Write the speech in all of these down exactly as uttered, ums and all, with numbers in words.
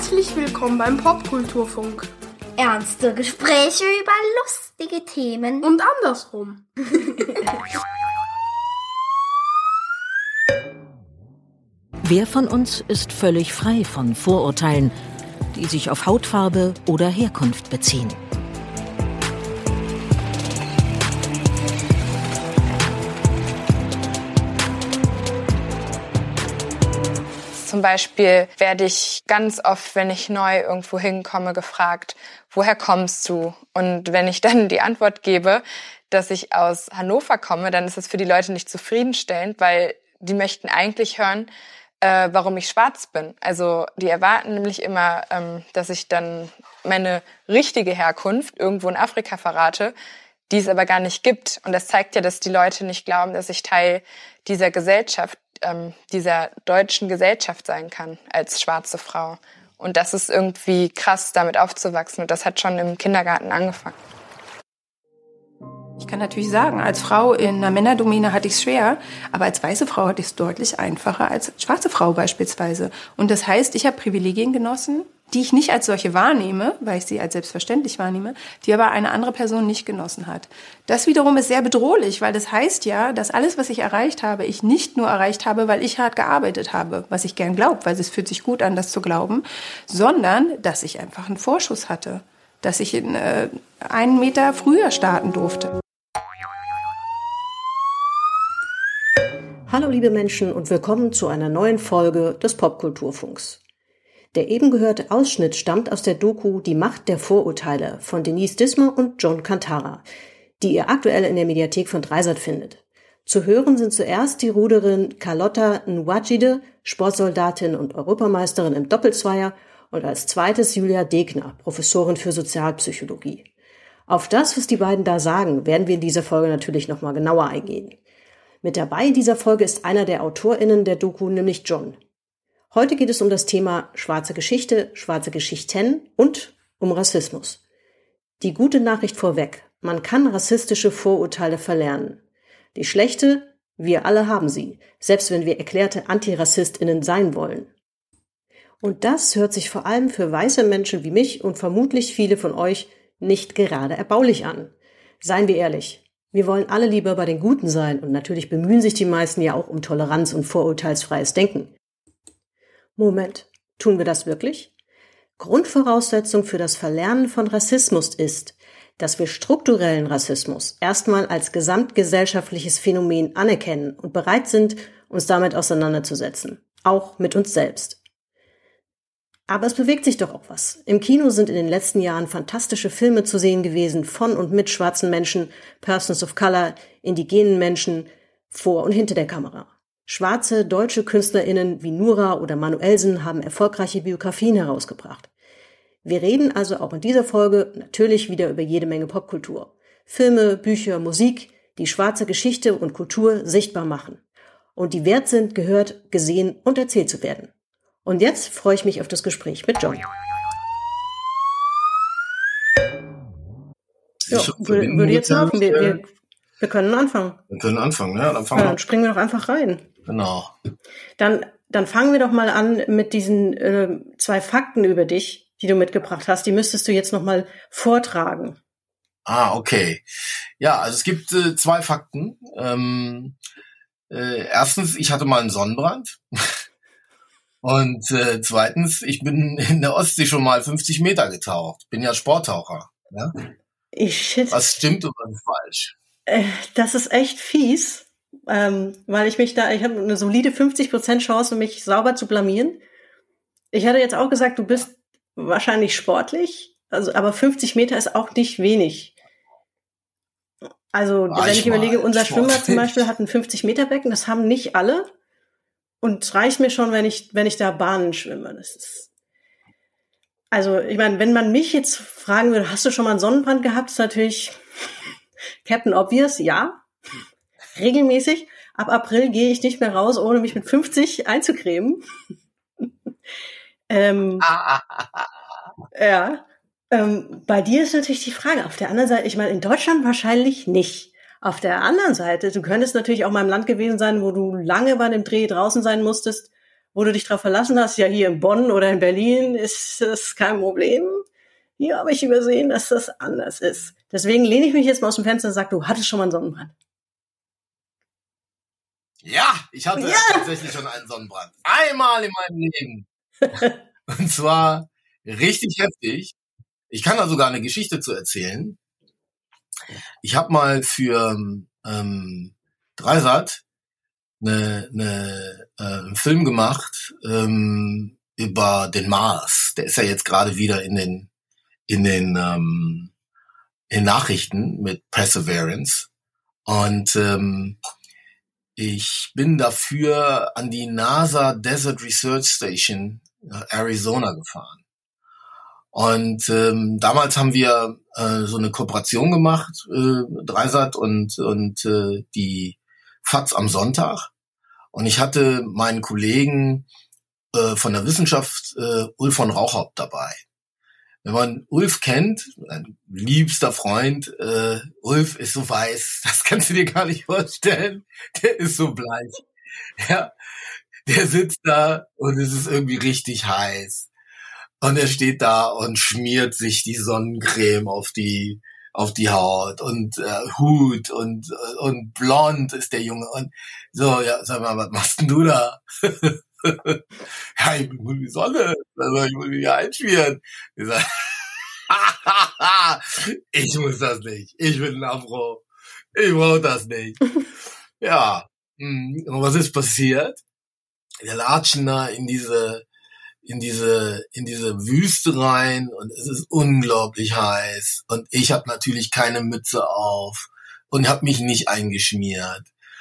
Herzlich willkommen beim Popkulturfunk. Ernste Gespräche über lustige Themen. Und andersrum. Wer von uns ist völlig frei von Vorurteilen, die sich auf Hautfarbe oder Herkunft beziehen? Zum Beispiel werde ich ganz oft, wenn ich neu irgendwo hinkomme, gefragt, woher kommst du? Und wenn ich dann die Antwort gebe, dass ich aus Hannover komme, dann ist es für die Leute nicht zufriedenstellend, weil die möchten eigentlich hören, äh, warum ich schwarz bin. Also die erwarten nämlich immer, ähm, dass ich dann meine richtige Herkunft irgendwo in Afrika verrate, die es aber gar nicht gibt. Und das zeigt ja, dass die Leute nicht glauben, dass ich Teil dieser Gesellschaft, ähm, dieser deutschen Gesellschaft sein kann als schwarze Frau. Und das ist irgendwie krass, damit aufzuwachsen. Und das hat schon im Kindergarten angefangen. Ich kann natürlich sagen, als Frau in einer Männerdomäne hatte ich es schwer, aber als weiße Frau hatte ich es deutlich einfacher als schwarze Frau beispielsweise. Und das heißt, ich habe Privilegien genossen, die ich nicht als solche wahrnehme, weil ich sie als selbstverständlich wahrnehme, die aber eine andere Person nicht genossen hat. Das wiederum ist sehr bedrohlich, weil das heißt ja, dass alles, was ich erreicht habe, ich nicht nur erreicht habe, weil ich hart gearbeitet habe, was ich gern glaube, weil es fühlt sich gut an, das zu glauben, sondern dass ich einfach einen Vorschuss hatte, dass ich in, äh, einen Meter früher starten durfte. Hallo liebe Menschen und willkommen zu einer neuen Folge des Popkulturfunks. Der eben gehörte Ausschnitt stammt aus der Doku Die Macht der Vorurteile von Denise Dismer und John Kantara, die ihr aktuell in der Mediathek von Dreisat findet. Zu hören sind zuerst die Ruderin Carlotta Nwajide, Sportsoldatin und Europameisterin im Doppelzweier, und als zweites Julia Degner, Professorin für Sozialpsychologie. Auf das, was die beiden da sagen, werden wir in dieser Folge natürlich nochmal genauer eingehen. Mit dabei in dieser Folge ist einer der AutorInnen der Doku, nämlich John. Heute geht es um das Thema schwarze Geschichte, schwarze Geschichten und um Rassismus. Die gute Nachricht vorweg: Man kann rassistische Vorurteile verlernen. Die schlechte: wir alle haben sie, selbst wenn wir erklärte AntirassistInnen sein wollen. Und das hört sich vor allem für weiße Menschen wie mich und vermutlich viele von euch nicht gerade erbaulich an. Seien wir ehrlich, wir wollen alle lieber bei den Guten sein und natürlich bemühen sich die meisten ja auch um Toleranz und vorurteilsfreies Denken. Moment, tun wir das wirklich? Grundvoraussetzung für das Verlernen von Rassismus ist, dass wir strukturellen Rassismus erstmal als gesamtgesellschaftliches Phänomen anerkennen und bereit sind, uns damit auseinanderzusetzen, auch mit uns selbst. Aber es bewegt sich doch auch was. Im Kino sind in den letzten Jahren fantastische Filme zu sehen gewesen von und mit schwarzen Menschen, Persons of Color, indigenen Menschen, vor und hinter der Kamera. Schwarze deutsche KünstlerInnen wie Nura oder Manuelsen haben erfolgreiche Biografien herausgebracht. Wir reden also auch in dieser Folge natürlich wieder über jede Menge Popkultur. Filme, Bücher, Musik, die schwarze Geschichte und Kultur sichtbar machen. Und die wert sind, gehört, gesehen und erzählt zu werden. Und jetzt freue ich mich auf das Gespräch mit John. Ja, würde, würde jetzt laufen. Wir, wir, wir können anfangen. Wir können anfangen, ja. Dann, fangen ja, dann springen wir doch einfach rein. Genau. Dann, dann fangen wir doch mal an mit diesen äh, zwei Fakten über dich, die du mitgebracht hast. Die müsstest du jetzt noch mal vortragen. Ah, okay. Ja, also es gibt äh, zwei Fakten. Ähm, äh, erstens, ich hatte mal einen Sonnenbrand. Und äh, zweitens, ich bin in der Ostsee schon mal fünfzig Meter getaucht. Bin ja Sporttaucher. Ja? Ich shit. Was stimmt und was ist falsch? Äh, das ist echt fies. Ähm, weil ich mich da, ich habe eine solide fünfzig Prozent Chance, mich sauber zu blamieren. Ich hatte jetzt auch gesagt, du bist wahrscheinlich sportlich, also aber fünfzig Meter ist auch nicht wenig. Also ah, wenn ich, ich überlege, unser sportlich. Schwimmer zum Beispiel hat ein fünfzig Meter Becken, das haben nicht alle. Und es reicht mir schon, wenn ich, wenn ich da Bahnen schwimme. Das ist, also ich meine, wenn man mich jetzt fragen würde, hast du schon mal einen Sonnenbrand gehabt, ist natürlich Captain Obvious, ja. Regelmäßig. Ab April gehe ich nicht mehr raus, ohne mich mit fünfzig einzucremen. ähm, ja. Ähm, bei dir ist natürlich die Frage, auf der anderen Seite, ich meine, in Deutschland wahrscheinlich nicht. Auf der anderen Seite, du könntest natürlich auch mal im Land gewesen sein, wo du lange bei einem Dreh draußen sein musstest wo du dich drauf verlassen hast, ja, hier in Bonn oder in Berlin ist das kein Problem. Hier habe ich übersehen, dass das anders ist. Deswegen lehne ich mich jetzt mal aus dem Fenster und sage, du hattest schon mal einen Sonnenbrand. Ja, ich hatte ja. tatsächlich schon einen Sonnenbrand. Einmal in meinem Leben. Und zwar richtig heftig. Ich kann da sogar eine Geschichte zu erzählen. Ich habe mal für ähm, Dreisat eine, eine, äh, einen Film gemacht ähm, über den Mars. Der ist ja jetzt gerade wieder in den in den ähm, in Nachrichten mit Perseverance. Und ähm, ich bin dafür an die NASA Desert Research Station Arizona gefahren. Und ähm, damals haben wir äh, so eine Kooperation gemacht, äh, Dreisat und und äh, die F A Z am Sonntag. Und ich hatte meinen Kollegen äh, von der Wissenschaft, äh, Ulf von Rauchhaupt, dabei. Wenn man Ulf kennt, ein liebster Freund, äh, Ulf ist so weiß, das kannst du dir gar nicht vorstellen. Der ist so bleich. Ja, der sitzt da und es ist irgendwie richtig heiß. Und er steht da und schmiert sich die Sonnencreme auf die auf die Haut und äh, Hut und und blond ist der Junge und so, ja, sag mal, was machst denn du da? Ja, ich will die Sonne, also ich will mich einschmieren. Ich sag, ich muss das nicht, ich bin ein Afro, ich brauche das nicht. Ja, und was ist passiert? Wir latschen da in diese in diese in diese Wüste rein und es ist unglaublich heiß und ich habe natürlich keine Mütze auf und habe mich nicht eingeschmiert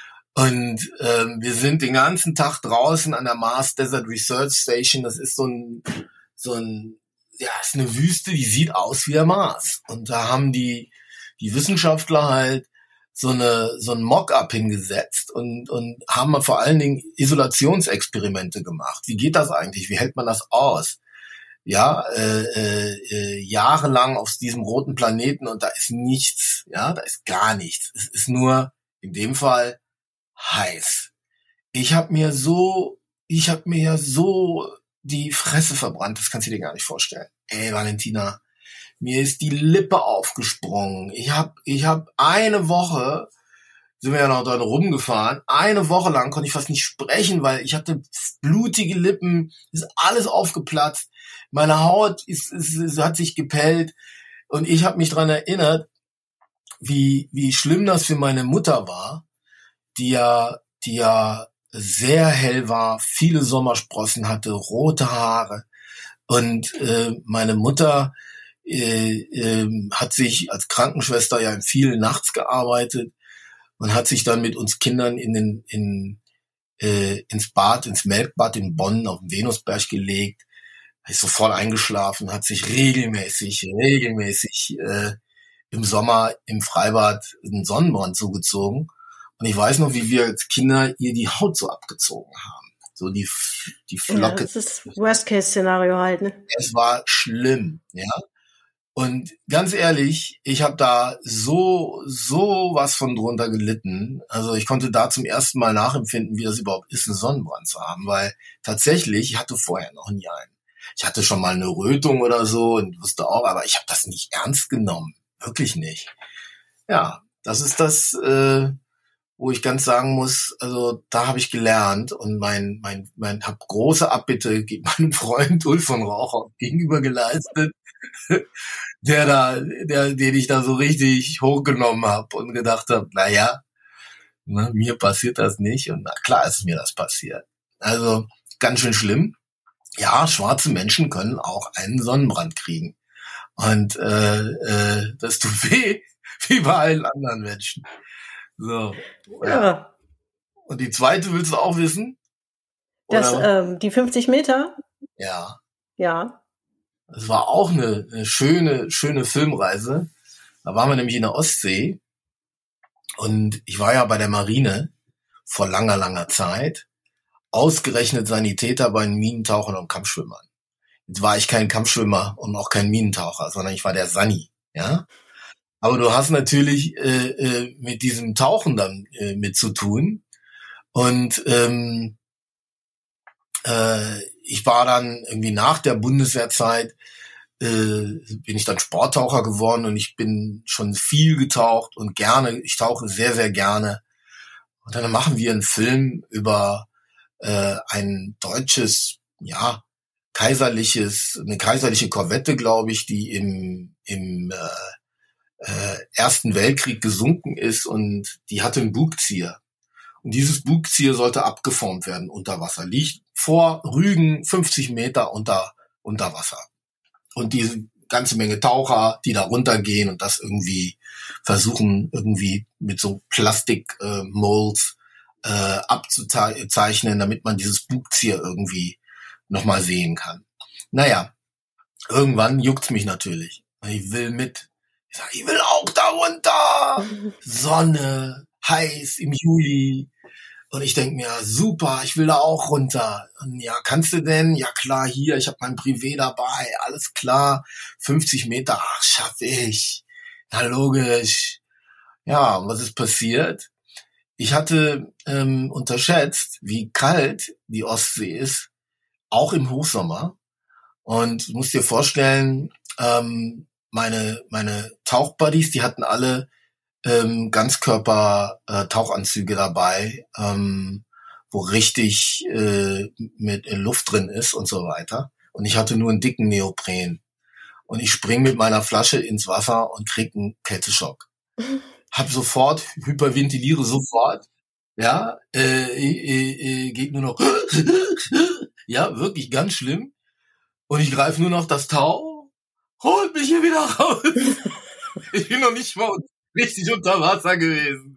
und ähm, wir sind den ganzen Tag draußen an der Mars Desert Research Station. Das ist so ein so ein ja, ist eine Wüste, die sieht aus wie der Mars und da haben die die Wissenschaftler halt so eine so ein Mock-up hingesetzt und und haben vor allen Dingen Isolationsexperimente gemacht. Wie geht das eigentlich? Wie hält man das aus? Ja, äh, äh, jahrelang auf diesem roten Planeten und da ist nichts, ja, da ist gar nichts. Es ist nur in dem Fall heiß. Ich habe mir so, ich habe mir ja so die Fresse verbrannt, das kannst du dir gar nicht vorstellen. Ey, Valentina, mir ist die Lippe aufgesprungen. Ich hab, ich hab eine Woche, sind wir ja noch dort rumgefahren, eine Woche lang konnte ich fast nicht sprechen, weil ich hatte blutige Lippen, ist alles aufgeplatzt, meine Haut ist, ist, ist, hat sich gepellt und ich habe mich dran erinnert, wie, wie schlimm das für meine Mutter war, die ja, die ja sehr hell war, viele Sommersprossen hatte, rote Haare und äh, meine Mutter Äh, äh, hat sich als Krankenschwester ja viel nachts gearbeitet und hat sich dann mit uns Kindern in den in äh, ins Bad, ins Melkbad in Bonn auf dem Venusberg gelegt, ist sofort eingeschlafen, hat sich regelmäßig regelmäßig äh, im Sommer im Freibad einen Sonnenbrand zugezogen und ich weiß noch, wie wir als Kinder ihr die Haut so abgezogen haben, so die die Flocke. Ja, das ist Worst-Case-Szenario halt, ne? Es war schlimm, ja. Und ganz ehrlich, ich habe da so, so was von drunter gelitten. Also ich konnte da zum ersten Mal nachempfinden, wie das überhaupt ist, einen Sonnenbrand zu haben. Weil tatsächlich, ich hatte vorher noch nie einen. Ich hatte schon mal eine Rötung oder so und wusste auch, aber ich habe das nicht ernst genommen. Wirklich nicht. Ja, das ist das, äh, wo ich ganz sagen muss, also da habe ich gelernt und mein, mein, mein, hab große Abbitte meinem Freund Ulf von Rauchhaupt gegenüber geleistet, der da, der, den ich da so richtig hochgenommen habe und gedacht habe, na ja, ne, mir passiert das nicht und na klar ist mir das passiert. Also ganz schön schlimm. Ja, schwarze Menschen können auch einen Sonnenbrand kriegen und äh, äh, das tut weh, wie bei allen anderen Menschen. So. Ja. Ja. Und die zweite willst du auch wissen? Das, ähm, die fünfzig Meter? Ja. Ja. Das war auch eine, eine schöne, schöne Filmreise. Da waren wir nämlich in der Ostsee. Und ich war ja bei der Marine vor langer, langer Zeit. Ausgerechnet Sanitäter bei den Minentauchern und Kampfschwimmern. Jetzt war ich kein Kampfschwimmer und auch kein Minentaucher, sondern ich war der Sani, ja. Aber du hast natürlich äh, äh, mit diesem Tauchen dann äh, mit zu tun. Und ähm, äh, ich war dann irgendwie nach der Bundeswehrzeit, äh, bin ich dann Sporttaucher geworden und ich bin schon viel getaucht und gerne, ich tauche sehr, sehr gerne. Und dann machen wir einen Film über äh, ein deutsches, ja, kaiserliches, eine kaiserliche Korvette, glaube ich, die im, im äh, äh, Ersten Weltkrieg gesunken ist und die hatte einen Bugzieher. Und dieses Bugzieher sollte abgeformt werden unter Wasser. Liegt vor Rügen fünfzig Meter unter, unter Wasser. Und diese ganze Menge Taucher, die da runtergehen und das irgendwie versuchen, irgendwie mit so Plastik-Molds äh, äh, abzuzeichnen, damit man dieses Bugzieher irgendwie nochmal sehen kann. Naja, irgendwann juckt's mich natürlich. Ich will mit. Ich sag, ich will auch da runter. Sonne, heiß im Juli. Und ich denk mir, super, ich will da auch runter. Und ja, kannst du denn? Ja klar, hier, ich habe mein Privé dabei, alles klar. fünfzig Meter, ach, schaff ich. Na logisch. Ja, und was ist passiert? Ich hatte ähm, unterschätzt, wie kalt die Ostsee ist, auch im Hochsommer. Und du musst dir vorstellen, ähm, meine meine Tauchbuddies, die hatten alle ähm, Ganzkörper-Tauchanzüge äh, dabei, ähm, wo richtig äh, mit äh, Luft drin ist und so weiter. Und ich hatte nur einen dicken Neopren. Und ich spring mit meiner Flasche ins Wasser und krieg einen Kälteschock. Hab sofort, hyperventiliere sofort, ja, äh, äh, äh, geht nur noch, ja, wirklich ganz schlimm. Und ich greife nur noch das Tau, holt mich hier wieder raus. Ich bin noch nicht mal richtig unter Wasser gewesen.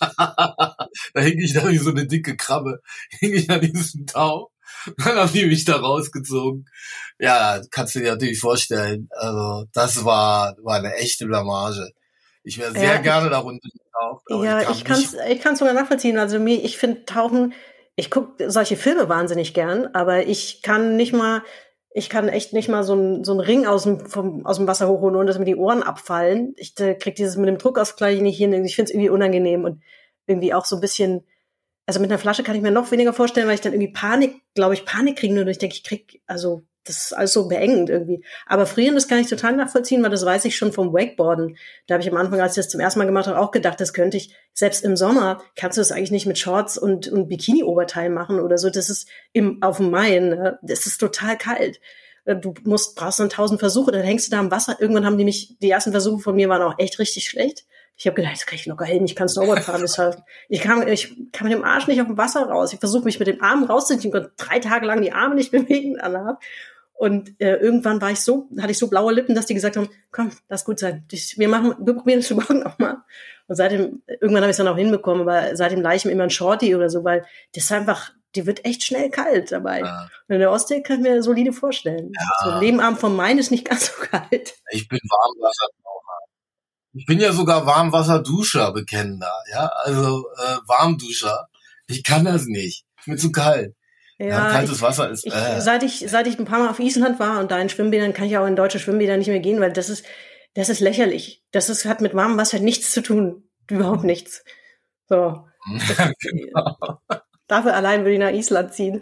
Da hing ich da wie so eine dicke Krabbe, hing ich an diesem Tau. Dann haben die mich da rausgezogen. Ja, kannst du dir natürlich vorstellen. Also das war war eine echte Blamage. Ich wäre sehr Ja, gerne darunter getaucht. Aber Ja, ich, kam ich kann's, nicht. ich kann's sogar nachvollziehen. Also mir, ich finde Tauchen, ich gucke solche Filme wahnsinnig gern, aber ich kann nicht mal, ich kann echt nicht mal so einen so einen Ring aus dem vom aus dem Wasser hochholen, ohne dass mir die Ohren abfallen. Ich äh, krieg dieses mit dem Druckausgleich nicht hin. Ich finde es irgendwie unangenehm und irgendwie auch so ein bisschen. Also mit einer Flasche kann ich mir noch weniger vorstellen, weil ich dann irgendwie Panik, glaube ich, Panik kriegen würde. Ich denke, ich krieg, also das ist alles so beengend irgendwie. Aber Frieren, das kann ich total nachvollziehen, weil das weiß ich schon vom Wakeboarden. Da habe ich am Anfang, als ich das zum ersten Mal gemacht habe, auch gedacht, das könnte ich, selbst im Sommer, kannst du das eigentlich nicht mit Shorts und, und Bikini-Oberteil machen oder so. Das ist im, auf dem Main, ne? Das ist total kalt. Du musst, brauchst dann tausend Versuche, dann hängst du da am Wasser. Irgendwann haben die mich, die ersten Versuche von mir waren auch echt richtig schlecht. Ich habe gedacht, das krieg ich locker hin, ich kann Snowboard fahren. Deshalb, ich kam, ich kam mit dem Arsch nicht auf dem Wasser raus. Ich versuche mich mit den Armen rauszuziehen, konnte drei Tage lang die Arme nicht bewegen danach. Und äh, irgendwann war ich so, hatte ich so blaue Lippen, dass die gesagt haben, komm, lass gut sein. Wir machen, wir probieren das morgen nochmal. Und seitdem, irgendwann habe ich es dann auch hinbekommen, aber seitdem leih ich mir immer ein Shorty oder so, weil das ist einfach, die wird echt schnell kalt dabei. Ja. Und in der Ostsee kann ich mir solide vorstellen. Ja. So Nebenarm vom Main ist nicht ganz so kalt. Ich bin Warmwassertaucher. Ich bin ja sogar Warmwasserduscher, bekennender, ja, also äh, Warmduscher. Ich kann das nicht. Ist mir zu kalt. Ja, ja kaltes ich, Wasser ist. Äh. Ich, seit ich seit ich ein paar Mal auf Island war und da in Schwimmbädern, kann ich auch in deutsche Schwimmbäder nicht mehr gehen, weil das ist das ist lächerlich. Das ist hat mit warmem Wasser nichts zu tun, überhaupt nichts. So. Das, genau. Dafür allein würde ich nach Island ziehen.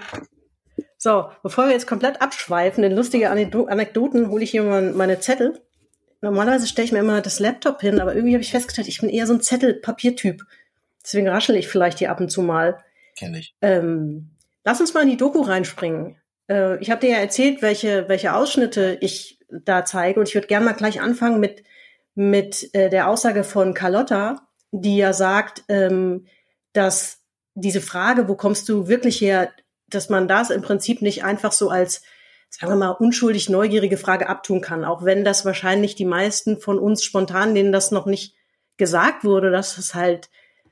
So, bevor wir jetzt komplett abschweifen, in lustige Anekdoten, hole ich hier mal meine Zettel. Normalerweise stelle ich mir immer das Laptop hin, aber irgendwie habe ich festgestellt, ich bin eher so ein Zettel-Papiertyp. Deswegen raschel ich vielleicht hier ab und zu mal. Kenn ich. Ähm, lass uns mal in die Doku reinspringen. Äh, ich habe dir ja erzählt, welche welche Ausschnitte ich da zeige. Und ich würde gerne mal gleich anfangen mit mit äh, der Aussage von Carlotta, die ja sagt, ähm, dass diese Frage, wo kommst du wirklich her, dass man das im Prinzip nicht einfach so als, sagen wir mal, unschuldig neugierige Frage abtun kann, auch wenn das wahrscheinlich die meisten von uns spontan, denen das noch nicht gesagt wurde, dass es halt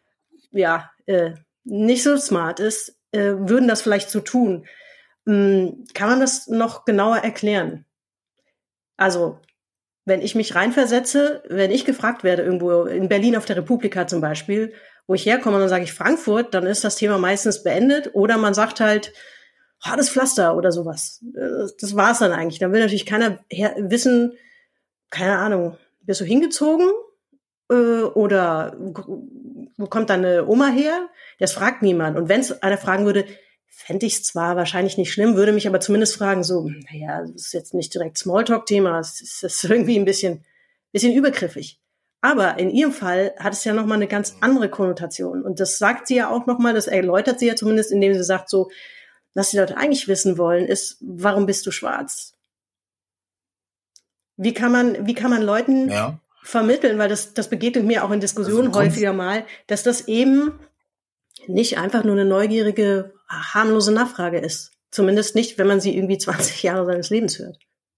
ja äh, nicht so smart ist, äh, würden das vielleicht so tun. Ähm, kann man das noch genauer erklären? Also, wenn ich mich reinversetze, wenn ich gefragt werde, irgendwo in Berlin auf der Republika zum Beispiel, wo ich herkomme und dann sage ich Frankfurt, dann ist das Thema meistens beendet oder man sagt halt, hartes Pflaster oder sowas. Das war's dann eigentlich. Dann will natürlich keiner her- wissen, keine Ahnung, bist du hingezogen äh, oder wo kommt deine Oma her? Das fragt niemand. Und wenn es einer fragen würde, fände ich zwar wahrscheinlich nicht schlimm, würde mich aber zumindest fragen, so, naja, das ist jetzt nicht direkt Smalltalk-Thema, es ist, ist irgendwie ein bisschen, bisschen übergriffig. Aber in ihrem Fall hat es ja nochmal eine ganz andere Konnotation. Und das sagt sie ja auch nochmal, das erläutert sie ja zumindest, indem sie sagt so, was die Leute eigentlich wissen wollen, ist, warum bist du schwarz? Wie kann man, wie kann man Leuten ja. vermitteln, weil das, das begegnet mir auch in Diskussionen also, häufiger mal, dass das eben nicht einfach nur eine neugierige, harmlose Nachfrage ist. Zumindest nicht, wenn man sie irgendwie zwanzig Jahre seines Lebens hört.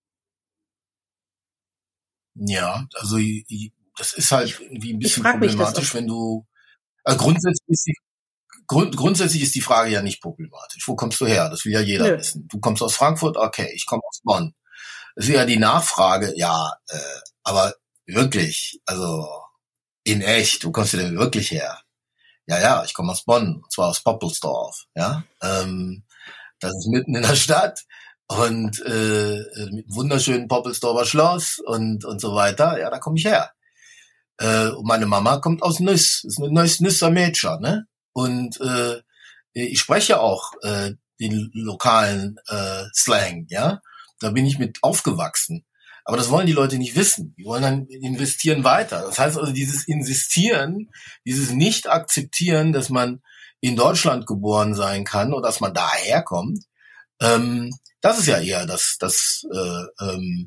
Ja, also das ist halt irgendwie ein bisschen problematisch, wenn du also grundsätzlich ist die Grund, grundsätzlich ist die Frage ja nicht problematisch. Wo kommst du her? Das will ja jeder Nö. wissen. Du kommst aus Frankfurt? Okay, ich komme aus Bonn. Das ist ja die Nachfrage, ja, äh, aber wirklich, also in echt, wo kommst du denn wirklich her? Ja, ja, ich komme aus Bonn, und zwar aus Poppelsdorf, ja. Ähm, das ist mitten in der Stadt und äh, mit einem wunderschönen Poppelsdorfer Schloss und und so weiter. Ja, da komme ich her. Äh, und meine Mama kommt aus Nüss, ist ein Nüss, Nüsser Mädchen, ne? Und äh, ich spreche auch äh, den lokalen äh, Slang, ja. Da bin ich mit aufgewachsen. Aber das wollen die Leute nicht wissen. Die wollen dann investieren weiter. Das heißt also, dieses Insistieren, dieses Nicht-Akzeptieren, dass man in Deutschland geboren sein kann oder dass man daherkommt, ähm, das ist ja eher das, das äh, ähm,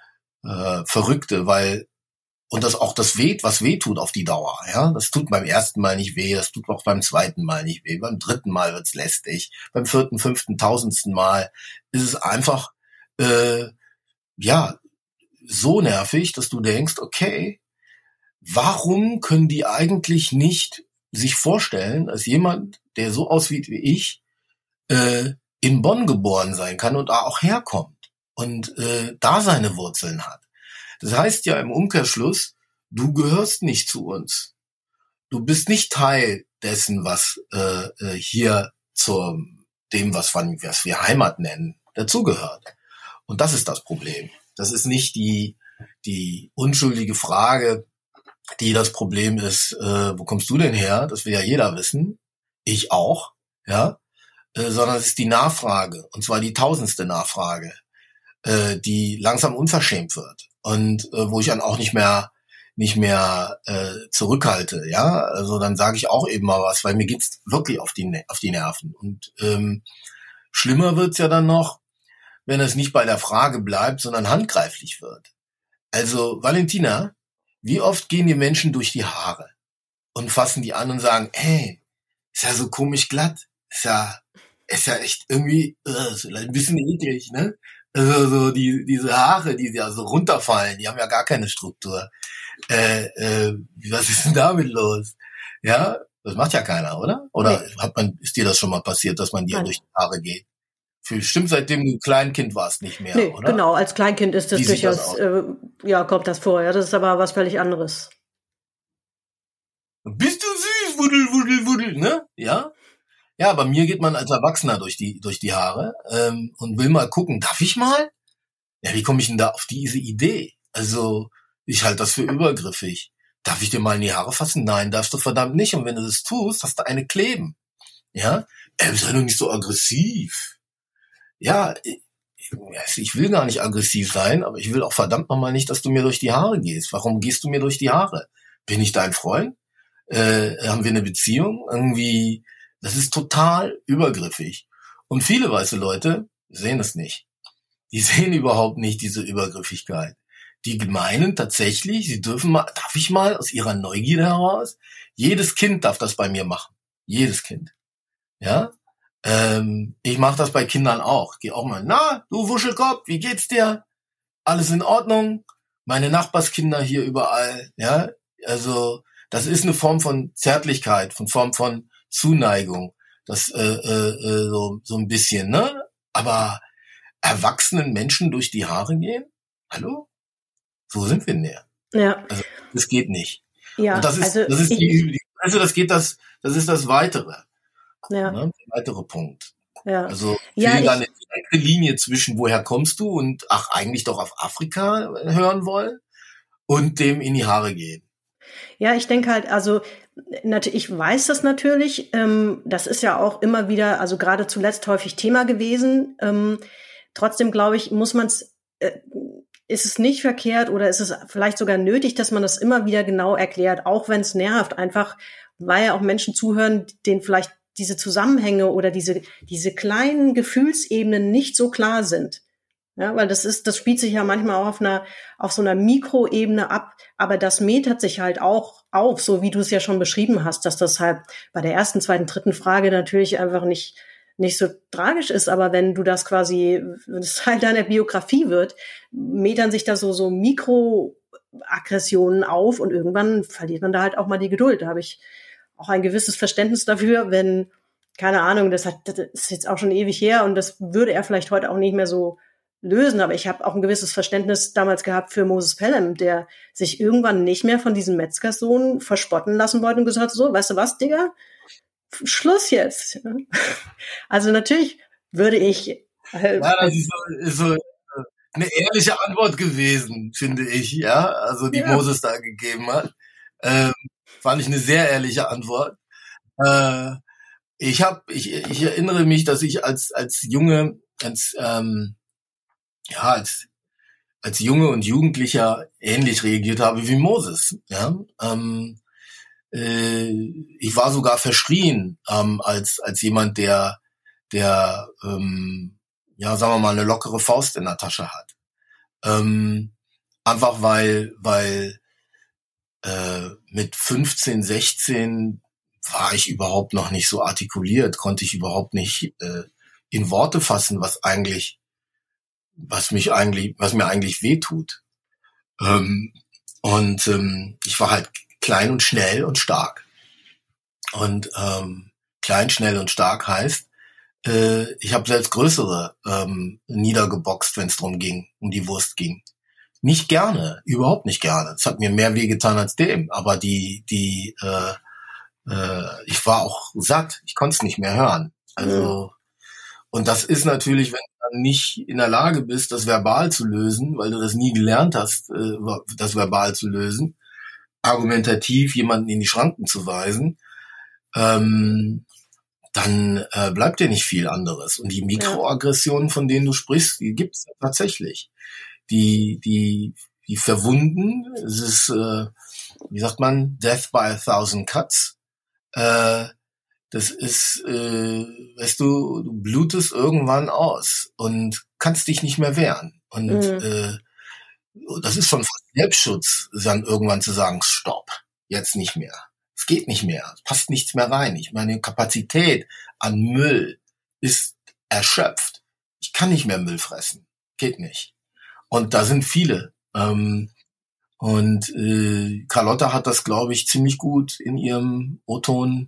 äh, Verrückte, weil und das auch das weht, was weh tut auf die Dauer. Ja, das tut beim ersten Mal nicht weh, das tut auch beim zweiten Mal nicht weh, beim dritten Mal wird's lästig, beim vierten, fünften, tausendsten Mal ist es einfach äh, ja so nervig, dass du denkst, okay, warum können die eigentlich nicht sich vorstellen, dass jemand, der so aussieht wie ich, äh, in Bonn geboren sein kann und da auch herkommt und äh, da seine Wurzeln hat. Das heißt ja im Umkehrschluss, du gehörst nicht zu uns. Du bist nicht Teil dessen, was äh, hier zu dem, was, was wir Heimat nennen, dazugehört. Und das ist das Problem. Das ist nicht die die unschuldige Frage, die das Problem ist, äh, wo kommst du denn her? Das will ja jeder wissen. Ich auch, ja. Äh, sondern es ist die Nachfrage, und zwar die tausendste Nachfrage, äh, die langsam unverschämt wird und äh, wo ich dann auch nicht mehr nicht mehr äh, zurückhalte, ja. Also dann sage ich auch eben mal was, weil mir geht's wirklich auf die auf die Nerven. Und ähm, schlimmer wird's ja dann noch, wenn es nicht bei der Frage bleibt, sondern handgreiflich wird. Also, Valentina, wie oft gehen die Menschen durch die Haare und fassen die an und sagen, hey, ist ja so komisch glatt, ist ja, ist ja echt irgendwie uh, ist ein bisschen eklig, ne? Also so die diese Haare, die ja so runterfallen, die haben ja gar keine Struktur. Äh, äh, was ist denn damit los? Ja, das macht ja keiner, oder? Oder nee. hat man, ist dir das schon mal passiert, dass man dir Nein. durch die Haare geht? Stimmt, seitdem du Kleinkind warst, nicht mehr, nee, oder? Genau, als Kleinkind ist das Wie durchaus, das äh, ja, kommt das vor, ja, das ist aber was völlig anderes. Bist du süß, wuddel, wuddel, wuddel, ne? Ja? Ja, aber mir geht man als Erwachsener durch die, durch die Haare, ähm, und will mal gucken, darf ich mal? Ja, wie komme ich denn da auf diese Idee? Also, ich halte das für übergriffig. Darf ich dir mal in die Haare fassen? Nein, darfst du verdammt nicht. Und wenn du das tust, hast du eine kleben. Ja? Äh, sei doch nicht so aggressiv. Ja, ich will gar nicht aggressiv sein, aber ich will auch verdammt nochmal nicht, dass du mir durch die Haare gehst. Warum gehst du mir durch die Haare? Bin ich dein Freund? Äh, haben wir eine Beziehung? Irgendwie, das ist total übergriffig. Und viele weiße Leute sehen es nicht. Die sehen überhaupt nicht diese Übergriffigkeit. Die meinen tatsächlich, sie dürfen mal, darf ich mal aus ihrer Neugierde heraus? Jedes Kind darf das bei mir machen. Jedes Kind. Ja? Ähm, ich mache das bei Kindern auch. Geh auch mal, na, du Wuschelkopf, wie geht's dir? Alles in Ordnung? Meine Nachbarskinder hier überall, ja? Also, das ist eine Form von Zärtlichkeit, von Form von Zuneigung. Das, äh, äh, so, so ein bisschen, ne? Aber erwachsenen Menschen durch die Haare gehen? Hallo? So sind wir näher. Ja. Also, das geht nicht. Ja. Und das ist, also das ist die, also das geht das, das ist das Weitere. Ja. Ne? Der weitere Punkt. Ja. Also ja, will da eine direkte Linie zwischen woher kommst du und ach eigentlich doch auf Afrika hören wollen und dem in die Haare gehen. Ja, ich denke halt, also ich weiß das natürlich. Ähm, das ist ja auch immer wieder, also gerade zuletzt häufig Thema gewesen. Ähm, trotzdem glaube ich, muss man es, äh, ist es nicht verkehrt oder ist es vielleicht sogar nötig, dass man das immer wieder genau erklärt, auch wenn es nervt, einfach weil ja auch Menschen zuhören, denen vielleicht diese Zusammenhänge oder diese diese kleinen Gefühlsebenen nicht so klar sind. Ja, weil das ist, das spielt sich ja manchmal auch auf einer, auf so einer Mikroebene ab, aber das metert sich halt auch auf, so wie du es ja schon beschrieben hast, dass das halt bei der ersten, zweiten, dritten Frage natürlich einfach nicht, nicht so tragisch ist, aber wenn du das quasi, wenn es Teil deiner Biografie wird, metern sich da so, so Mikroaggressionen auf und irgendwann verliert man da halt auch mal die Geduld. Da habe ich auch ein gewisses Verständnis dafür, wenn, keine Ahnung, das hat, das ist jetzt auch schon ewig her und das würde er vielleicht heute auch nicht mehr so lösen, aber ich habe auch ein gewisses Verständnis damals gehabt für Moses Pelham, der sich irgendwann nicht mehr von diesem Metzgerssohn verspotten lassen wollte und gesagt hat, so, weißt du was, Digga, Schluss jetzt. Also natürlich würde ich... Äh, ja, das ist so, ist so eine ehrliche Antwort gewesen, finde ich, ja, also die ja. Moses da gegeben hat. Ähm, fand ich eine sehr ehrliche Antwort. Äh, ich habe, ich, ich erinnere mich, dass ich als als Junge, als ähm, ja, als, als Junge und Jugendlicher ähnlich reagiert habe wie Moses, ja. Ähm, äh, ich war sogar verschrien, ähm, als, als jemand, der, der, ähm, ja, sagen wir mal, eine lockere Faust in der Tasche hat. Ähm, einfach weil, weil, äh, mit fünfzehn, sechzehn war ich überhaupt noch nicht so artikuliert, konnte ich überhaupt nicht, äh, in Worte fassen, was eigentlich was mich eigentlich, was mir eigentlich wehtut. Ähm, und ähm, ich war halt klein und schnell und stark. Und ähm, klein, schnell und stark heißt, äh, ich habe selbst größere ähm, niedergeboxt, wenn es drum ging, um die Wurst ging. Nicht gerne, überhaupt nicht gerne. Es hat mir mehr wehgetan als dem. Aber die, die, äh, äh, ich war auch satt. Ich konnte es nicht mehr hören. Also mhm. Und das ist natürlich, wenn du dann nicht in der Lage bist, das verbal zu lösen, weil du das nie gelernt hast, das verbal zu lösen, argumentativ jemanden in die Schranken zu weisen, ähm, dann äh, bleibt dir nicht viel anderes. Und die Mikroaggressionen, von denen du sprichst, die gibt es tatsächlich. Die, die, die verwunden, es ist, äh, wie sagt man, Death by a thousand cuts. Äh, Das ist, äh, weißt du, du blutest irgendwann aus und kannst dich nicht mehr wehren. Und mhm. äh, das ist schon fast Selbstschutz, dann irgendwann zu sagen, stopp, jetzt nicht mehr. Es geht nicht mehr, es passt nichts mehr rein. Ich meine, Kapazität an Müll ist erschöpft. Ich kann nicht mehr Müll fressen, geht nicht. Und da sind viele. Ähm, und äh, Carlotta hat das, glaube ich, ziemlich gut in ihrem O-Ton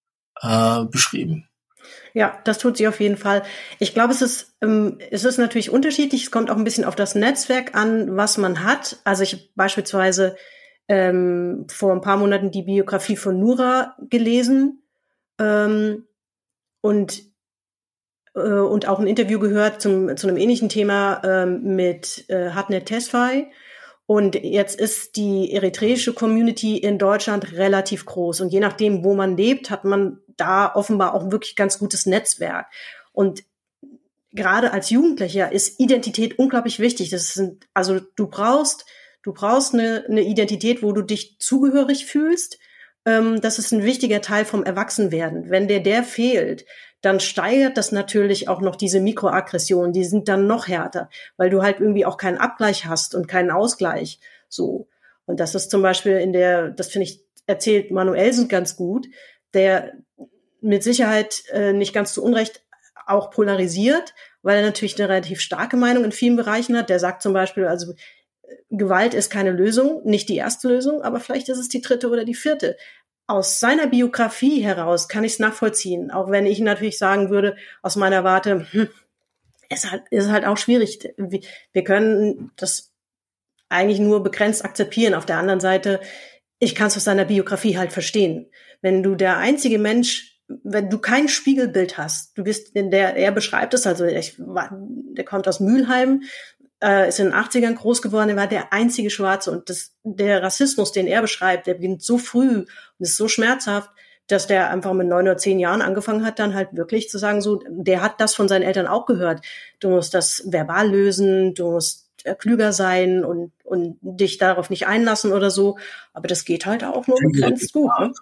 Äh, beschrieben. Ja, das tut sie auf jeden Fall. Ich glaube, es ist ähm, es ist natürlich unterschiedlich. Es kommt auch ein bisschen auf das Netzwerk an, was man hat. Also ich habe beispielsweise ähm, vor ein paar Monaten die Biografie von Nura gelesen ähm, und äh, und auch ein Interview gehört zum zu einem ähnlichen Thema ähm, mit äh, Hatnet Tesfaye. Und jetzt ist die eritreische Community in Deutschland relativ groß. Und je nachdem, wo man lebt, hat man da offenbar auch ein wirklich ganz gutes Netzwerk. Und gerade als Jugendlicher ist Identität unglaublich wichtig. Das sind, also du brauchst, du brauchst eine, eine Identität, wo du dich zugehörig fühlst. Ähm, das ist ein wichtiger Teil vom Erwachsenwerden. Wenn der, der fehlt, dann steigert das natürlich auch noch diese Mikroaggressionen, die sind dann noch härter, weil du halt irgendwie auch keinen Abgleich hast und keinen Ausgleich, so. Und das ist zum Beispiel in der, das finde ich, erzählt Manuelsen ganz gut, der mit Sicherheit äh, nicht ganz zu Unrecht auch polarisiert, weil er natürlich eine relativ starke Meinung in vielen Bereichen hat. Der sagt zum Beispiel, also Gewalt ist keine Lösung, nicht die erste Lösung, aber vielleicht ist es die dritte oder die vierte. Aus seiner Biografie heraus kann ich es nachvollziehen, auch wenn ich natürlich sagen würde, aus meiner Warte, hm, ist halt, ist halt auch schwierig. Wir können das eigentlich nur begrenzt akzeptieren. Auf der anderen Seite, ich kann es aus seiner Biografie halt verstehen. Wenn du der einzige Mensch, wenn du kein Spiegelbild hast, du bist, in der, er beschreibt es, also ich, der kommt aus Mülheim, äh, ist in den achtzigern groß geworden, er war der einzige Schwarze und das, der Rassismus, den er beschreibt, der beginnt so früh und ist so schmerzhaft, dass der einfach mit neun oder zehn Jahren angefangen hat, dann halt wirklich zu sagen, so, der hat das von seinen Eltern auch gehört. Du musst das verbal lösen, du musst klüger sein und, und dich darauf nicht einlassen oder so. Aber das geht halt auch nur begrenzt gut, ne?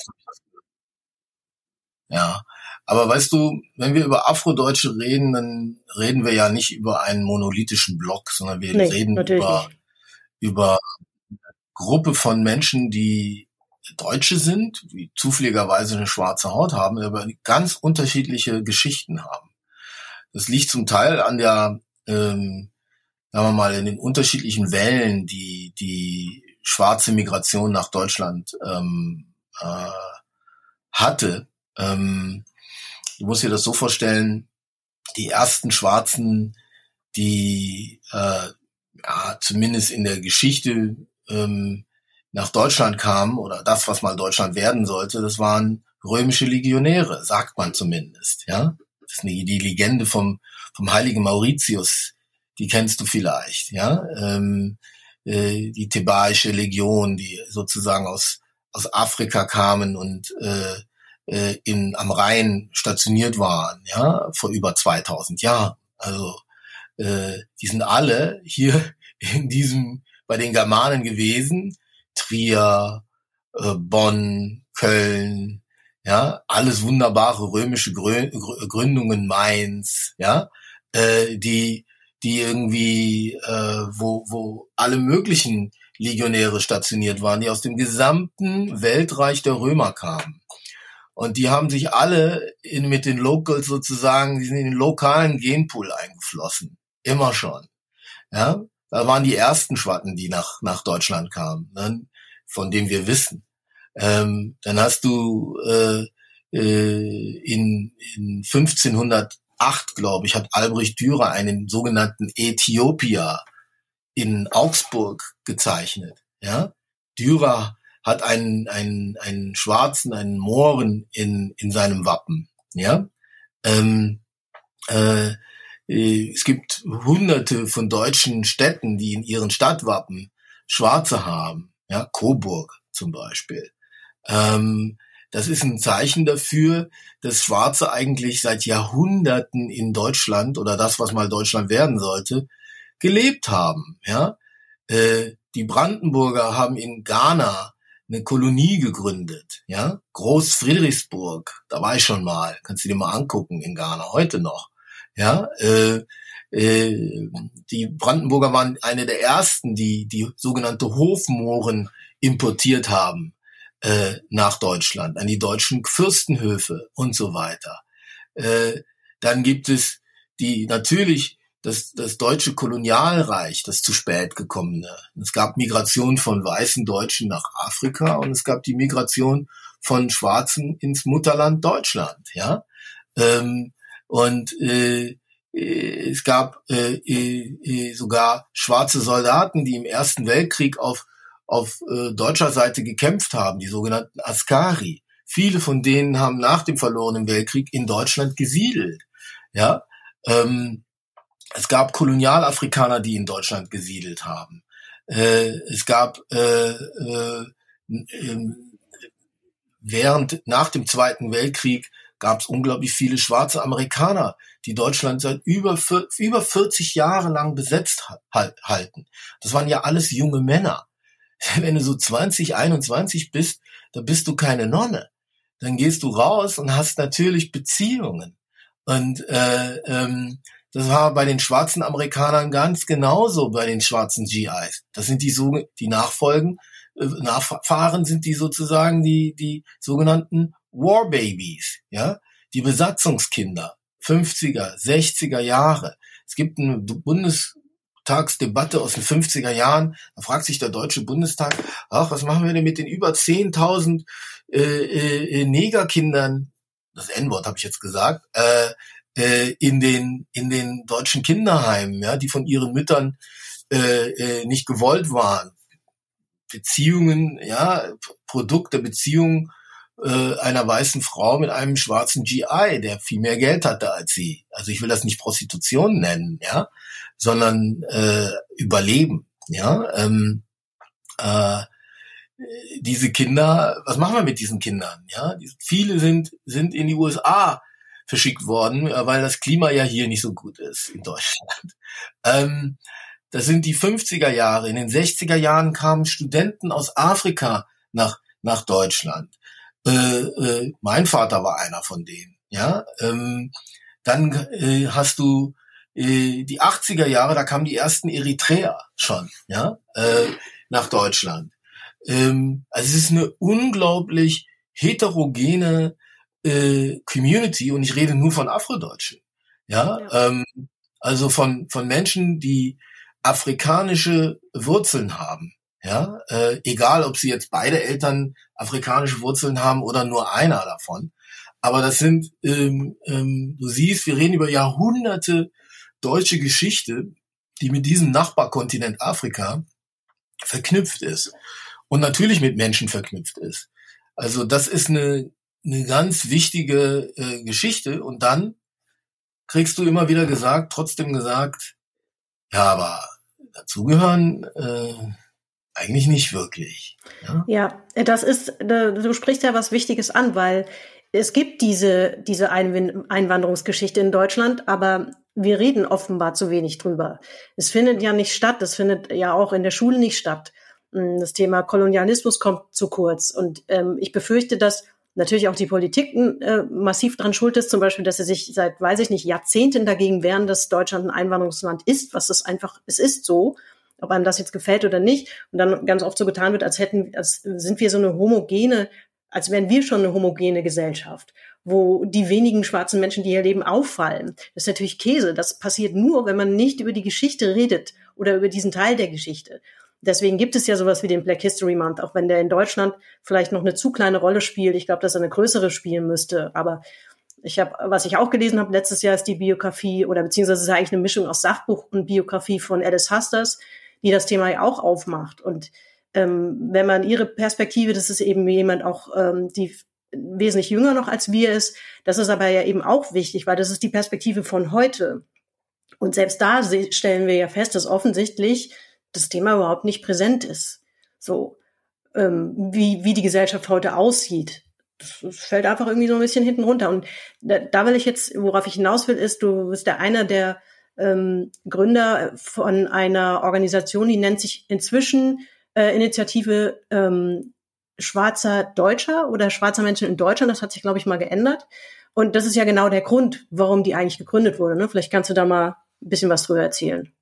Ja, aber weißt du, wenn wir über Afrodeutsche reden, dann reden wir ja nicht über einen monolithischen Block, sondern wir nee, reden über, über eine Gruppe von Menschen, die Deutsche sind, die zufälligerweise eine schwarze Haut haben, aber ganz unterschiedliche Geschichten haben. Das liegt zum Teil an der, ähm, sagen wir mal, in den unterschiedlichen Wellen, die die schwarze Migration nach Deutschland ähm, äh, hatte. Ähm, du musst dir das so vorstellen, die ersten Schwarzen, die äh, ja, zumindest in der Geschichte ähm, nach Deutschland kamen, oder das, was mal Deutschland werden sollte, das waren römische Legionäre, sagt man zumindest. Ja, das ist eine, die Legende vom vom heiligen Mauritius, die kennst du vielleicht. Ja, ähm, äh, die Thebaische Legion, die sozusagen aus aus Afrika kamen und äh, äh, in am Rhein stationiert waren, ja, vor über zweitausend Jahren. Also äh, die sind alle hier in diesem bei den Germanen gewesen. Trier, äh, Bonn, Köln, ja, alles wunderbare römische Gründungen, Mainz, ja, äh, die, die irgendwie, äh, wo, wo alle möglichen Legionäre stationiert waren, die aus dem gesamten Weltreich der Römer kamen. Und die haben sich alle in, mit den Locals sozusagen, die sind in den lokalen Genpool eingeflossen. Immer schon, ja. Da waren die ersten Schwatten, die nach nach Deutschland kamen, ne, von denen wir wissen. Ähm, dann hast du äh, äh, in, in fünfzehnhundertacht, glaube ich, hat Albrecht Dürer einen sogenannten Äthiopier in Augsburg gezeichnet. Ja, Dürer hat einen einen einen Schwarzen, einen Mohren in in seinem Wappen. Ja. Ähm, äh, Es gibt hunderte von deutschen Städten, die in ihren Stadtwappen Schwarze haben. Ja, Coburg zum Beispiel. Ähm, das ist ein Zeichen dafür, dass Schwarze eigentlich seit Jahrhunderten in Deutschland oder das, was mal Deutschland werden sollte, gelebt haben. Ja, äh, die Brandenburger haben in Ghana eine Kolonie gegründet. Ja, Groß-Friedrichsburg, da war ich schon mal. Kannst du dir mal angucken in Ghana heute noch. Ja, äh, äh, die Brandenburger waren eine der ersten, die die sogenannte Hofmohren importiert haben äh, nach Deutschland, an die deutschen Fürstenhöfe und so weiter. Äh, dann gibt es die natürlich das das deutsche Kolonialreich, das zu spät gekommene. Es gab Migration von weißen Deutschen nach Afrika und es gab die Migration von Schwarzen ins Mutterland Deutschland. Ja. Ähm, Und äh, es gab äh, äh, sogar schwarze Soldaten, die im Ersten Weltkrieg auf auf äh, deutscher Seite gekämpft haben, die sogenannten Askari. Viele von denen haben nach dem verlorenen Weltkrieg in Deutschland gesiedelt. Ja, ähm, es gab Kolonialafrikaner, die in Deutschland gesiedelt haben. Äh, es gab äh, äh, äh, während nach dem Zweiten Weltkrieg gab es unglaublich viele schwarze Amerikaner, die Deutschland seit über über vierzig Jahre lang besetzt halten. Das waren ja alles junge Männer. Wenn du so zwanzig, einundzwanzig bist, dann bist du keine Nonne. Dann gehst du raus und hast natürlich Beziehungen. Und äh, ähm, das war bei den schwarzen Amerikanern ganz genauso, bei den schwarzen G Is. Das sind die so die Nachfolgen, äh, Nachfahren sind die sozusagen die die sogenannten War Babies, ja, die Besatzungskinder, fünfziger, sechziger Jahre. Es gibt eine Bundestagsdebatte aus den fünfziger Jahren, da fragt sich der Deutsche Bundestag, ach, was machen wir denn mit den über zehntausend äh, äh, Negerkindern, das En-Wort habe ich jetzt gesagt, äh, äh, in den in den deutschen Kinderheimen, ja, die von ihren Müttern äh, äh, nicht gewollt waren. Beziehungen, ja, Produkt der Beziehung einer weißen Frau mit einem schwarzen G I, der viel mehr Geld hatte als sie. Also ich will das nicht Prostitution nennen, ja, sondern äh, Überleben, ja. Ähm, äh, diese Kinder, was machen wir mit diesen Kindern? Ja, die, viele sind sind in die U S A verschickt worden, weil das Klima ja hier nicht so gut ist in Deutschland. Ähm, das sind die fünfziger Jahre. In den sechziger Jahren kamen Studenten aus Afrika nach nach Deutschland. Äh, äh, mein Vater war einer von denen. Ja, ähm, dann äh, hast du äh, die achtziger Jahre, da kamen die ersten Eritreer schon, ja, äh, nach Deutschland. Ähm, also es ist eine unglaublich heterogene äh, Community und ich rede nur von Afrodeutschen, ja, ja. Ähm, also von von Menschen, die afrikanische Wurzeln haben, ja, äh, egal ob sie jetzt beide Eltern afrikanische Wurzeln haben oder nur einer davon. Aber das sind, ähm, ähm, du siehst, wir reden über Jahrhunderte deutsche Geschichte, die mit diesem Nachbarkontinent Afrika verknüpft ist und natürlich mit Menschen verknüpft ist. Also das ist eine, eine ganz wichtige äh, Geschichte. Und dann kriegst du immer wieder gesagt, trotzdem gesagt, ja, aber dazugehören äh, eigentlich nicht wirklich. Ja? Ja, das ist, du sprichst ja was Wichtiges an, weil es gibt diese, diese Einwanderungsgeschichte in Deutschland, aber wir reden offenbar zu wenig drüber. Es findet ja nicht statt, es findet ja auch in der Schule nicht statt. Das Thema Kolonialismus kommt zu kurz und ähm, ich befürchte, dass natürlich auch die Politik äh, massiv dran schuld ist, zum Beispiel, dass sie sich seit, weiß ich nicht, Jahrzehnten dagegen wehren, dass Deutschland ein Einwanderungsland ist, was es einfach, es ist so, ob einem das jetzt gefällt oder nicht. Und dann ganz oft so getan wird, als hätten, als sind wir so eine homogene, als wären wir schon eine homogene Gesellschaft, wo die wenigen schwarzen Menschen, die hier leben, auffallen. Das ist natürlich Käse. Das passiert nur, wenn man nicht über die Geschichte redet oder über diesen Teil der Geschichte. Deswegen gibt es ja sowas wie den Black History Month, auch wenn der in Deutschland vielleicht noch eine zu kleine Rolle spielt. Ich glaube, dass er eine größere spielen müsste. Aber ich habe, was ich auch gelesen habe letztes Jahr, ist die Biografie oder beziehungsweise es ist eigentlich eine Mischung aus Sachbuch und Biografie von Alice Hasters, die das Thema ja auch aufmacht. Und ähm, wenn man ihre Perspektive, das ist eben jemand auch, ähm, die wesentlich jünger noch als wir ist, das ist aber ja eben auch wichtig, weil das ist die Perspektive von heute. Und selbst da stellen wir ja fest, dass offensichtlich das Thema überhaupt nicht präsent ist. So, ähm, wie, wie die Gesellschaft heute aussieht. Das, das fällt einfach irgendwie so ein bisschen hinten runter. Und da, da will ich jetzt, worauf ich hinaus will, ist, du bist der einer der ähm, Gründer von einer Organisation, die nennt sich inzwischen äh, Initiative ähm, Schwarzer Deutscher oder Schwarzer Menschen in Deutschland. Das hat sich, glaube ich, mal geändert. Und das ist ja genau der Grund, warum die eigentlich gegründet wurde. Ne? Vielleicht kannst du da mal ein bisschen was drüber erzählen.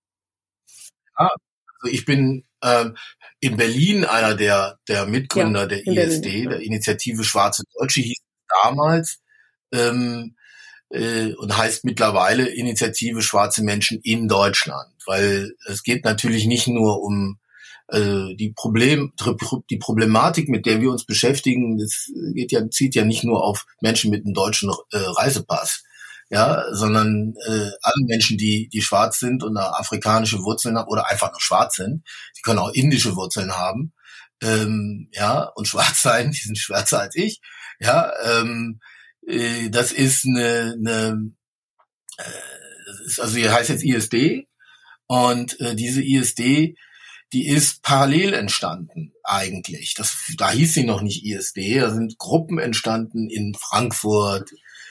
Ja, also ich bin ähm, in Berlin einer der der Mitgründer ja, der I S D, Berlin, der Initiative Schwarze Deutsche hieß damals ähm, äh, und heißt mittlerweile Initiative Schwarze Menschen in Deutschland, weil es geht natürlich nicht nur um äh, die Problem die Problematik, mit der wir uns beschäftigen. Das geht ja zieht ja nicht nur auf Menschen mit einem deutschen äh, Reisepass. Ja, sondern äh, alle Menschen, die die schwarz sind und afrikanische Wurzeln haben oder einfach nur schwarz sind, die können auch indische Wurzeln haben, ähm, ja, und schwarz sein, die sind schwärzer als ich, ja, ähm, äh, das ist eine, eine äh, das ist, also hier heißt jetzt I S D und äh, diese I S D, die ist parallel entstanden eigentlich. Das, da hieß sie noch nicht I S D, da sind Gruppen entstanden in Frankfurt,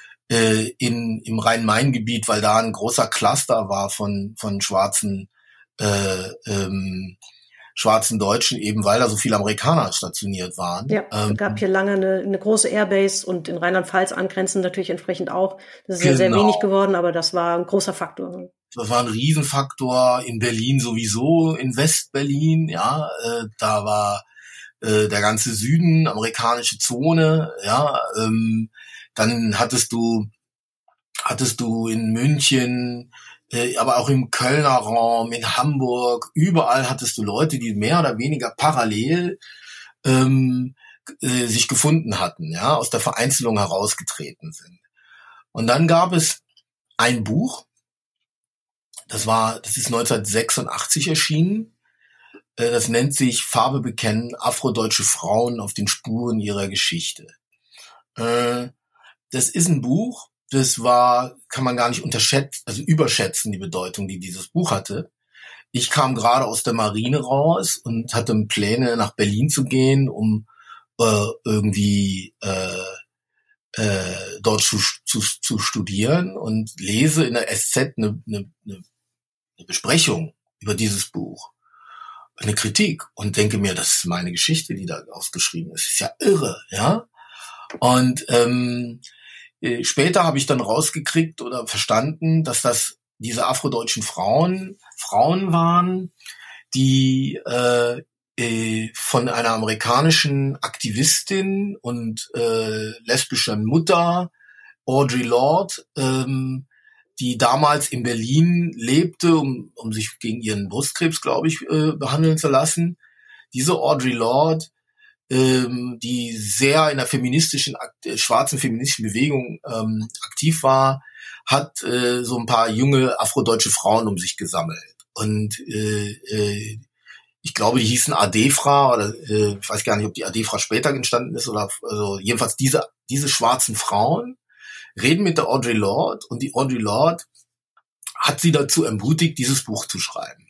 in im Rhein-Main-Gebiet, weil da ein großer Cluster war von von schwarzen äh, ähm, schwarzen Deutschen, eben weil da so viele Amerikaner stationiert waren. Ja, es ähm, gab hier lange eine, eine große Airbase und in Rheinland-Pfalz angrenzend natürlich entsprechend auch. Das ist genau. ja sehr wenig geworden, aber das war ein großer Faktor. Das war ein Riesenfaktor, in Berlin sowieso, in West-Berlin, ja, äh, da war äh, der ganze Süden, amerikanische Zone, ja, ähm, dann hattest du, hattest du in München, äh, aber auch im Kölner Raum, in Hamburg, überall hattest du Leute, die mehr oder weniger parallel ähm, äh, sich gefunden hatten, ja, aus der Vereinzelung herausgetreten sind. Und dann gab es ein Buch, das war, das ist neunzehnhundertsechsundachtzig erschienen, äh, das nennt sich Farbe bekennen, afrodeutsche Frauen auf den Spuren ihrer Geschichte. Äh, Das ist ein Buch, das war, kann man gar nicht unterschätzen, also überschätzen, die Bedeutung, die dieses Buch hatte. Ich kam gerade aus der Marine raus und hatte Pläne, nach Berlin zu gehen, um äh, irgendwie äh, äh, dort zu, zu, zu studieren, und lese in der S Z eine, eine, eine Besprechung über dieses Buch, eine Kritik, und denke mir, das ist meine Geschichte, die da ausgeschrieben ist. Das ist ja irre, ja. Und ähm, später habe ich dann rausgekriegt oder verstanden, dass das diese afrodeutschen Frauen Frauen waren, die äh, äh, von einer amerikanischen Aktivistin und äh, lesbischer Mutter, Audre Lorde, ähm, die damals in Berlin lebte, um, um sich gegen ihren Brustkrebs, glaube ich, äh, behandeln zu lassen. Diese Audre Lorde, ähm, die sehr in der feministischen, äh, schwarzen feministischen Bewegung ähm, aktiv war, hat äh, so ein paar junge afrodeutsche Frauen um sich gesammelt. Und äh, äh, ich glaube, die hießen Adefra, oder äh, ich weiß gar nicht, ob die Adefra später entstanden ist, oder also jedenfalls diese diese schwarzen Frauen reden mit der Audre Lorde, und die Audre Lorde hat sie dazu ermutigt, dieses Buch zu schreiben.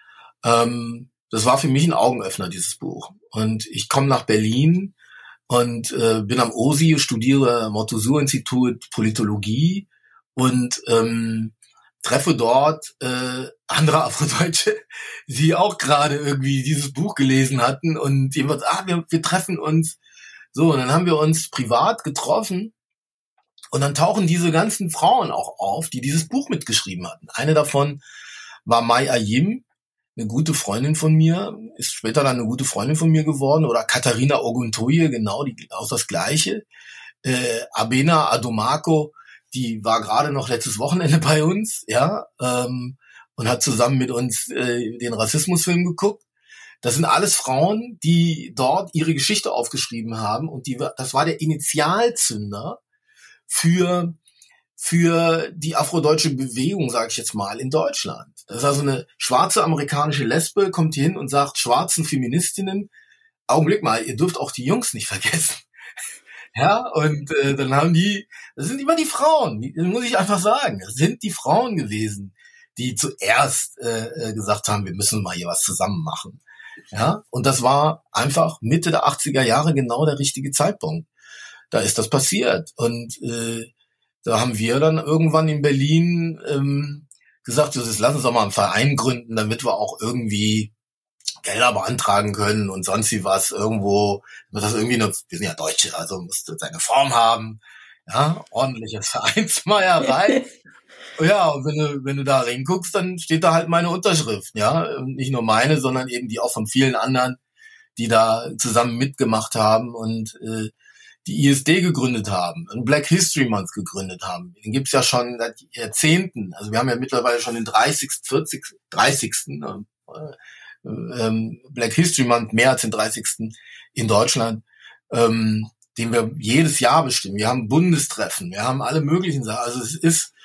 Ähm, das war für mich ein Augenöffner, dieses Buch. Und ich komme nach Berlin und äh, bin am O S I, studiere am Mauthusur-Institut Politologie und ähm, treffe dort äh, andere Afrodeutsche, die auch gerade irgendwie dieses Buch gelesen hatten, und jemand, ah, wir, wir treffen uns. So, und dann haben wir uns privat getroffen, und dann tauchen diese ganzen Frauen auch auf, die dieses Buch mitgeschrieben hatten. Eine davon war Mai Ayim, eine gute Freundin von mir, ist später dann eine gute Freundin von mir geworden, oder Katharina Oguntoye, genau, die, auch das Gleiche. Äh, Abena Adomako, die war gerade noch letztes Wochenende bei uns, ja, ähm, und hat zusammen mit uns äh, den Rassismusfilm geguckt. Das sind alles Frauen, die dort ihre Geschichte aufgeschrieben haben, und die, das war der Initialzünder für für die afrodeutsche Bewegung, sage ich jetzt mal, in Deutschland. Das ist also eine schwarze amerikanische Lesbe, kommt hier hin und sagt schwarzen Feministinnen, Augenblick mal, ihr dürft auch die Jungs nicht vergessen. Ja, und äh, dann haben die, das sind immer die Frauen, die, das muss ich einfach sagen, das sind die Frauen gewesen, die zuerst äh, gesagt haben, wir müssen mal hier was zusammen machen. Ja, und das war einfach Mitte der achtziger Jahre genau der richtige Zeitpunkt. Da ist das passiert, und äh, da haben wir dann irgendwann in Berlin ähm, gesagt, das ist, lass uns doch mal einen Verein gründen, damit wir auch irgendwie Gelder beantragen können und sonst wie was irgendwo, muss das irgendwie noch, wir sind ja Deutsche, also muss das seine Form haben, ja, ordentliches Vereinsmeierei. Ja, und wenn du, wenn du da reinguckst, dann steht da halt meine Unterschrift, ja, nicht nur meine, sondern eben die auch von vielen anderen, die da zusammen mitgemacht haben und äh, die I S D gegründet haben, einen Black History Month gegründet haben. Den gibt's ja schon seit Jahrzehnten. Also wir haben ja mittlerweile schon den dreißigsten, vierzigsten, dreißigsten Äh, ähm, Black History Month, mehr als den dreißigsten in Deutschland, ähm, den wir jedes Jahr bestimmen. Wir haben Bundestreffen, wir haben alle möglichen Sachen. Also es ist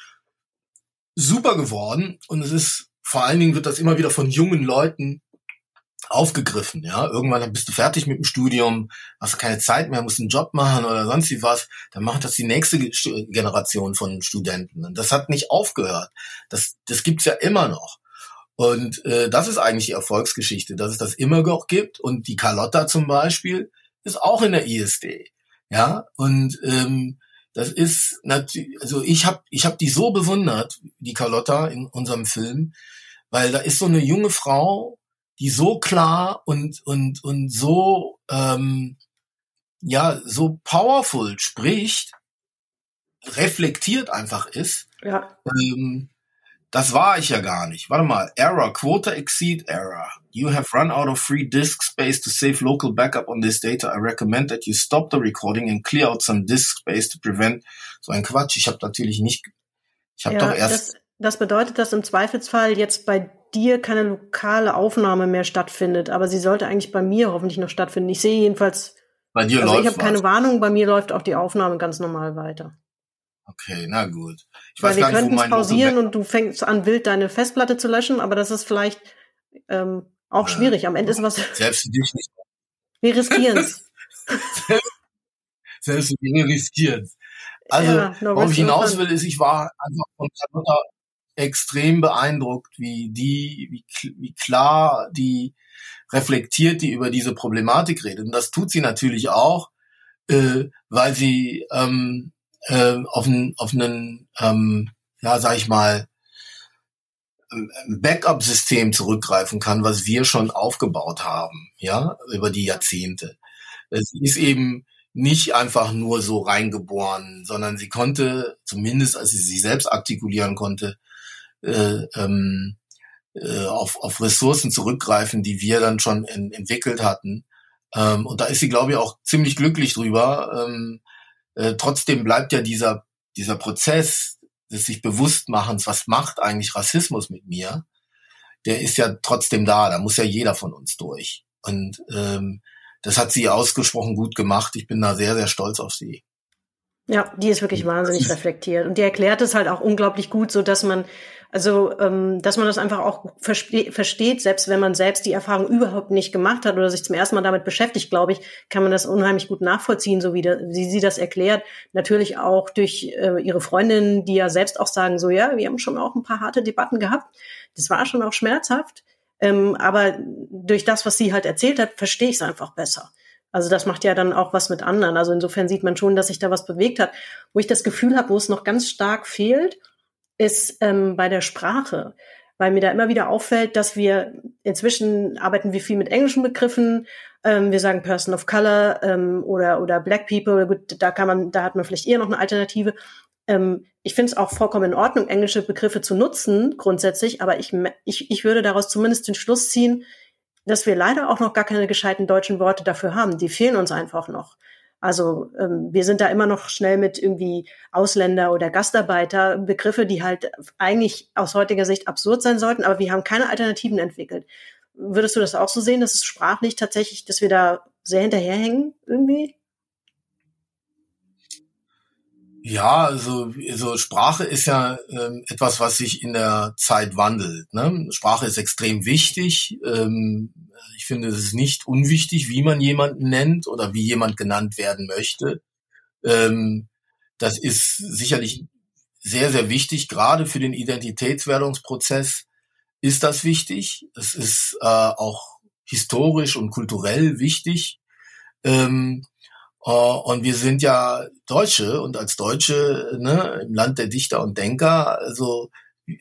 super geworden, und es ist, vor allen Dingen wird das immer wieder von jungen Leuten aufgegriffen, ja. Irgendwann bist du fertig mit dem Studium, hast keine Zeit mehr, musst einen Job machen oder sonst wie was, dann macht das die nächste Generation von Studenten. Und das hat nicht aufgehört. Das, das gibt's ja immer noch. Und äh, das ist eigentlich die Erfolgsgeschichte, dass es das immer noch gibt. Und die Carlotta zum Beispiel ist auch in der I S D, ja. Und ähm, das ist natürlich, also ich habe ich hab die so bewundert, die Carlotta in unserem Film, weil da ist so eine junge Frau, die so klar und und und so ähm, ja so powerful spricht, reflektiert einfach ist. Ja. Ähm, das war ich ja gar nicht. Warte mal, Error, Quota exceed error. You have run out of free disk space to save local backup on this data. I recommend that you stop the recording and clear out some disk space to prevent so ein Quatsch. Ich habe natürlich nicht, ich habe ja, doch erst. Das, das bedeutet, dass im Zweifelsfall jetzt bei dir keine lokale Aufnahme mehr stattfindet, aber sie sollte eigentlich bei mir hoffentlich noch stattfinden. Ich sehe jedenfalls, bei dir also läuft ich habe keine was. Warnung, bei mir läuft auch die Aufnahme ganz normal weiter. Okay, na gut. Ich Weil weiß wir gar nicht, wo könnten es mein pausieren Local- und du fängst an, wild deine Festplatte zu löschen, aber das ist vielleicht ähm, auch Ja. schwierig. Am Ende ist was, Selbst für dich nicht. wir riskieren es. Selbst, selbst für dich riskieren. Also, Ja, no worauf risk, ich no hinaus fun. will, ist, ich war einfach von Carlotta extrem beeindruckt, wie die, wie, wie klar die reflektiert, die über diese Problematik redet. Und das tut sie natürlich auch, äh, weil sie ähm, äh, auf einen, auf einen, ähm, ja, sag ich mal, Backup-System zurückgreifen kann, was wir schon aufgebaut haben, ja, über die Jahrzehnte. Sie ist eben nicht einfach nur so reingeboren, sondern sie konnte, zumindest als sie sich selbst artikulieren konnte, äh, ähm, äh, auf, auf Ressourcen zurückgreifen, die wir dann schon in, entwickelt hatten. Ähm, und da ist sie, glaube ich, auch ziemlich glücklich drüber. Ähm, äh, trotzdem bleibt ja dieser, dieser Prozess des sich Bewusstmachens, was macht eigentlich Rassismus mit mir, der ist ja trotzdem da, da muss ja jeder von uns durch. Und ähm, das hat sie ausgesprochen gut gemacht. Ich bin da sehr, sehr stolz auf sie. Ja, die ist wirklich wahnsinnig reflektiert. Und die erklärt es halt auch unglaublich gut, so dass man, also, ähm, dass man das einfach auch verste- versteht, selbst wenn man selbst die Erfahrung überhaupt nicht gemacht hat oder sich zum ersten Mal damit beschäftigt, glaube ich, kann man das unheimlich gut nachvollziehen, so wie, da, wie sie das erklärt. Natürlich auch durch äh, ihre Freundinnen, die ja selbst auch sagen, so, ja, wir haben schon auch ein paar harte Debatten gehabt. Das war schon auch schmerzhaft. Ähm, aber durch das, was sie halt erzählt hat, verstehe ich es einfach besser. Also das macht ja dann auch was mit anderen. Also insofern sieht man schon, dass sich da was bewegt hat. Wo ich das Gefühl habe, wo es noch ganz stark fehlt, ist ähm, bei der Sprache. Weil mir da immer wieder auffällt, dass wir inzwischen arbeiten wir viel mit englischen Begriffen. Ähm, wir sagen Person of Color ähm, oder oder Black People. Gut, da kann man, da hat man vielleicht eher noch eine Alternative. Ähm, ich finde es auch vollkommen in Ordnung, englische Begriffe zu nutzen grundsätzlich. Aber ich ich ich würde daraus zumindest den Schluss ziehen, dass wir leider auch noch gar keine gescheiten deutschen Worte dafür haben. Die fehlen uns einfach noch. Also ähm, wir sind da immer noch schnell mit irgendwie Ausländer oder Gastarbeiter, Begriffe, die halt eigentlich aus heutiger Sicht absurd sein sollten, aber wir haben keine Alternativen entwickelt. Würdest du das auch so sehen, dass es sprachlich tatsächlich, dass wir da sehr hinterherhängen irgendwie? Ja, also, also Sprache ist ja ähm, etwas, was sich in der Zeit wandelt. Ne? Sprache ist extrem wichtig. Ähm, ich finde, es ist nicht unwichtig, wie man jemanden nennt oder wie jemand genannt werden möchte. Ähm, das ist sicherlich sehr, sehr wichtig. Gerade für den Identitätswerdungsprozess ist das wichtig. Es ist äh, auch historisch und kulturell wichtig. Ähm, Und wir sind ja Deutsche und als Deutsche, ne, im Land der Dichter und Denker, also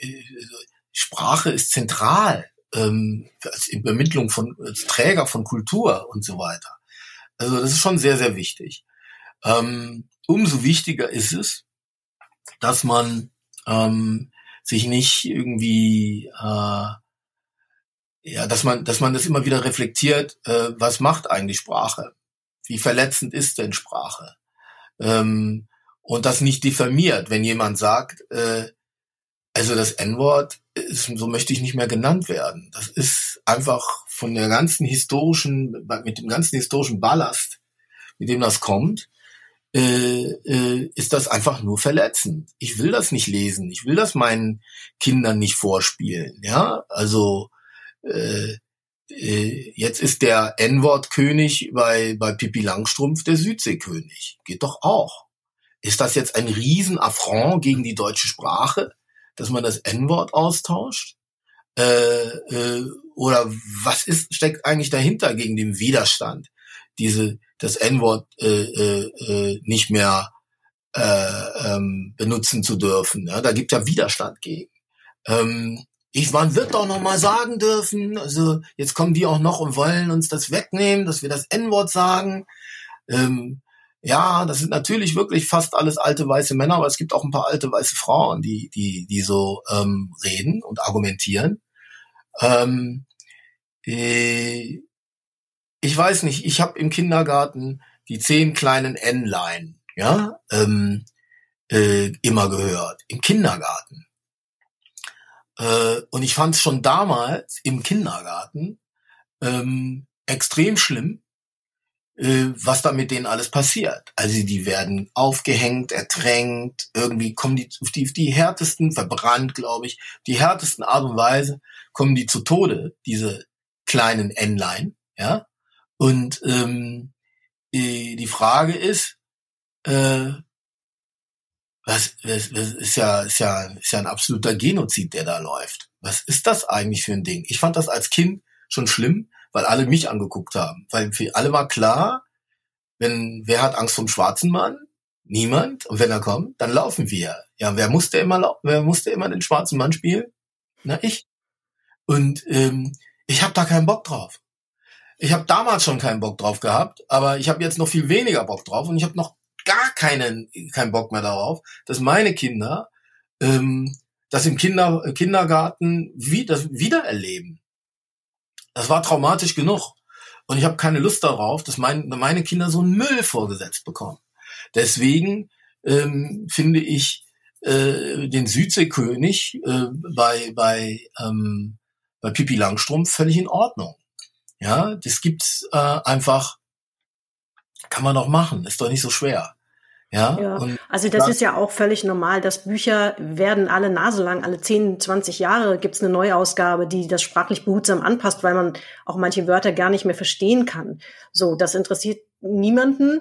Sprache ist zentral ähm, als Übermittlung von, als Träger von Kultur und so weiter. Also das ist schon sehr, sehr wichtig. Ähm, umso wichtiger ist es, dass man ähm, sich nicht irgendwie äh, ja, dass man, dass man das immer wieder reflektiert, äh, was macht eigentlich Sprache? Wie verletzend ist denn Sprache? Ähm, und das nicht diffamiert, wenn jemand sagt, äh, also das En-Wort, ist, so möchte ich nicht mehr genannt werden. Das ist einfach von der ganzen historischen, mit dem ganzen historischen Ballast, mit dem das kommt, äh, äh, ist das einfach nur verletzend. Ich will das nicht lesen. Ich will das meinen Kindern nicht vorspielen. Ja, also äh, jetzt ist der En-Wort-König bei, bei Pippi Langstrumpf der Südseekönig. Geht doch auch. Ist das jetzt ein Riesenaffront gegen die deutsche Sprache, dass man das En-Wort austauscht? Äh, äh, oder was ist, steckt eigentlich dahinter gegen den Widerstand, diese, das En-Wort äh, äh, nicht mehr äh, ähm, benutzen zu dürfen? Ja, da gibt ja Widerstand gegen. Ähm, Ich, man wird doch noch mal sagen dürfen, also jetzt kommen die auch noch und wollen uns das wegnehmen, dass wir das En-Wort sagen. Ähm, ja, das sind natürlich wirklich fast alles alte weiße Männer, aber es gibt auch ein paar alte weiße Frauen, die die die so ähm, reden und argumentieren. Ähm, äh, ich weiß nicht, ich habe im Kindergarten die zehn kleinen N-Lein, ja, ähm, äh, immer gehört, im Kindergarten. Und ich fand es schon damals im Kindergarten ähm, extrem schlimm, äh, was da mit denen alles passiert. Also die werden aufgehängt, ertränkt, irgendwie kommen die auf die, die härtesten, verbrannt, glaube ich, die härtesten Art und Weise kommen die zu Tode, diese kleinen N-Lein. Ja? Und ähm, die, die Frage ist, äh, was, was, was ist ja, ist ja, ist ja ein absoluter Genozid, der da läuft. Was ist das eigentlich für ein Ding? Ich fand das als Kind schon schlimm, weil alle mich angeguckt haben. Weil für alle war klar, wenn, wer hat Angst vom schwarzen Mann? Niemand. Und wenn er kommt, dann laufen wir. Ja, wer musste immer, wer musste immer den schwarzen Mann spielen? Na, ich. Und ähm, ich habe da keinen Bock drauf. Ich habe damals schon keinen Bock drauf gehabt, aber ich habe jetzt noch viel weniger Bock drauf und ich habe noch gar keinen keinen Bock mehr darauf, dass meine Kinder ähm, das im Kinder, Kindergarten wie, das wiedererleben. Das war traumatisch genug. Und ich habe keine Lust darauf, dass mein, meine Kinder so einen Müll vorgesetzt bekommen. Deswegen ähm, finde ich äh, den Südseekönig äh, bei bei ähm, bei Pippi Langstrumpf völlig in Ordnung. Ja, das gibt's äh, einfach, kann man doch machen, ist doch nicht so schwer. Ja, ja. Und also das, das ist ja auch völlig normal, dass Bücher werden alle Nase lang, alle zehn, zwanzig Jahre gibt's eine Neuausgabe, die das sprachlich behutsam anpasst, weil man auch manche Wörter gar nicht mehr verstehen kann. So, das interessiert niemanden,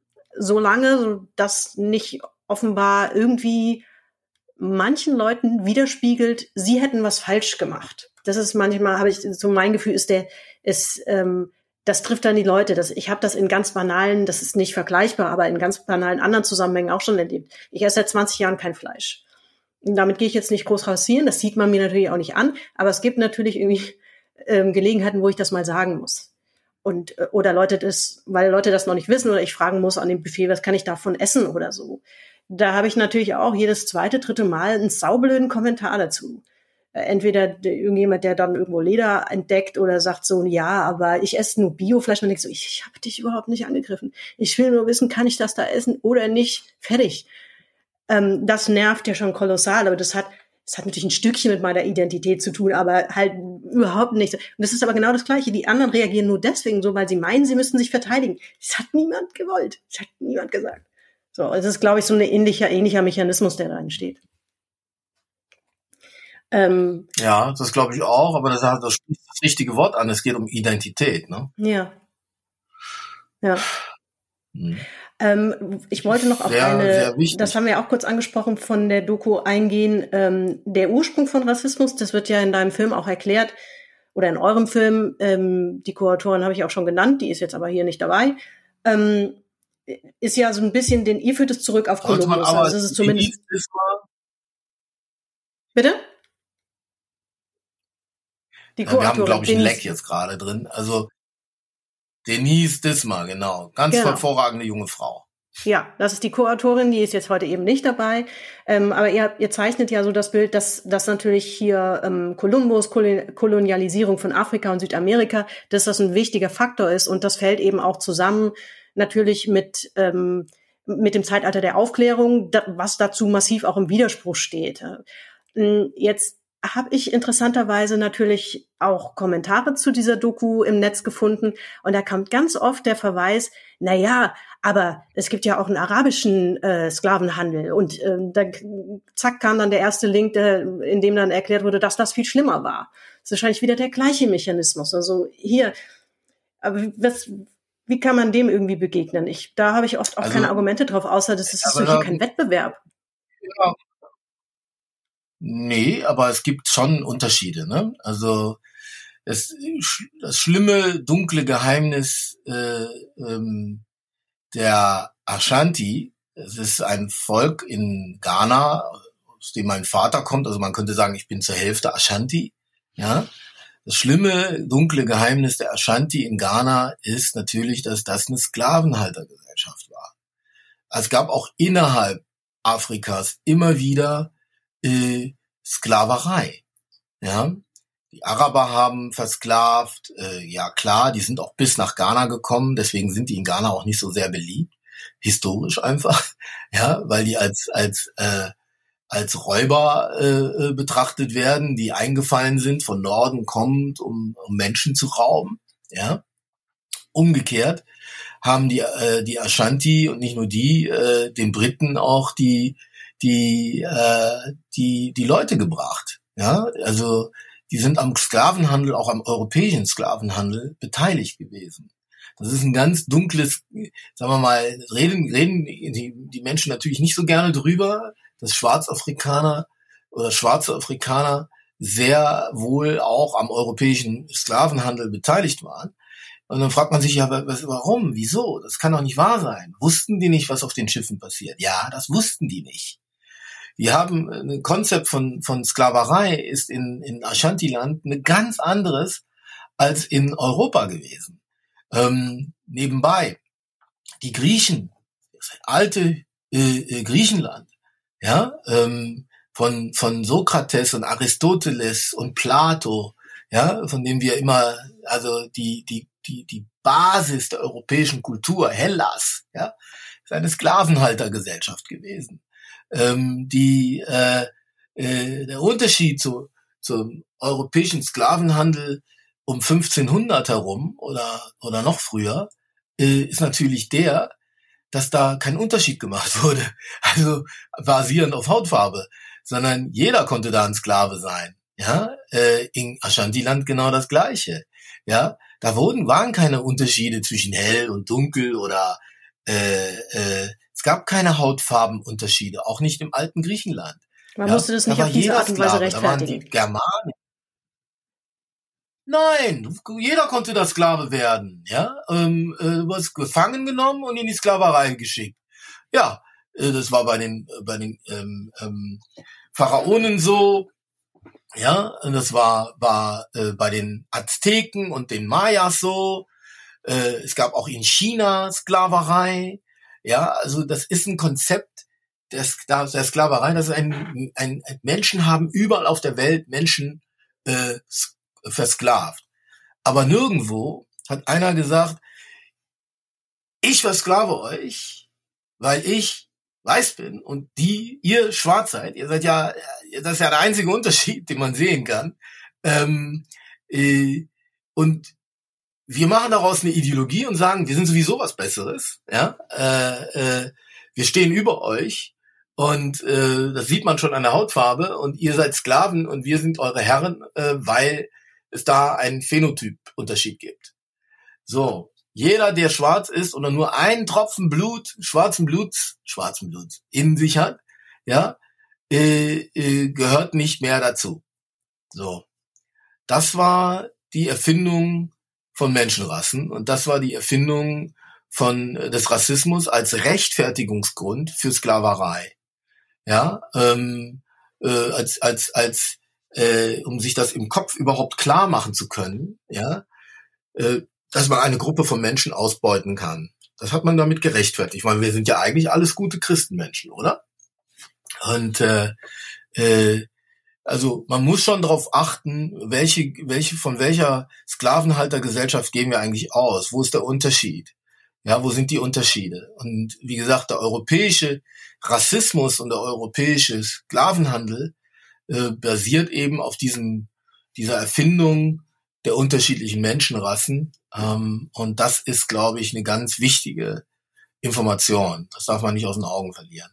solange das nicht offenbar irgendwie manchen Leuten widerspiegelt, sie hätten was falsch gemacht. Das ist manchmal, habe ich so mein Gefühl, ist der, ist, ähm, das trifft dann die Leute. Das, ich habe das in ganz banalen, das ist nicht vergleichbar, aber in ganz banalen anderen Zusammenhängen auch schon erlebt. Ich esse seit zwanzig Jahren kein Fleisch. Und damit gehe ich jetzt nicht groß rasieren, das sieht man mir natürlich auch nicht an, aber es gibt natürlich irgendwie ähm, Gelegenheiten, wo ich das mal sagen muss. Und oder Leute das, weil Leute das noch nicht wissen oder ich fragen muss an dem Buffet, was kann ich davon essen oder so. Da habe ich natürlich auch jedes zweite, dritte Mal einen saublöden Kommentar dazu. Entweder irgendjemand, der dann irgendwo Leder entdeckt oder sagt so, ja, aber ich esse nur Biofleisch. Man denkt so, ich, ich habe dich überhaupt nicht angegriffen. Ich will nur wissen, kann ich das da essen oder nicht? Fertig. Ähm, das nervt ja schon kolossal, aber das hat das hat natürlich ein Stückchen mit meiner Identität zu tun, aber halt überhaupt nicht. Und das ist aber genau das Gleiche. Die anderen reagieren nur deswegen so, weil sie meinen, sie müssten sich verteidigen. Das hat niemand gewollt. Das hat niemand gesagt. So, es ist, glaube ich, so ein ähnlicher, ähnlicher Mechanismus, der da entsteht. Ähm, ja, das glaube ich auch, aber das, das spricht das richtige Wort an. Es geht um Identität, ne? Ja. Ja. Hm. Ähm, ich wollte noch auf sehr, eine, sehr das haben wir auch kurz angesprochen, von der Doku eingehen. Ähm, der Ursprung von Rassismus, das wird ja in deinem Film auch erklärt, oder in eurem Film. Ähm, die Co-Autorin habe ich auch schon genannt, die ist jetzt aber hier nicht dabei. Ähm, ist ja so ein bisschen, den, ihr führt es zurück auf Kolumbus. Also das ist zumindest. Bitte? Die ja, wir haben, glaube ich, einen Leck jetzt gerade drin. Also Denise Disma, genau. Ganz genau. Hervorragende junge Frau. Ja, das ist die Co-Autorin, die ist jetzt heute eben nicht dabei. Ähm, aber ihr, ihr zeichnet ja so das Bild, dass, dass natürlich hier ähm, Kolumbus, Kol- Kolonialisierung von Afrika und Südamerika, dass das ein wichtiger Faktor ist. Und das fällt eben auch zusammen natürlich mit, ähm, mit dem Zeitalter der Aufklärung, da, was dazu massiv auch im Widerspruch steht. Jetzt habe ich interessanterweise natürlich auch Kommentare zu dieser Doku im Netz gefunden und da kommt ganz oft der Verweis, na ja, aber es gibt ja auch einen arabischen äh, Sklavenhandel und äh, da, zack kam dann der erste Link, der, in dem dann erklärt wurde, dass das viel schlimmer war. Das ist wahrscheinlich wieder der gleiche Mechanismus. Also hier, aber was, wie kann man dem irgendwie begegnen? Ich, da habe ich oft auch also, keine Argumente drauf, außer das ist so hier kein Wettbewerb. Ja. Nee, aber es gibt schon Unterschiede, ne? Also das, das schlimme, dunkle Geheimnis äh, ähm, der Ashanti, es ist ein Volk in Ghana, aus dem mein Vater kommt, also man könnte sagen, ich bin zur Hälfte Ashanti, ja. Das schlimme, dunkle Geheimnis der Ashanti in Ghana ist natürlich, dass das eine Sklavenhaltergesellschaft war. Es gab auch innerhalb Afrikas immer wieder Äh, Sklaverei, ja. Die Araber haben versklavt, äh, ja klar, die sind auch bis nach Ghana gekommen, deswegen sind die in Ghana auch nicht so sehr beliebt, historisch einfach, ja, weil die als als äh, als Räuber äh, betrachtet werden, die eingefallen sind, von Norden kommend, um, um Menschen zu rauben, ja. Umgekehrt haben die äh, die Ashanti und nicht nur die, äh, den Briten auch die die äh, die die Leute gebracht, ja, also die sind am Sklavenhandel, auch am europäischen Sklavenhandel beteiligt gewesen. Das ist ein ganz dunkles, sagen wir mal, reden, reden die, die Menschen natürlich nicht so gerne drüber, dass Schwarzafrikaner oder schwarze Afrikaner sehr wohl auch am europäischen Sklavenhandel beteiligt waren. Und dann fragt man sich ja, was, warum, wieso? Das kann doch nicht wahr sein. Wussten die nicht, was auf den Schiffen passiert? Ja, das wussten die nicht. Die haben ein Konzept von, von Sklaverei ist in, in Ashanti-Land ein ganz anderes als in Europa gewesen. Ähm, nebenbei, die Griechen, das alte äh, Griechenland, ja, ähm, von, von Sokrates und Aristoteles und Plato, ja, von dem wir immer, also die, die, die, die Basis der europäischen Kultur, Hellas, ja, ist eine Sklavenhaltergesellschaft gewesen. Ähm, die, äh, äh, der Unterschied zu, zum europäischen Sklavenhandel um fünfzehnhundert herum oder, oder noch früher, äh, ist natürlich der, dass da kein Unterschied gemacht wurde. Also, basierend auf Hautfarbe, sondern jeder konnte da ein Sklave sein. Ja, äh, in Ashanti-Land genau das Gleiche. Ja, da wurden, waren keine Unterschiede zwischen hell und dunkel oder, äh, äh, es gab keine Hautfarbenunterschiede, auch nicht im alten Griechenland. Man ja, musste das nicht da auf diese Art und Weise Sklave, da waren die rechtfertigen. Germanen. Nein, jeder konnte da Sklave werden. Ja, ähm, äh, du warst gefangen genommen und in die Sklaverei geschickt. Ja, äh, das war bei den bei den ähm, ähm, Pharaonen so. Ja, und das war war äh, bei den Azteken und den Mayas so. Äh, es gab auch in China Sklaverei. Ja, also das ist ein Konzept der, der Sklaverei. Das ist ein, ein, ein Menschen haben überall auf der Welt Menschen äh, versklavt. Aber nirgendwo hat einer gesagt, ich versklave euch, weil ich weiß bin und die, ihr schwarz seid. Ihr seid ja, das ist ja der einzige Unterschied, den man sehen kann. Ähm, äh, und wir machen daraus eine Ideologie und sagen, wir sind sowieso was Besseres. Ja, äh, äh, wir stehen über euch und äh, das sieht man schon an der Hautfarbe und ihr seid Sklaven und wir sind eure Herren, äh, weil es da einen Phänotyp-Unterschied gibt. So, jeder, der schwarz ist oder nur einen Tropfen Blut, schwarzen Bluts, schwarzen Bluts in sich hat, ja, äh, äh, gehört nicht mehr dazu. So, das war die Erfindung von Menschenrassen und das war die Erfindung von äh, des Rassismus als Rechtfertigungsgrund für Sklaverei. Ja, ähm, äh, als als als äh, um sich das im Kopf überhaupt klar machen zu können, ja, äh, dass man eine Gruppe von Menschen ausbeuten kann. Das hat man damit gerechtfertigt, weil wir sind ja eigentlich alles gute Christenmenschen, oder? Und äh, äh, also man muss schon darauf achten, welche, welche von welcher Sklavenhaltergesellschaft gehen wir eigentlich aus? Wo ist der Unterschied? Ja, wo sind die Unterschiede? Und wie gesagt, der europäische Rassismus und der europäische Sklavenhandel äh, basiert eben auf diesem dieser Erfindung der unterschiedlichen Menschenrassen. Ähm, und das ist, glaube ich, eine ganz wichtige Information. Das darf man nicht aus den Augen verlieren.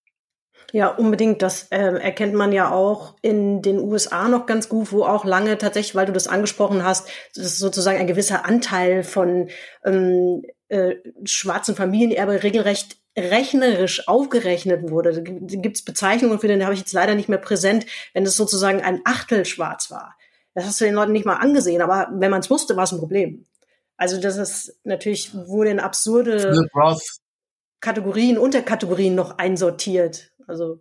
Ja, unbedingt. Das äh, erkennt man ja auch in den U S A noch ganz gut, wo auch lange tatsächlich, weil du das angesprochen hast, dass sozusagen ein gewisser Anteil von ähm, äh, schwarzen Familienerbe regelrecht rechnerisch aufgerechnet wurde. Da gibt es Bezeichnungen für den, habe ich jetzt leider nicht mehr präsent, wenn es sozusagen ein Achtel schwarz war. Das hast du den Leuten nicht mal angesehen, aber wenn man es wusste, war es ein Problem. Also das ist natürlich, wurde in absurde Kategorien, Unterkategorien noch einsortiert. Also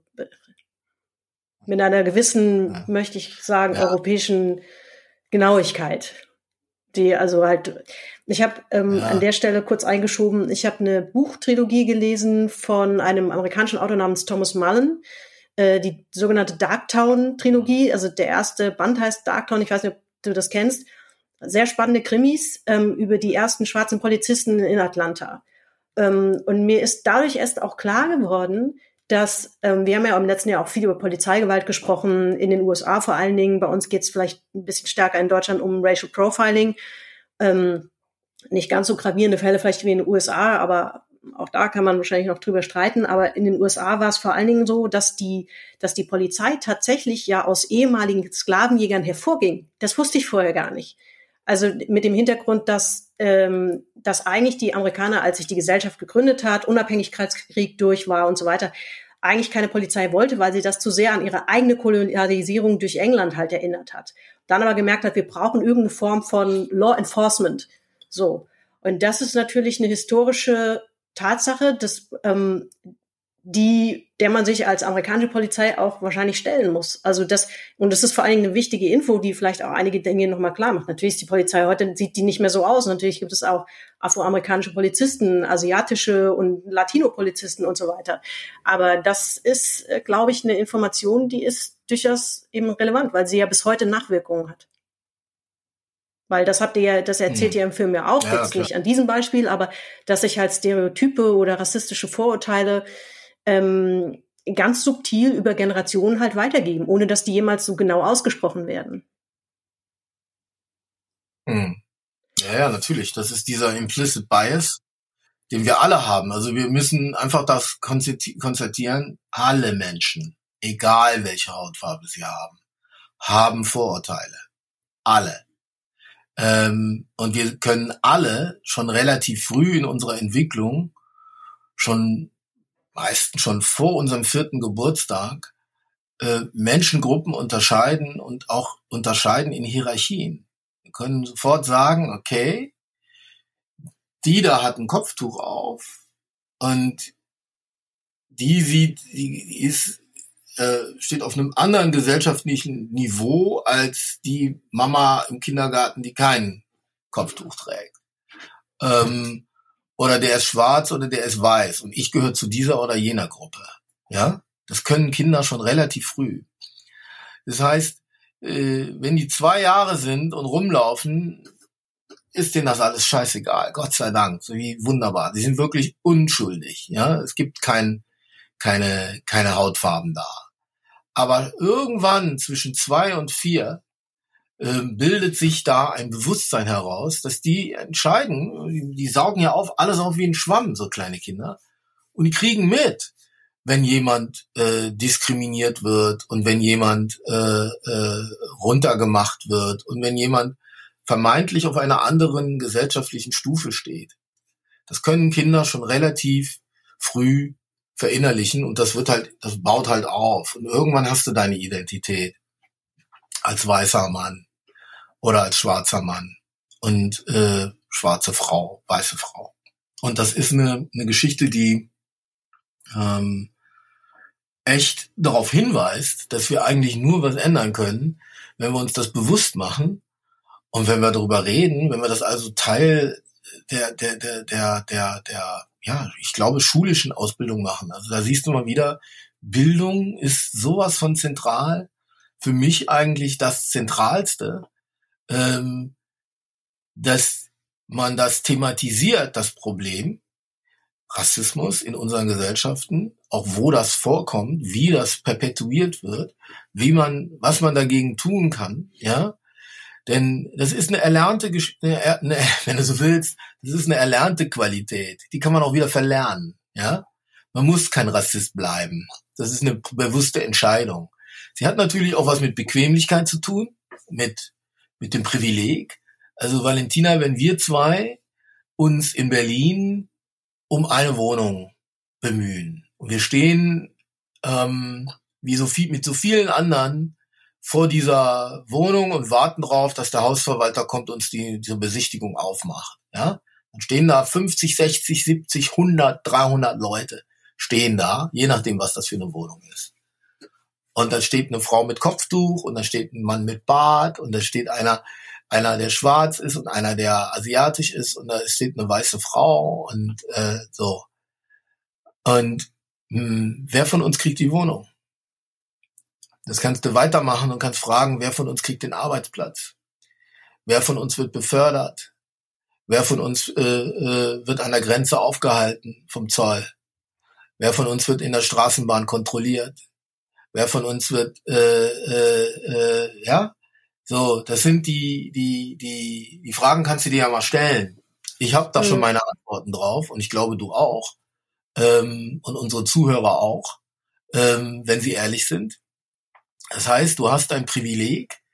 mit einer gewissen, ja. möchte ich sagen, ja. europäischen Genauigkeit. Die also halt, ich habe ähm, ja. an der Stelle kurz eingeschoben, ich habe eine Buchtrilogie gelesen von einem amerikanischen Autor namens Thomas Mullen, äh, die sogenannte Darktown-Trilogie. Also der erste Band heißt Darktown, ich weiß nicht, ob du das kennst. Sehr spannende Krimis ähm, über die ersten schwarzen Polizisten in Atlanta. Ähm, und mir ist dadurch erst auch klar geworden, dass, ähm, wir haben ja im letzten Jahr auch viel über Polizeigewalt gesprochen, in den U S A vor allen Dingen. Bei uns geht es vielleicht ein bisschen stärker in Deutschland um Racial Profiling. Ähm, nicht ganz so gravierende Fälle vielleicht wie in den U S A, aber auch da kann man wahrscheinlich noch drüber streiten. Aber in den U S A war es vor allen Dingen so, dass die, dass die Polizei tatsächlich ja aus ehemaligen Sklavenjägern hervorging. Das wusste ich vorher gar nicht. Also mit dem Hintergrund, dass, ähm, dass eigentlich die Amerikaner, als sich die Gesellschaft gegründet hat, Unabhängigkeitskrieg durch war und so weiter, eigentlich keine Polizei wollte, weil sie das zu sehr an ihre eigene Kolonialisierung durch England halt erinnert hat. Dann aber gemerkt hat, wir brauchen irgendeine Form von Law Enforcement. So. Und das ist natürlich eine historische Tatsache, dass, ähm, die, der man sich als amerikanische Polizei auch wahrscheinlich stellen muss. Also das, und das ist vor allen Dingen eine wichtige Info, die vielleicht auch einige Dinge nochmal klar macht. Natürlich ist die Polizei heute, sieht die nicht mehr so aus. Natürlich gibt es auch afroamerikanische Polizisten, asiatische und Latino-Polizisten und so weiter. Aber das ist, glaube ich, eine Information, die ist durchaus eben relevant, weil sie ja bis heute Nachwirkungen hat. Weil das habt ihr ja, das erzählt hm. ihr im Film ja auch, ja, jetzt klar. Nicht an diesem Beispiel, aber dass sich halt Stereotype oder rassistische Vorurteile ähm, ganz subtil über Generationen halt weitergeben, ohne dass die jemals so genau ausgesprochen werden. Hm. Ja, ja, natürlich. Das ist dieser implicit bias, den wir alle haben. Also wir müssen einfach das konstatieren, alle Menschen, egal welche Hautfarbe sie haben, haben Vorurteile. Alle. Ähm, und wir können alle schon relativ früh in unserer Entwicklung, schon meistens schon vor unserem vierten Geburtstag, äh, Menschengruppen unterscheiden und auch unterscheiden in Hierarchien. Wir können sofort sagen, okay, die da hat ein Kopftuch auf und die sieht, die ist Äh, steht auf einem anderen gesellschaftlichen Niveau als die Mama im Kindergarten, die kein Kopftuch trägt. Ähm, oder der ist schwarz oder der ist weiß und ich gehöre zu dieser oder jener Gruppe. Ja, das können Kinder schon relativ früh. Das heißt, äh, wenn die zwei Jahre sind und rumlaufen, ist denen das alles scheißegal. Gott sei Dank, so wie wunderbar. Die sind wirklich unschuldig. Ja, es gibt kein, keine, keine Hautfarben da. Aber irgendwann zwischen zwei und vier äh, bildet sich da ein Bewusstsein heraus, dass die entscheiden, die, die saugen ja auf, alles auf wie ein Schwamm, so kleine Kinder. Und die kriegen mit, wenn jemand äh, diskriminiert wird und wenn jemand äh, äh, runtergemacht wird und wenn jemand vermeintlich auf einer anderen gesellschaftlichen Stufe steht. Das können Kinder schon relativ früh verinnerlichen und das wird halt, das baut halt auf und irgendwann hast du deine Identität als weißer Mann oder als schwarzer Mann und äh, schwarze Frau, weiße Frau. Und das ist eine, eine Geschichte, die ähm, echt darauf hinweist, dass wir eigentlich nur was ändern können, wenn wir uns das bewusst machen und wenn wir darüber reden, wenn wir das also Teil der der der der der der ja, ich glaube, schulischen Ausbildung machen. Also da siehst du mal wieder, Bildung ist sowas von zentral. Für mich eigentlich das Zentralste, ähm, dass man das thematisiert, das Problem Rassismus in unseren Gesellschaften, auch wo das vorkommt, wie das perpetuiert wird, wie man, was man dagegen tun kann, ja. Denn das ist eine erlernte, eine, eine, wenn du so willst, das ist eine erlernte Qualität. Die kann man auch wieder verlernen, ja. Man muss kein Rassist bleiben. Das ist eine bewusste Entscheidung. Sie hat natürlich auch was mit Bequemlichkeit zu tun, mit, mit dem Privileg. Also Valentina, wenn wir zwei uns in Berlin um eine Wohnung bemühen und wir stehen, ähm, wie so viel, mit so vielen anderen vor dieser Wohnung und warten darauf, dass der Hausverwalter kommt und uns die, diese Besichtigung aufmacht. Ja, dann stehen da fünfzig, sechzig, siebzig, hundert, dreihundert Leute stehen da, je nachdem, was das für eine Wohnung ist. Und da steht eine Frau mit Kopftuch und da steht ein Mann mit Bart und da steht einer, einer, der schwarz ist und einer, der asiatisch ist und da steht eine weiße Frau und äh, so. Und mh, wer von uns kriegt die Wohnung? Das kannst du weitermachen und kannst fragen, wer von uns kriegt den Arbeitsplatz? Wer von uns wird befördert? Wer von uns äh, äh, wird an der Grenze aufgehalten vom Zoll? Wer von uns wird in der Straßenbahn kontrolliert? Wer von uns wird, äh, äh, äh, ja? So, das sind die, die, die, die Fragen kannst du dir ja mal stellen. Ich habe da mhm. schon meine Antworten drauf und ich glaube, du auch. Ähm, und unsere Zuhörer auch, ähm, wenn sie ehrlich sind. Das heißt, du hast ein Privileg,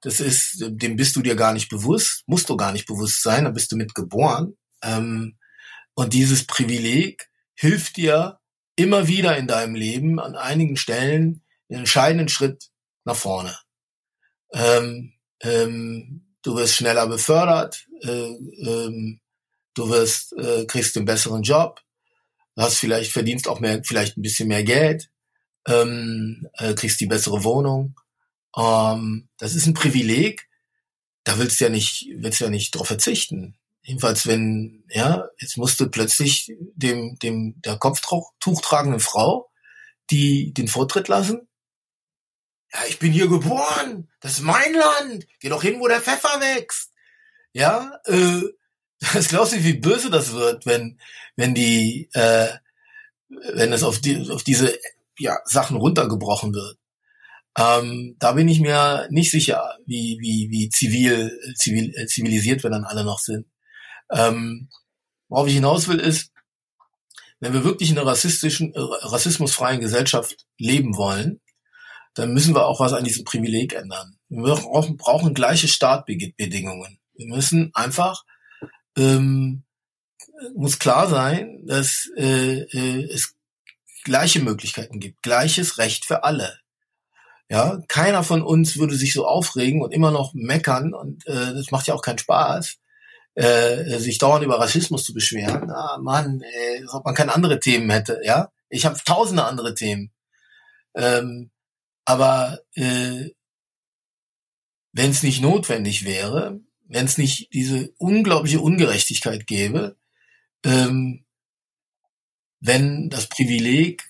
das ist, dem bist du dir gar nicht bewusst, musst du gar nicht bewusst sein, da bist du mit geboren. Ähm, und dieses Privileg hilft dir immer wieder in deinem Leben an einigen Stellen einen entscheidenden Schritt nach vorne. Ähm, ähm, du wirst schneller befördert, äh, ähm, du wirst, äh, kriegst einen besseren Job, du hast vielleicht, verdienst auch mehr, vielleicht ein bisschen mehr Geld, ähm, äh, kriegst die bessere Wohnung. Ähm, das ist ein Privileg, da willst du ja nicht, willst du ja nicht drauf verzichten. Jedenfalls, wenn, ja, jetzt musst du plötzlich dem, dem, der Kopftuch tragenden Frau, die den Vortritt lassen. Ja, ich bin hier geboren, das ist mein Land, geh doch hin, wo der Pfeffer wächst. Ja, äh, das glaubst du, wie böse das wird, wenn, wenn die, äh, wenn es auf die, auf diese, ja, Sachen runtergebrochen wird. Ähm, da bin ich mir nicht sicher, wie, wie, wie zivil, zivil, äh, zivilisiert wir dann alle noch sind. Ähm, worauf ich hinaus will, ist, wenn wir wirklich in einer rassistischen, äh, rassismusfreien Gesellschaft leben wollen, dann müssen wir auch was an diesem Privileg ändern. Wir brauchen, brauchen gleiche Startbedingungen. Wir müssen einfach, ähm, muss klar sein, dass äh, äh, es gleiche Möglichkeiten gibt, gleiches Recht für alle. Ja, keiner von uns würde sich so aufregen und immer noch meckern, und äh, das macht ja auch keinen Spaß, äh, sich dauernd über Rassismus zu beschweren. Ah, Mann, ey, als ob man keine andere Themen hätte. Ja, ich habe tausende andere Themen. Ähm, aber äh, wenn es nicht notwendig wäre, wenn es nicht diese unglaubliche Ungerechtigkeit gäbe, ähm, wenn das Privileg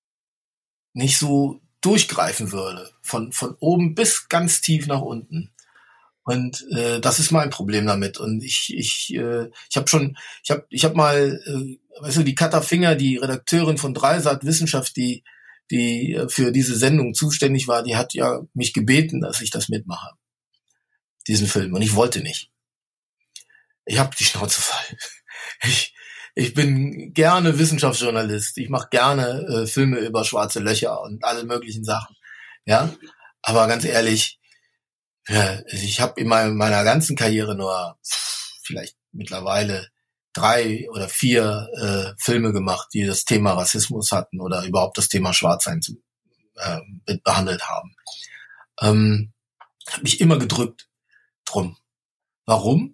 nicht so durchgreifen würde, von von oben bis ganz tief nach unten. Und äh, das ist mein Problem damit. Und ich ich äh, ich habe schon ich habe ich habe mal äh, weißt du, die Katha Finger, die Redakteurin von Dreisat Wissenschaft, die die äh, für diese Sendung zuständig war, die hat ja mich gebeten, dass ich das mitmache, diesen Film. Und ich wollte nicht. Ich habe die Schnauze voll. Ich ich bin gerne Wissenschaftsjournalist. Ich mache gerne äh, Filme über schwarze Löcher und alle möglichen Sachen. Ja, aber ganz ehrlich, ja, ich habe in meiner, meiner ganzen Karriere nur vielleicht mittlerweile drei oder vier äh, Filme gemacht, die das Thema Rassismus hatten oder überhaupt das Thema Schwarzsein zu, äh, behandelt haben. Ähm, habe mich immer gedrückt drum. Warum?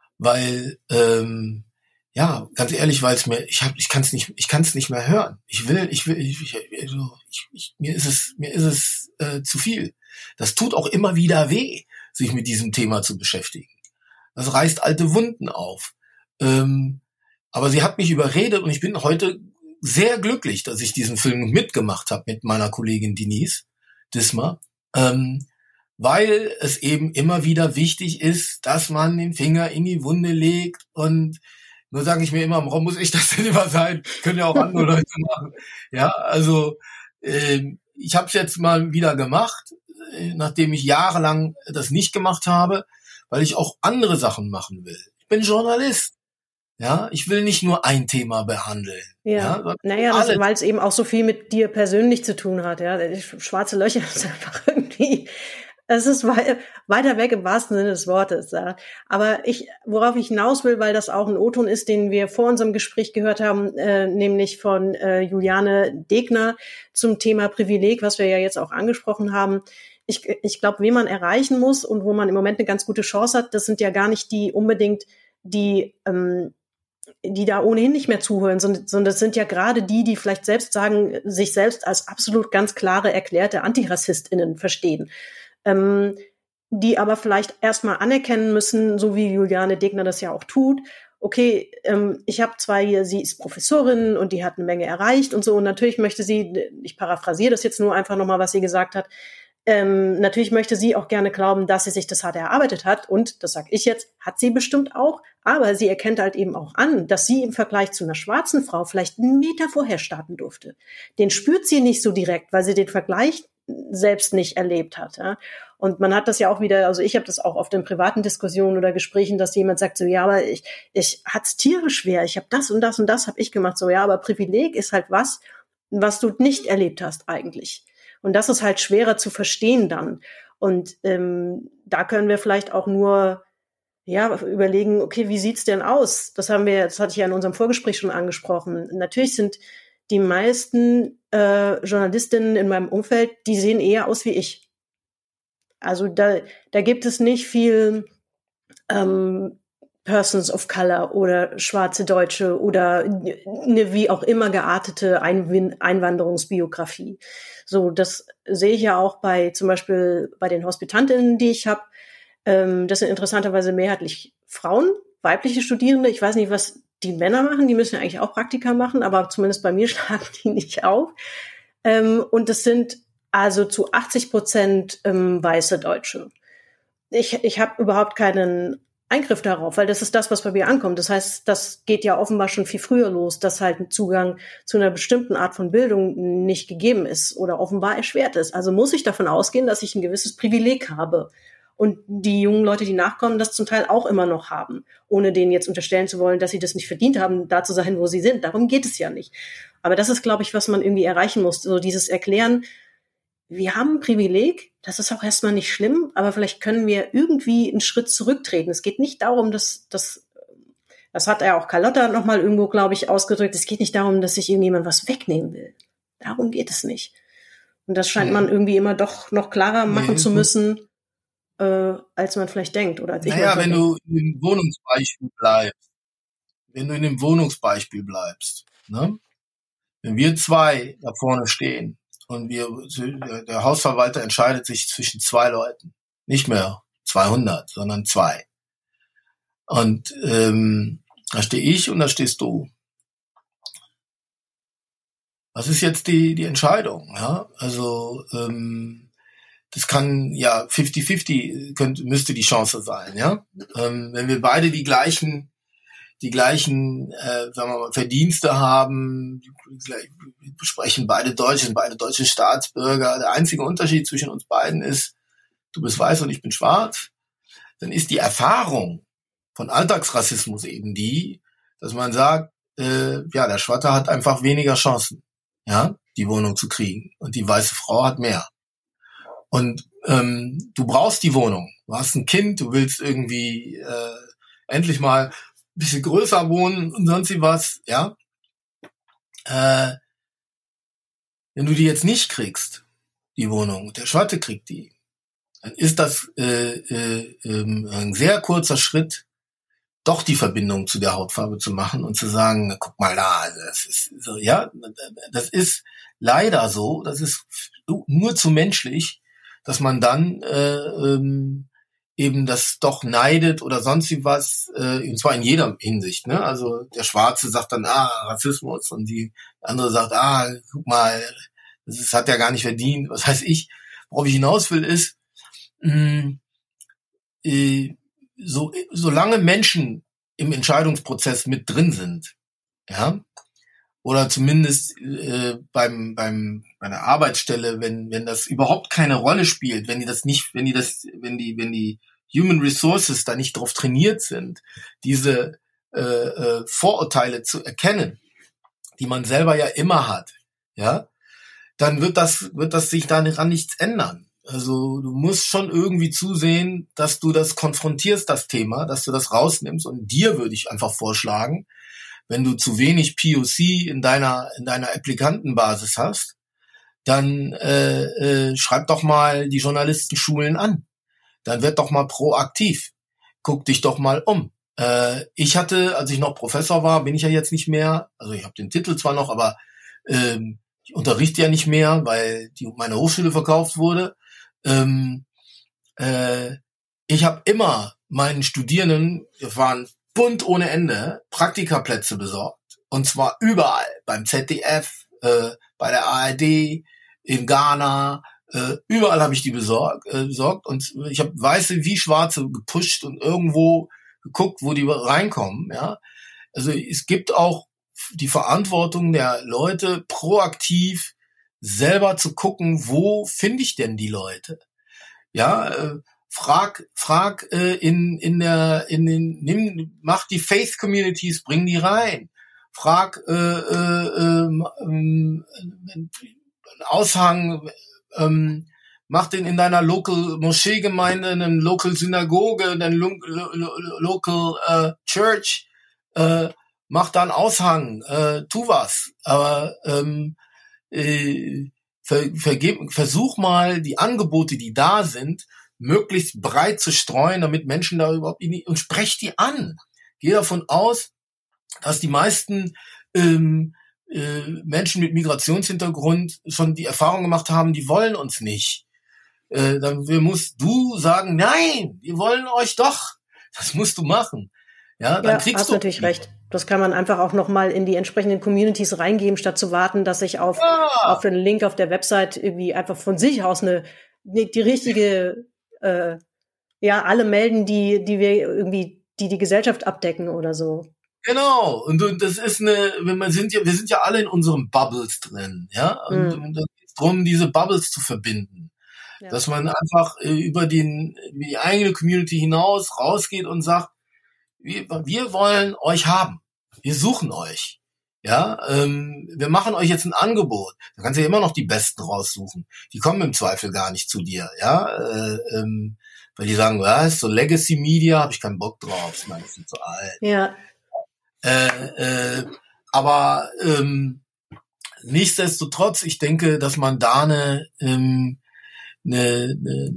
Weil ähm, ja, ganz ehrlich, weil es mir, ich hab, ich kann es nicht, ich kann es nicht mehr hören. Ich will, ich will, ich, ich, also, ich, ich mir ist es, mir ist es äh, zu viel. Das tut auch immer wieder weh, sich mit diesem Thema zu beschäftigen. Das reißt alte Wunden auf. Ähm, aber sie hat mich überredet, und ich bin heute sehr glücklich, dass ich diesen Film mitgemacht habe mit meiner Kollegin Denise Dismer, ähm, weil es eben immer wieder wichtig ist, dass man den Finger in die Wunde legt. Und nur sage ich mir immer, warum muss ich das denn immer sein? Können ja auch andere Leute machen. Ja, also äh, ich habe es jetzt mal wieder gemacht, äh, nachdem ich jahrelang das nicht gemacht habe, weil ich auch andere Sachen machen will. Ich bin Journalist. Ja, ich will nicht nur ein Thema behandeln. Ja, ja naja, weil es eben auch so viel mit dir persönlich zu tun hat. Ja, schwarze Löcher ist einfach irgendwie, es ist wei- weiter weg im wahrsten Sinne des Wortes. Ja. Aber ich, worauf ich hinaus will, weil das auch ein O-Ton ist, den wir vor unserem Gespräch gehört haben, äh, nämlich von äh, Juliane Degner zum Thema Privileg, was wir ja jetzt auch angesprochen haben. Ich, ich glaube, wen man erreichen muss und wo man im Moment eine ganz gute Chance hat, das sind ja gar nicht die unbedingt die ähm, die da ohnehin nicht mehr zuhören, sondern, sondern das sind ja gerade die, die vielleicht selbst sagen, sich selbst als absolut ganz klare, erklärte AntirassistInnen verstehen, ähm, die aber vielleicht erstmal anerkennen müssen, so wie Juliane Degner das ja auch tut, okay, ähm, ich habe zwar hier, sie ist Professorin und die hat eine Menge erreicht und so, und natürlich möchte sie, ich paraphrasiere das jetzt nur einfach nochmal, was sie gesagt hat, Ähm, natürlich möchte sie auch gerne glauben, dass sie sich das hart erarbeitet hat, und das sage ich jetzt, hat sie bestimmt auch, aber sie erkennt halt eben auch an, dass sie im Vergleich zu einer schwarzen Frau vielleicht einen Meter vorher starten durfte. Den spürt sie nicht so direkt, weil sie den Vergleich selbst nicht erlebt hat. Ja? Und man hat das ja auch wieder, also ich habe das auch oft in privaten Diskussionen oder Gesprächen, dass jemand sagt so, ja, aber ich, ich hat's tierisch schwer, ich habe das und das und das habe ich gemacht, so, ja, aber Privileg ist halt was, was du nicht erlebt hast eigentlich. Und das ist halt schwerer zu verstehen dann. Und ähm, da können wir vielleicht auch nur ja überlegen, okay, wie sieht's denn aus? Das haben wir, das hatte ich ja in unserem Vorgespräch schon angesprochen. Natürlich sind die meisten äh, Journalistinnen in meinem Umfeld, die sehen eher aus wie ich. Also da, da gibt es nicht viel ähm, Persons of Color oder schwarze Deutsche oder eine wie auch immer geartete Einwin- Einwanderungsbiografie. So, das sehe ich ja auch bei zum Beispiel bei den Hospitantinnen, die ich habe. Ähm, das sind interessanterweise mehrheitlich Frauen, weibliche Studierende. Ich weiß nicht, was die Männer machen. Die müssen ja eigentlich auch Praktika machen, aber zumindest bei mir schlagen die nicht auf. Ähm, und das sind also zu achtzig Prozent ähm, weiße Deutsche. Ich, ich habe überhaupt keinen Eingriff darauf, weil das ist das, was bei mir ankommt. Das heißt, das geht ja offenbar schon viel früher los, dass halt ein Zugang zu einer bestimmten Art von Bildung nicht gegeben ist oder offenbar erschwert ist. Also muss ich davon ausgehen, dass ich ein gewisses Privileg habe. Und die jungen Leute, die nachkommen, das zum Teil auch immer noch haben, ohne denen jetzt unterstellen zu wollen, dass sie das nicht verdient haben, da zu sein, wo sie sind. Darum geht es ja nicht. Aber das ist, glaube ich, was man irgendwie erreichen muss. So dieses Erklären, wir haben ein Privileg, das ist auch erstmal nicht schlimm, aber vielleicht können wir irgendwie einen Schritt zurücktreten. Es geht nicht darum, dass, dass das hat ja auch Carlotta nochmal irgendwo, glaube ich, ausgedrückt, es geht nicht darum, dass sich irgendjemand was wegnehmen will. Darum geht es nicht. Und das scheint man irgendwie immer doch noch klarer machen nee, zu müssen, äh, als man vielleicht denkt. Oder als ich naja, wenn denke. du in dem Wohnungsbeispiel bleibst, wenn du in dem Wohnungsbeispiel bleibst, ne? Wenn wir zwei da vorne stehen, und wir, der Hausverwalter entscheidet sich zwischen zwei Leuten. Nicht mehr zweihundert, sondern zwei. Und ähm, da stehe ich und da stehst du. Was ist jetzt die die Entscheidung? Ja, also ähm, das kann ja fifty fifty könnte müsste die Chance sein. Ja, ähm, wenn wir beide die gleichen die gleichen äh, sagen wir mal, Verdienste haben, wir sprechen beide Deutsch, sind beide deutsche Staatsbürger. Der einzige Unterschied zwischen uns beiden ist, du bist weiß und ich bin schwarz. Dann ist die Erfahrung von Alltagsrassismus eben die, dass man sagt, äh, ja, der Schwarze hat einfach weniger Chancen, ja, die Wohnung zu kriegen. Und die weiße Frau hat mehr. Und ähm, du brauchst die Wohnung. Du hast ein Kind, du willst irgendwie äh, endlich mal bisschen größer wohnen und sonst wie was, ja. Äh, wenn du die jetzt nicht kriegst, die Wohnung, und der Schwarze kriegt die, dann ist das äh, äh, äh, ein sehr kurzer Schritt, doch die Verbindung zu der Hautfarbe zu machen und zu sagen, guck mal da, das ist so, ja, das ist leider so, das ist nur zu menschlich, dass man dann äh, ähm, eben das doch neidet oder sonst wie was, äh, und zwar in jeder Hinsicht, ne? Also der Schwarze sagt dann, ah, Rassismus, und die andere sagt, ah, guck mal, das ist, hat ja gar nicht verdient, was weiß ich. Worauf ich hinaus will, ist, mh, äh, so, solange Menschen im Entscheidungsprozess mit drin sind, ja, oder zumindest äh, beim beim bei der Arbeitsstelle, wenn wenn das überhaupt keine Rolle spielt, wenn die das nicht, wenn die das, wenn die wenn die Human Resources da nicht drauf trainiert sind, diese äh, äh, Vorurteile zu erkennen, die man selber ja immer hat, ja, dann wird das wird das sich daran nichts ändern. Also du musst schon irgendwie zusehen, dass du das konfrontierst, das Thema, dass du das rausnimmst. Und dir würde ich einfach vorschlagen, wenn du zu wenig P O C in deiner in deiner Applikantenbasis hast, dann äh, äh, schreib doch mal die Journalistenschulen an. Dann werd doch mal proaktiv. Guck dich doch mal um. Äh, ich hatte, als ich noch Professor war, bin ich ja jetzt nicht mehr, also ich habe den Titel zwar noch, aber ähm, ich unterrichte ja nicht mehr, weil die meine Hochschule verkauft wurde. Ähm, äh, ich habe immer meinen Studierenden, wir waren bunt ohne Ende, Praktikaplätze besorgt. Und zwar überall. Beim Z D F, äh, bei der A R D, in Ghana, äh, überall habe ich die besorgt, äh, besorgt. Und ich habe Weiße wie Schwarze gepusht und irgendwo geguckt, wo die reinkommen. Ja, also es gibt auch die Verantwortung der Leute, proaktiv selber zu gucken, wo finde ich denn die Leute? Ja, äh, Frag, frag äh, in in der in den nimm mach die Faith Communities, bring die rein. Frag äh, äh, äh, äh, Aushang, ähm, mach den in deiner Local Moscheegemeinde, in einer Local Synagoge, in einer lo lo lo Local äh, Church, äh, mach da einen Aushang, äh, tu was. Aber ähm, äh, ver vergeb, versuch mal die Angebote, die da sind, möglichst breit zu streuen, damit Menschen da überhaupt in die, und sprech die an. Geh davon aus, dass die meisten ähm, äh, Menschen mit Migrationshintergrund schon die Erfahrung gemacht haben, die wollen uns nicht. Äh, dann musst du sagen, nein, wir wollen euch doch. Das musst du machen. Ja, dann ja, kriegst hast du natürlich recht. Das kann man einfach auch nochmal in die entsprechenden Communities reingeben, statt zu warten, dass sich auf, ja. auf den Link auf der Website irgendwie einfach von sich aus eine, die, die richtige, äh, ja, alle melden, die, die wir irgendwie, die die Gesellschaft abdecken oder so. Genau. Und, und das ist eine, wenn man sind ja, wir sind ja alle in unseren Bubbles drin, ja. Und, Mhm. und da geht es darum, diese Bubbles zu verbinden. Ja. Dass man einfach äh, über den, über die eigene Community hinaus rausgeht und sagt, wir, wir wollen euch haben. Wir suchen euch. Ja, ähm, wir machen euch jetzt ein Angebot. Da kannst du ja immer noch die Besten raussuchen. Die kommen im Zweifel gar nicht zu dir, ja, äh, ähm, weil die sagen, was, so Legacy Media, habe ich keinen Bock drauf, ich meine, das sind zu alt. Ja. Äh, äh, aber ähm, nichtsdestotrotz, ich denke, dass man da eine, ähm, eine, eine,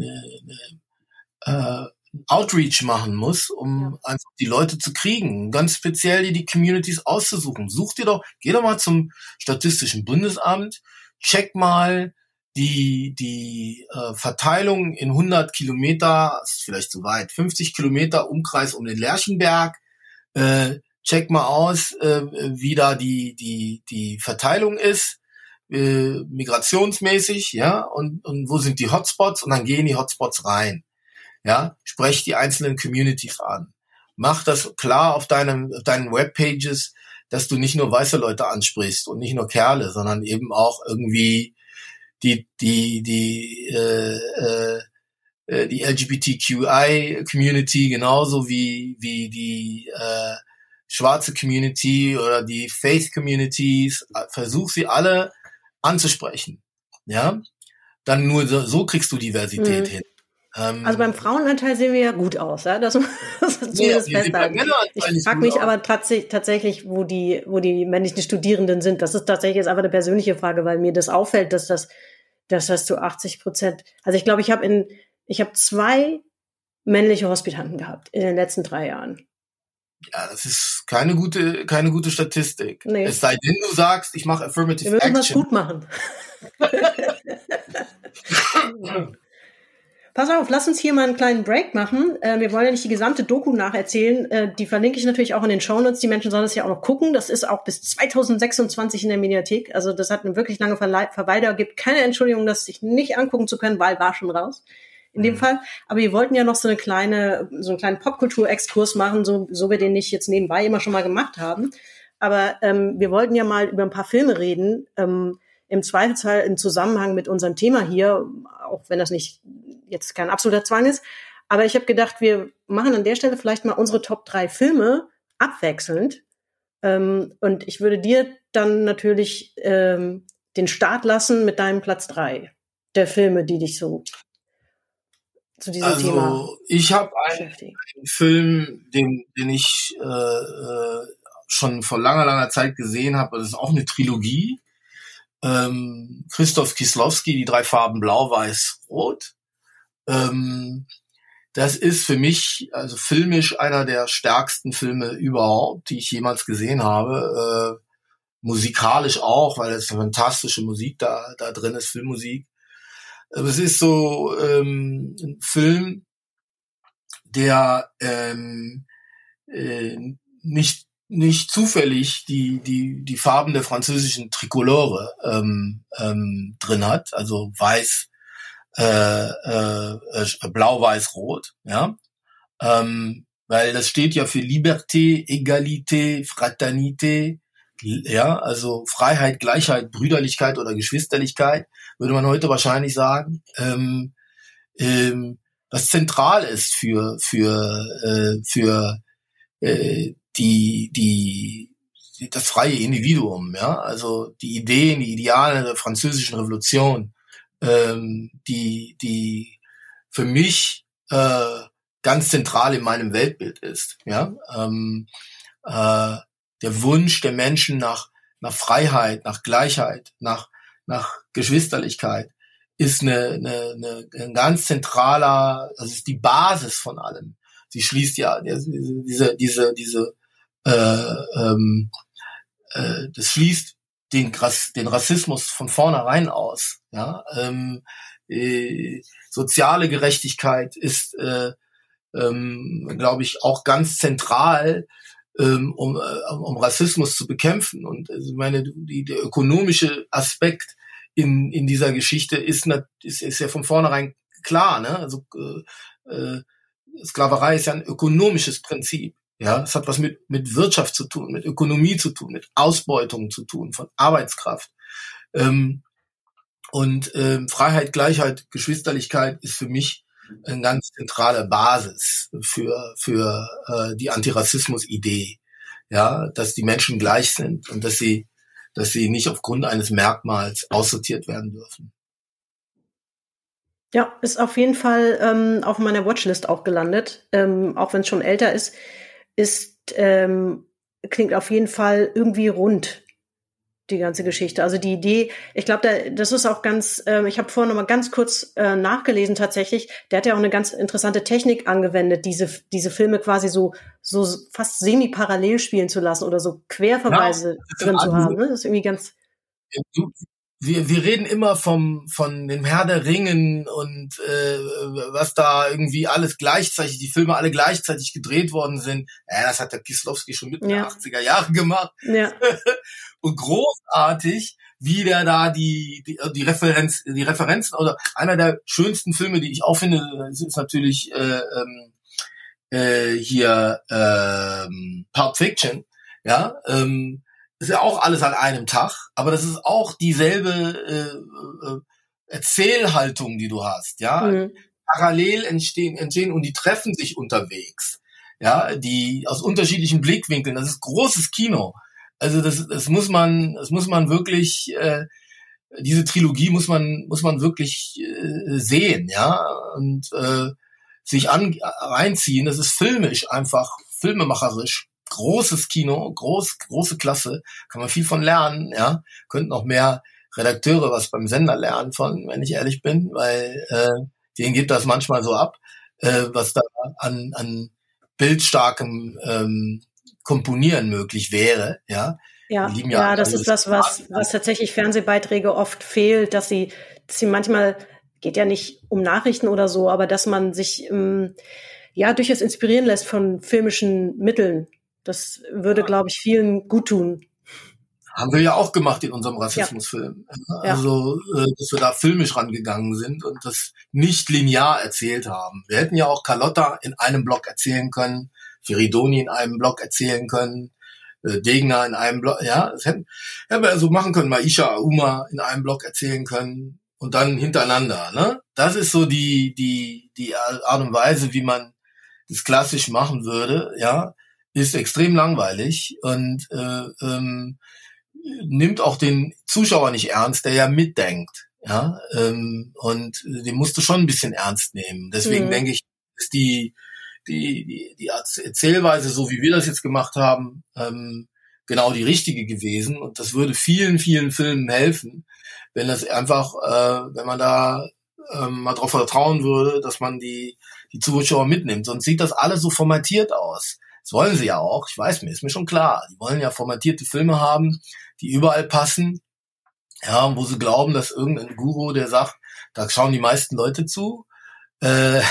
eine äh, Outreach machen muss, um ja. einfach die Leute zu kriegen, ganz speziell die, die Communities auszusuchen. Such dir doch, geh doch mal zum Statistischen Bundesamt, check mal die die äh, Verteilung in hundert Kilometer, ist vielleicht zu weit, fünfzig Kilometer Umkreis um den Lerchenberg, äh, check mal aus, äh, wie da die die die Verteilung ist, äh, migrationsmäßig, ja, und und wo sind die Hotspots, und dann geh in die Hotspots rein. Ja, sprech die einzelnen Communities an. Mach das klar auf deinem, auf deinen Webpages, dass du nicht nur weiße Leute ansprichst und nicht nur Kerle, sondern eben auch irgendwie die, die, die, äh, äh, die L G B T Q I Community genauso wie, wie die, äh, schwarze Community oder die Faith Communities. Versuch sie alle anzusprechen. Ja, dann nur so, so kriegst du Diversität mhm. hin. Also beim Frauenanteil sehen wir ja gut aus, ja. Das, das ist zumindest ja, festhalten. Ich frage mich aber tats- tatsächlich, wo die, wo die männlichen Studierenden sind. Das ist tatsächlich jetzt einfach eine persönliche Frage, weil mir das auffällt, dass das, dass das zu achtzig Prozent. Also ich glaube, ich habe in, ich habe zwei männliche Hospitanten gehabt in den letzten drei Jahren. Ja, das ist keine gute, keine gute Statistik. Nee. Es sei denn, du sagst, ich mache Affirmative Wir müssen Action. was gut machen. Pass auf, lass uns hier mal einen kleinen Break machen. Äh, wir wollen ja nicht die gesamte Doku nacherzählen. Äh, die verlinke ich natürlich auch in den Shownotes. Die Menschen sollen das ja auch noch gucken. Das ist auch bis zweitausendsechsundzwanzig in der Mediathek. Also das hat eine wirklich lange Verle- Verweildauer. Gibt keine Entschuldigung, das sich nicht angucken zu können, weil war schon raus. In dem mhm. Fall. Aber wir wollten ja noch so eine kleine, so einen kleinen Popkultur-Exkurs machen, so, so wir den nicht jetzt nebenbei immer schon mal gemacht haben. Aber ähm, wir wollten ja mal über ein paar Filme reden, ähm, im Zweifelsfall im Zusammenhang mit unserem Thema hier, auch wenn das nicht jetzt kein absoluter Zwang ist. Aber ich habe gedacht, wir machen an der Stelle vielleicht mal unsere Top drei Filme abwechselnd. Ähm, und ich würde dir dann natürlich ähm, den Start lassen mit deinem Platz drei der Filme, die dich so zu diesem also, Thema Also ich habe einen, einen Film, den, den ich äh, äh, schon vor langer, langer Zeit gesehen habe. Das ist auch eine Trilogie. Ähm, Christoph Kieslowski, die drei Farben Blau, Weiß, Rot. Ähm, das ist für mich, also filmisch, einer der stärksten Filme überhaupt, die ich jemals gesehen habe. Äh, musikalisch auch, weil es eine fantastische Musik da, da drin ist, Filmmusik. Aber es ist so ähm, ein Film, der ähm, äh, nicht nicht zufällig die die die Farben der französischen Trikolore ähm, ähm, drin hat, also weiß, äh, äh, blau, weiß, rot, ja, ähm, weil das steht ja für Liberté, Egalité, Fraternité, ja, also Freiheit, Gleichheit, Brüderlichkeit oder Geschwisterlichkeit, würde man heute wahrscheinlich sagen, ähm, ähm, was zentral ist für für äh, für äh, die die das freie Individuum, ja, also die Ideen, die Ideale der französischen Revolution ähm, die, die für mich äh, ganz zentral in meinem Weltbild ist. Ja, ähm, äh, der Wunsch der Menschen nach nach Freiheit, nach Gleichheit, nach nach Geschwisterlichkeit ist eine, eine, eine, ein ganz zentraler, also ist die Basis von allem. Sie schließt ja diese diese diese äh, ähm, äh, das schließt den den Rassismus von vornherein aus. Ja, ähm, äh, soziale Gerechtigkeit ist äh, ähm, glaube ich auch ganz zentral, ähm, um, äh, um Rassismus zu bekämpfen. Und also ich meine, die, der ökonomische Aspekt in in dieser Geschichte ist ist, ist ja von vornherein klar. Ne? Also äh, äh, Sklaverei ist ja ein ökonomisches Prinzip. Ja, es hat was mit mit Wirtschaft zu tun, mit Ökonomie zu tun, mit Ausbeutung zu tun von Arbeitskraft. Ähm, und ähm, Freiheit, Gleichheit, Geschwisterlichkeit ist für mich eine ganz zentrale Basis für für äh, die Antirassismus-Idee. Ja, dass die Menschen gleich sind und dass sie dass sie nicht aufgrund eines Merkmals aussortiert werden dürfen. Ja, ist auf jeden Fall ähm, auf meiner Watchlist auch gelandet, ähm, auch wenn es schon älter ist, ist ähm, klingt auf jeden Fall irgendwie rund, die ganze Geschichte. Also die Idee, ich glaube, da, das ist auch ganz, ähm, ich habe vorhin noch mal ganz kurz äh, nachgelesen tatsächlich, der hat ja auch eine ganz interessante Technik angewendet, diese diese Filme quasi so so fast semi-parallel spielen zu lassen oder so Querverweise ja, drin zu haben. Ne? Das ist irgendwie ganz... Du, wir, wir reden immer vom von dem Herr der Ringen und äh, was da irgendwie alles gleichzeitig, die Filme alle gleichzeitig gedreht worden sind. Ja, das hat der Kieslowski schon Mitte der achtziger Jahre gemacht. Ja. Und großartig, wie der da die die die Referenz die Referenzen oder einer der schönsten Filme, die ich auch finde, ist natürlich äh, äh, hier äh, Pulp Fiction. Ja. Ähm, ist ja auch alles an einem Tag, aber das ist auch dieselbe äh, äh, Erzählhaltung, die du hast, ja. Mhm. Parallel entstehen, entstehen und die treffen sich unterwegs, ja, die aus unterschiedlichen Blickwinkeln. Das ist großes Kino. Also das, das muss man, das muss man wirklich, äh, diese Trilogie muss man, muss man wirklich äh, sehen, ja, und äh, sich an, reinziehen. Das ist filmisch einfach, filmemacherisch. Großes Kino, groß, große Klasse, kann man viel von lernen, ja. Könnten auch mehr Redakteure was beim Sender lernen von, wenn ich ehrlich bin, weil äh, denen geht das manchmal so ab, äh, was da an, an bildstarkem ähm, Komponieren möglich wäre, ja. Ja, ja, ja, das ist das, was, was tatsächlich Fernsehbeiträge oft fehlt, dass sie, dass sie manchmal, geht ja nicht um Nachrichten oder so, aber dass man sich ähm, ja durchaus inspirieren lässt von filmischen Mitteln. Das würde, glaube ich, vielen gut tun. Haben wir ja auch gemacht in unserem Rassismusfilm. Ja. Also, dass wir da filmisch rangegangen sind und das nicht linear erzählt haben. Wir hätten ja auch Carlotta in einem Block erzählen können, Feridoni in einem Block erzählen können, Degner in einem Block, ja, das hätten, hätten wir so machen können, Maisha Auma in einem Block erzählen können und dann hintereinander, ne? Das ist so die, die, die Art und Weise, wie man das klassisch machen würde, ja. Ist extrem langweilig und äh, ähm, nimmt auch den Zuschauer nicht ernst, der ja mitdenkt, ja, ähm, und den musst du schon ein bisschen ernst nehmen. Deswegen mhm. denke ich, ist die die die die Erzählweise, so wie wir das jetzt gemacht haben, ähm, genau die richtige gewesen und das würde vielen vielen Filmen helfen, wenn das einfach, äh, wenn man da ähm, mal drauf vertrauen würde, dass man die die Zuschauer mitnimmt. Sonst sieht das alles so formatiert aus. Das wollen sie ja auch, ich weiß mir, ist mir schon klar. Die wollen ja formatierte Filme haben, die überall passen, ja, wo sie glauben, dass irgendein Guru, der sagt, da schauen die meisten Leute zu, äh,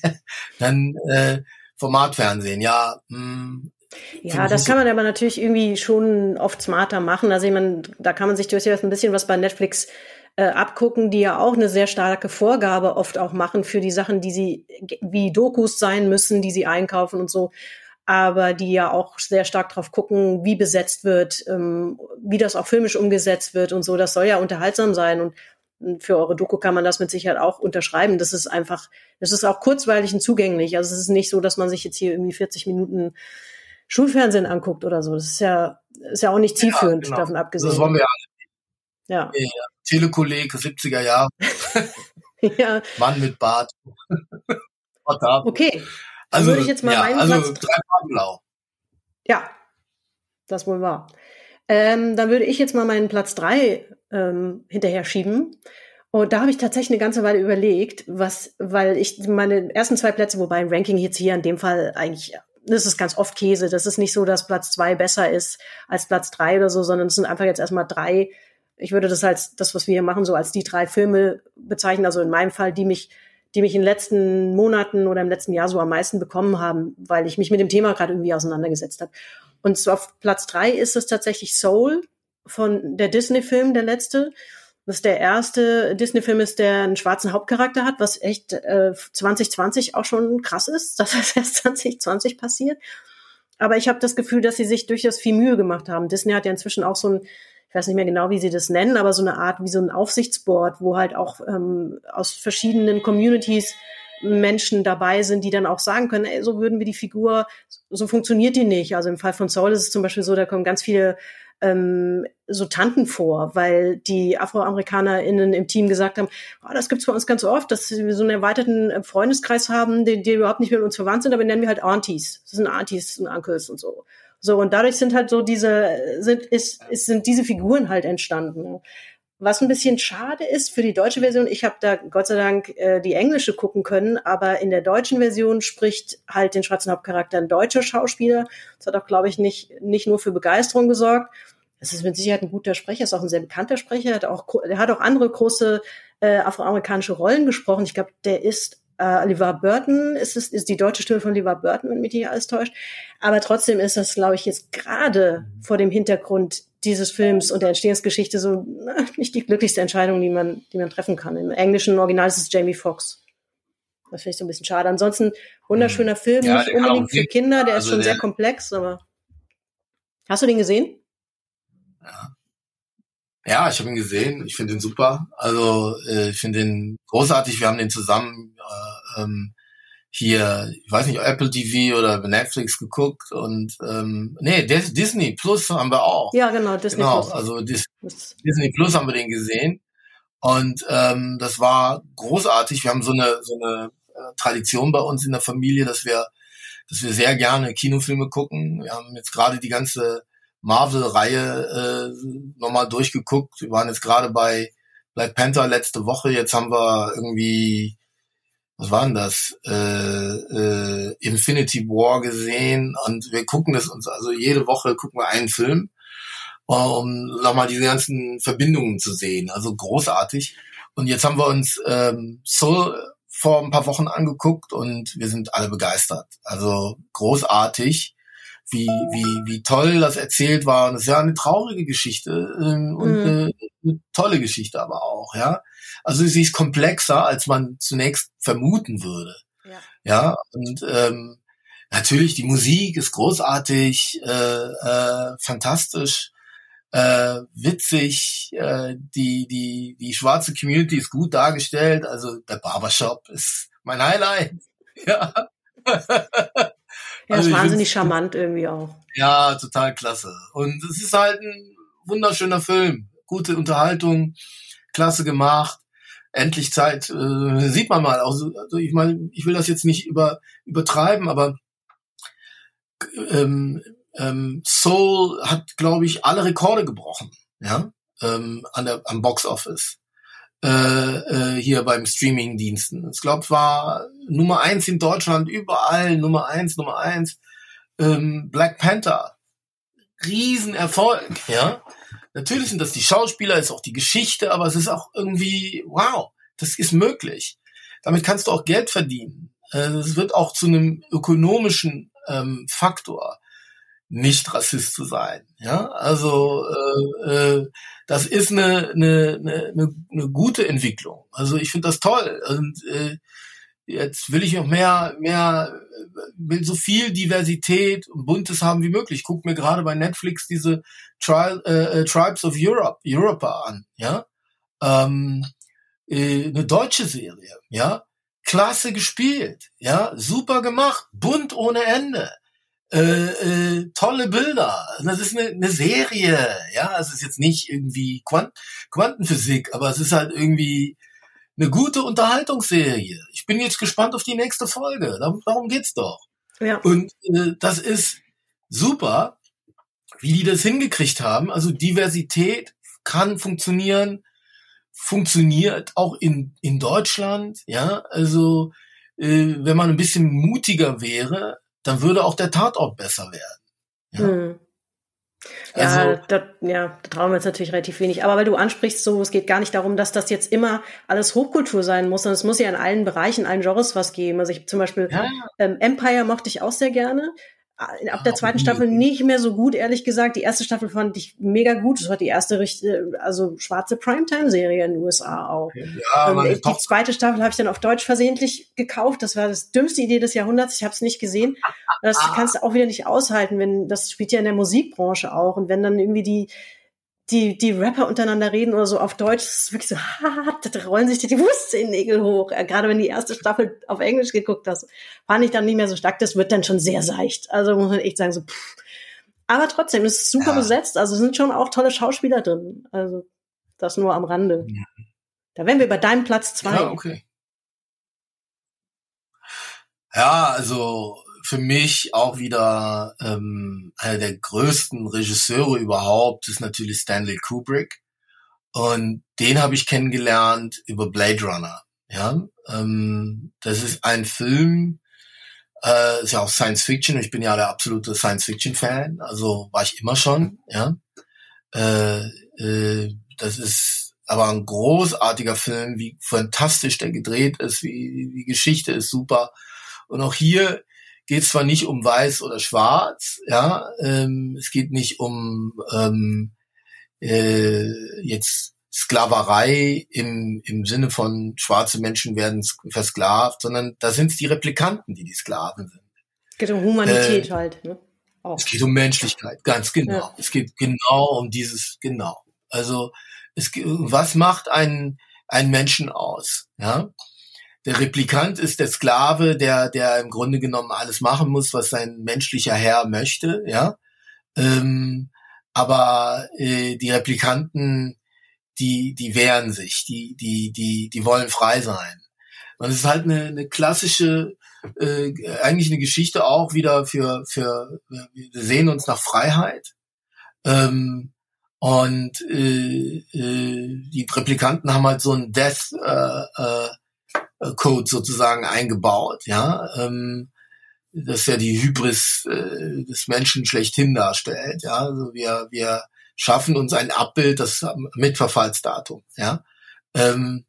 dann äh, Formatfernsehen, ja. Mh, ja, das kann man aber natürlich irgendwie schon oft smarter machen. Also ich meine, da kann man sich durchaus ein bisschen was bei Netflix äh, abgucken, die ja auch eine sehr starke Vorgabe oft auch machen für die Sachen, die sie, wie Dokus sein müssen, die sie einkaufen und so. Aber die ja auch sehr stark drauf gucken, wie besetzt wird, ähm, wie das auch filmisch umgesetzt wird und so. Das soll ja unterhaltsam sein und für eure Doku kann man das mit Sicherheit auch unterschreiben. Das ist einfach, das ist auch kurzweilig und zugänglich. Also es ist nicht so, dass man sich jetzt hier irgendwie vierzig Minuten Schulfernsehen anguckt oder so. Das ist ja, ist ja auch nicht zielführend, ja, genau. Davon abgesehen. Das wollen wir alle. Ja. ja. Telekolleg, siebziger Jahre. Ja. Mann mit Bart. Okay. Also, würde ich jetzt mal ja, meinen also Platz drei Farben blau. Ja, das wohl wahr. Ähm, dann würde ich jetzt mal meinen Platz drei ähm, hinterher schieben. Und da habe ich tatsächlich eine ganze Weile überlegt, was, weil ich meine ersten zwei Plätze, wobei ein Ranking jetzt hier in dem Fall eigentlich, das ist ganz oft Käse. Das ist nicht so, dass Platz zwei besser ist als Platz drei oder so, sondern es sind einfach jetzt erstmal drei. Ich würde das als das, was wir hier machen, so als die drei Filme bezeichnen. Also in meinem Fall, die mich, die mich in den letzten Monaten oder im letzten Jahr so am meisten bekommen haben, weil ich mich mit dem Thema gerade irgendwie auseinandergesetzt habe. Und so auf Platz drei ist es tatsächlich Soul von der Disney-Film, der letzte. Das ist der erste Disney-Film ist, der einen schwarzen Hauptcharakter hat, was echt äh, zwanzig zwanzig auch schon krass ist, dass das erst zwanzig zwanzig passiert. Aber ich habe das Gefühl, dass sie sich durchaus viel Mühe gemacht haben. Disney hat ja inzwischen auch so ein, ich weiß nicht mehr genau, wie sie das nennen, aber so eine Art wie so ein Aufsichtsboard, wo halt auch ähm, aus verschiedenen Communities Menschen dabei sind, die dann auch sagen können, ey, so würden wir die Figur, so funktioniert die nicht. Also im Fall von Soul ist es zum Beispiel so, da kommen ganz viele ähm, so Tanten vor, weil die AfroamerikanerInnen im Team gesagt haben, oh, das gibt's bei uns ganz oft, dass wir so einen erweiterten Freundeskreis haben, die, die überhaupt nicht mit uns verwandt sind, aber nennen wir halt Aunties. Das sind Aunties und Uncles und so. So, und dadurch sind halt so diese, sind, ist, ist, sind diese Figuren halt entstanden. Was ein bisschen schade ist für die deutsche Version, ich habe da Gott sei Dank äh, die englische gucken können, aber in der deutschen Version spricht halt den schwarzen Hauptcharakter ein deutscher Schauspieler. Das hat auch, glaube ich, nicht nicht nur für Begeisterung gesorgt. Es ist mit Sicherheit ein guter Sprecher, ist auch ein sehr bekannter Sprecher. Er hat auch, er hat auch andere große äh, afroamerikanische Rollen gesprochen. Ich glaube, der ist äh, LeVar Burton, ist, es, ist die deutsche Stimme von LeVar Burton, wenn mich nicht alles täuscht. Aber trotzdem ist das, glaube ich, jetzt gerade vor dem Hintergrund dieses Films und der Entstehungsgeschichte so na, nicht die glücklichste Entscheidung, die man, die man treffen kann. Im englischen Original ist es Jamie Foxx. Das finde ich so ein bisschen schade. Ansonsten wunderschöner Film, ja, nicht unbedingt für Kinder, der also ist schon der, sehr komplex, aber hast du den gesehen? Ja, ja ich habe ihn gesehen. Ich finde ihn super. Also äh, ich finde ihn großartig. Wir haben den zusammen äh, ähm, hier, ich weiß nicht, Apple T V oder Netflix geguckt und ähm, nee, Disney Plus haben wir auch. Ja, genau, Disney genau, Plus. Also Dis- Disney Plus haben wir den gesehen und ähm, das war großartig. Wir haben so eine so eine äh, Tradition bei uns in der Familie, dass wir dass wir sehr gerne Kinofilme gucken. Wir haben jetzt gerade die ganze Marvel-Reihe äh, nochmal durchgeguckt. Wir waren jetzt gerade bei Black Panther letzte Woche. Jetzt haben wir irgendwie was war denn das? Äh, äh, Infinity War gesehen und wir gucken das uns, also jede Woche gucken wir einen Film, um nochmal diese ganzen Verbindungen zu sehen. Also großartig. Und jetzt haben wir uns ähm, Soul vor ein paar Wochen angeguckt und wir sind alle begeistert. Also großartig, wie wie wie toll das erzählt war. Und es ist ja eine traurige Geschichte ähm, und mhm. eine, eine tolle Geschichte aber auch, ja. Also sie ist komplexer, als man zunächst vermuten würde. Ja, ja und ähm, natürlich die Musik ist großartig, äh, äh, fantastisch, äh, witzig. Äh, die die die schwarze Community ist gut dargestellt. Also der Barbershop ist mein Highlight. Ja. Ja, also ist wahnsinnig charmant irgendwie auch. Ja, total klasse. Und es ist halt ein wunderschöner Film, gute Unterhaltung, klasse gemacht. Endlich Zeit, äh, sieht man mal. Also, also ich meine, ich will das jetzt nicht über, übertreiben, aber ähm, ähm, Soul hat, glaube ich, alle Rekorde gebrochen, ja, ähm, an der, am Box Office äh, äh, hier beim Streaming-Diensten. Ich glaube, war Nummer eins in Deutschland, überall Nummer eins, Nummer eins. Ähm, Black Panther, Riesenerfolg, ja. Natürlich sind das die Schauspieler, ist auch die Geschichte, aber es ist auch irgendwie, wow, das ist möglich. Damit kannst du auch Geld verdienen. Es wird auch zu einem ökonomischen ähm, Faktor, nicht Rassist zu sein. Ja, also äh, äh, das ist eine, eine, eine, eine gute Entwicklung. Also ich finde das toll. Und äh, jetzt will ich noch mehr, mehr, will so viel Diversität und Buntes haben wie möglich. Ich gucke mir gerade bei Netflix diese Tri- äh, Tribes of Europe, Europa an, ja, ähm, äh, eine deutsche Serie, ja, klasse gespielt, ja, super gemacht, bunt ohne Ende, äh, äh, tolle Bilder. Das ist eine, eine Serie, ja, es ist jetzt nicht irgendwie Quant- Quantenphysik, aber es ist halt irgendwie eine gute Unterhaltungsserie. Ich bin jetzt gespannt auf die nächste Folge. Darum, darum geht's doch. Ja. Und äh, das ist super, wie die das hingekriegt haben. Also Diversität kann funktionieren, funktioniert auch in in Deutschland. Ja, also äh, wenn man ein bisschen mutiger wäre, dann würde auch der Tatort besser werden. Ja, Hm. Ja, also da, ja, da trauen wir uns natürlich relativ wenig. Aber weil du ansprichst, so, es geht gar nicht darum, dass das jetzt immer alles Hochkultur sein muss, sondern es muss ja in allen Bereichen, in allen Genres was geben. Also ich zum Beispiel ja, ähm, Empire mochte ich auch sehr gerne. Ab der zweiten Staffel nicht mehr so gut, ehrlich gesagt. Die erste Staffel fand ich mega gut. Das war die erste richtige, also schwarze Primetime-Serie in den U S A auch. ja, Ähm, meine die Tochter, zweite Staffel habe ich dann auf Deutsch versehentlich gekauft. Das war das dümmste Idee des Jahrhunderts. Ich habe es nicht gesehen. Das kannst du auch wieder nicht aushalten, wenn das spielt ja in der Musikbranche auch. Und wenn dann irgendwie die die die Rapper untereinander reden oder so auf Deutsch, das ist wirklich so, ha, da rollen sich die, die Wuszennägel hoch. Äh, Gerade wenn die erste Staffel auf Englisch geguckt hast, fand ich dann nicht mehr so stark. Das wird dann schon sehr seicht. Also muss man echt sagen, so pff. Aber trotzdem, es ist super ja, besetzt. Also sind schon auch tolle Schauspieler drin. Also das nur am Rande. Da wären wir bei deinem Platz zwei. ja, okay. Ja, also für mich auch wieder ähm, einer der größten Regisseure überhaupt ist natürlich Stanley Kubrick. Und den habe ich kennengelernt über Blade Runner. Ja, ähm, das ist ein Film, äh, ist ja auch Science Fiction. Ich bin ja der absolute Science Fiction Fan, also war ich immer schon. Ja, äh, äh, das ist aber ein großartiger Film, wie fantastisch der gedreht ist, wie die Geschichte ist super. Und auch hier geht es zwar nicht um weiß oder schwarz, ja, ähm, es geht nicht um ähm, äh, jetzt Sklaverei im im Sinne von schwarze Menschen werden versklavt, sondern da sind es die Replikanten, die die Sklaven sind. Es geht um Humanität Äh, halt, ne? Auch. Es geht um Menschlichkeit, ganz genau. Ja. Es geht genau um dieses, genau. Also es, ge- was macht einen einen Menschen aus, ja? Der Replikant ist der Sklave, der, der im Grunde genommen alles machen muss, was sein menschlicher Herr möchte, ja. Ähm, aber äh, die Replikanten, die, die wehren sich, die, die, die, die wollen frei sein. Und es ist halt eine, eine klassische, äh, eigentlich eine Geschichte auch wieder für, für, wir sehen uns nach Freiheit. Ähm, und äh, äh, die Replikanten haben halt so einen Death, äh, äh, Code sozusagen eingebaut, ja, ähm, das ja die Hybris äh, des Menschen schlechthin darstellt, ja, also wir wir schaffen uns ein Abbild, das mit Verfallsdatum, ja, ähm,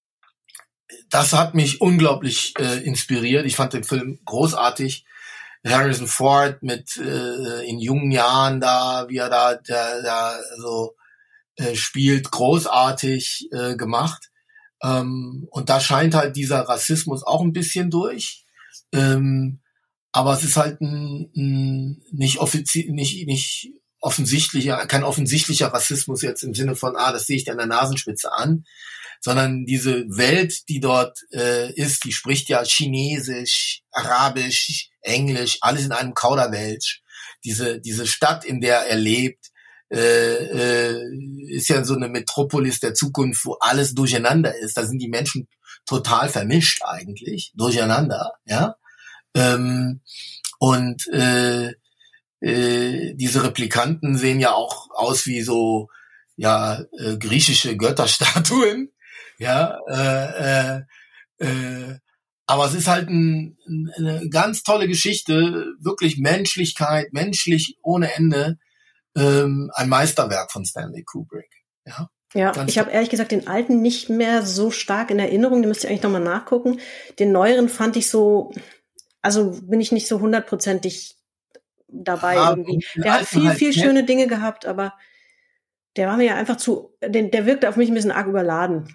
das hat mich unglaublich äh, inspiriert. Ich fand den Film großartig. Harrison Ford mit äh, in jungen Jahren da, wie er da der, da so äh, spielt, großartig äh, gemacht. Ähm, und da scheint halt dieser Rassismus auch ein bisschen durch. Ähm, aber es ist halt ein, ein nicht, offizie- nicht, nicht offensichtlicher, kein offensichtlicher Rassismus jetzt im Sinne von, ah, das sehe ich dir an der Nasenspitze an, sondern diese Welt, die dort äh, ist, die spricht ja Chinesisch, Arabisch, Englisch, alles in einem Kauderwelsch. Diese, diese Stadt, in der er lebt, Äh, äh, ist ja so eine Metropolis der Zukunft, wo alles durcheinander ist. Da sind die Menschen total vermischt eigentlich, durcheinander, ja. Ähm, und äh, äh, diese Replikanten sehen ja auch aus wie so ja äh, griechische Götterstatuen, ja. Äh, äh, äh, aber es ist halt ein, eine ganz tolle Geschichte, wirklich Menschlichkeit, menschlich ohne Ende. Ähm, ein Meisterwerk von Stanley Kubrick. Ja, Ja, ganz ich habe ehrlich gesagt den alten nicht mehr so stark in Erinnerung. Den müsst ihr eigentlich nochmal nachgucken. Den neueren fand ich so, also bin ich nicht so hundertprozentig dabei Ja, irgendwie. den Der hat alten viel, halt viel nicht. schöne Dinge gehabt, aber der war mir ja einfach zu, den, der wirkte auf mich ein bisschen arg überladen.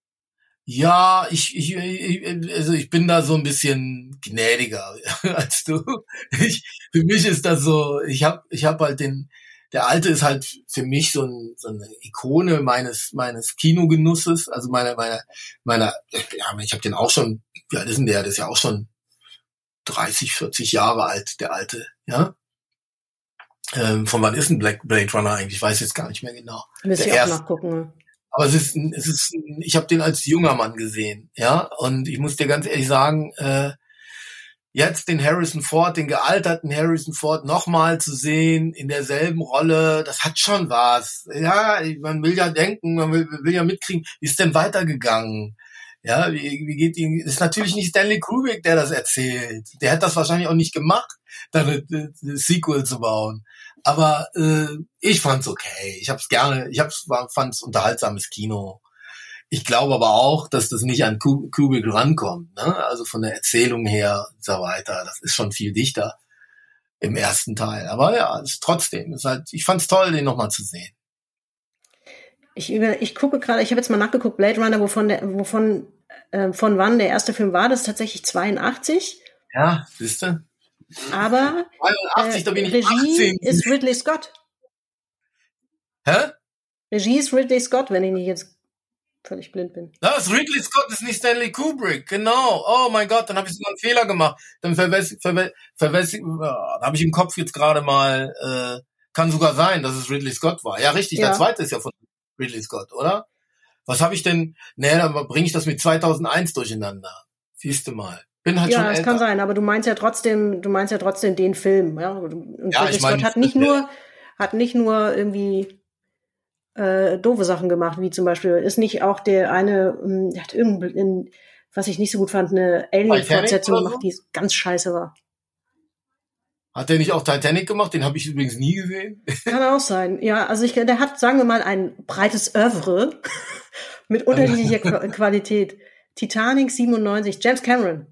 Ja, ich, ich, ich, also ich bin da so ein bisschen gnädiger als du. Ich, für mich ist das so, ich habe ich hab halt den, der alte ist halt für mich so, ein, so eine Ikone meines meines Kinogenusses, also meiner meiner meiner, ja, ich habe den auch schon, wie alt ist denn der? Das ist ja auch schon dreißig, vierzig Jahre alt, der alte, ja. Ähm, von wann ist ein Black Blade Runner eigentlich? Ich weiß jetzt gar nicht mehr genau. Müssen wir auch nachgucken. Aber es ist, es ist, ich habe den als junger Mann gesehen, ja. Und ich muss dir ganz ehrlich sagen, äh, jetzt den Harrison Ford, den gealterten Harrison Ford nochmal zu sehen in derselben Rolle, das hat schon was. Ja, man will ja denken, man will, will ja mitkriegen, wie ist denn weitergegangen? Ja, wie, wie geht ihm, ist natürlich nicht Stanley Kubrick, der das erzählt. Der hat das wahrscheinlich auch nicht gemacht, dann ein Sequel zu bauen. Aber äh, ich fand's okay. Ich hab's gerne, ich hab's, fand's unterhaltsames Kino. Ich glaube aber auch, dass das nicht an Kubrick rankommt, ne? Also von der Erzählung her und so weiter. Das ist schon viel dichter im ersten Teil. Aber ja, ist trotzdem, ist halt, ich fand's toll, den nochmal zu sehen. Ich, über, ich gucke gerade, ich habe jetzt mal nachgeguckt, Blade Runner, wovon der, wovon, äh, von wann der erste Film war, das ist tatsächlich zweiundachtzig. Ja, siehste. Aber zweiundachtzig, äh, da bin ich Regie achtzehn. Ist Ridley Scott. Hä? Regie ist Ridley Scott, wenn ich nicht jetzt völlig blind bin. Das Ridley Scott ist nicht Stanley Kubrick, genau. Oh mein Gott, dann habe ich sogar einen Fehler gemacht. Dann verwäss, verwäss, verwäss, da habe ich im Kopf jetzt gerade mal, äh, kann sogar sein, dass es Ridley Scott war. Ja, richtig, Ja. der zweite ist ja von Ridley Scott, oder? Was habe ich denn? Nee, dann bringe ich das mit zweitausendeins durcheinander. Siehst du mal. Bin halt Ja, schon das älter. kann sein, aber du meinst ja trotzdem, du meinst ja trotzdem den Film, ja. Und Ja, Ridley ich mein, Scott hat nicht nur, hat nicht nur irgendwie äh, doofe Sachen gemacht, wie zum Beispiel, ist nicht auch der eine, ähm, der hat irgendein, was ich nicht so gut fand, eine Alien-Fortsetzung oder so? gemacht, die ganz scheiße war. Hat der nicht auch Titanic gemacht? Den habe ich übrigens nie gesehen. Kann auch sein. Ja, also ich, der hat, sagen wir mal, ein breites Oeuvre mit unterschiedlicher Qu- Qualität. Titanic siebenundneunzig, James Cameron.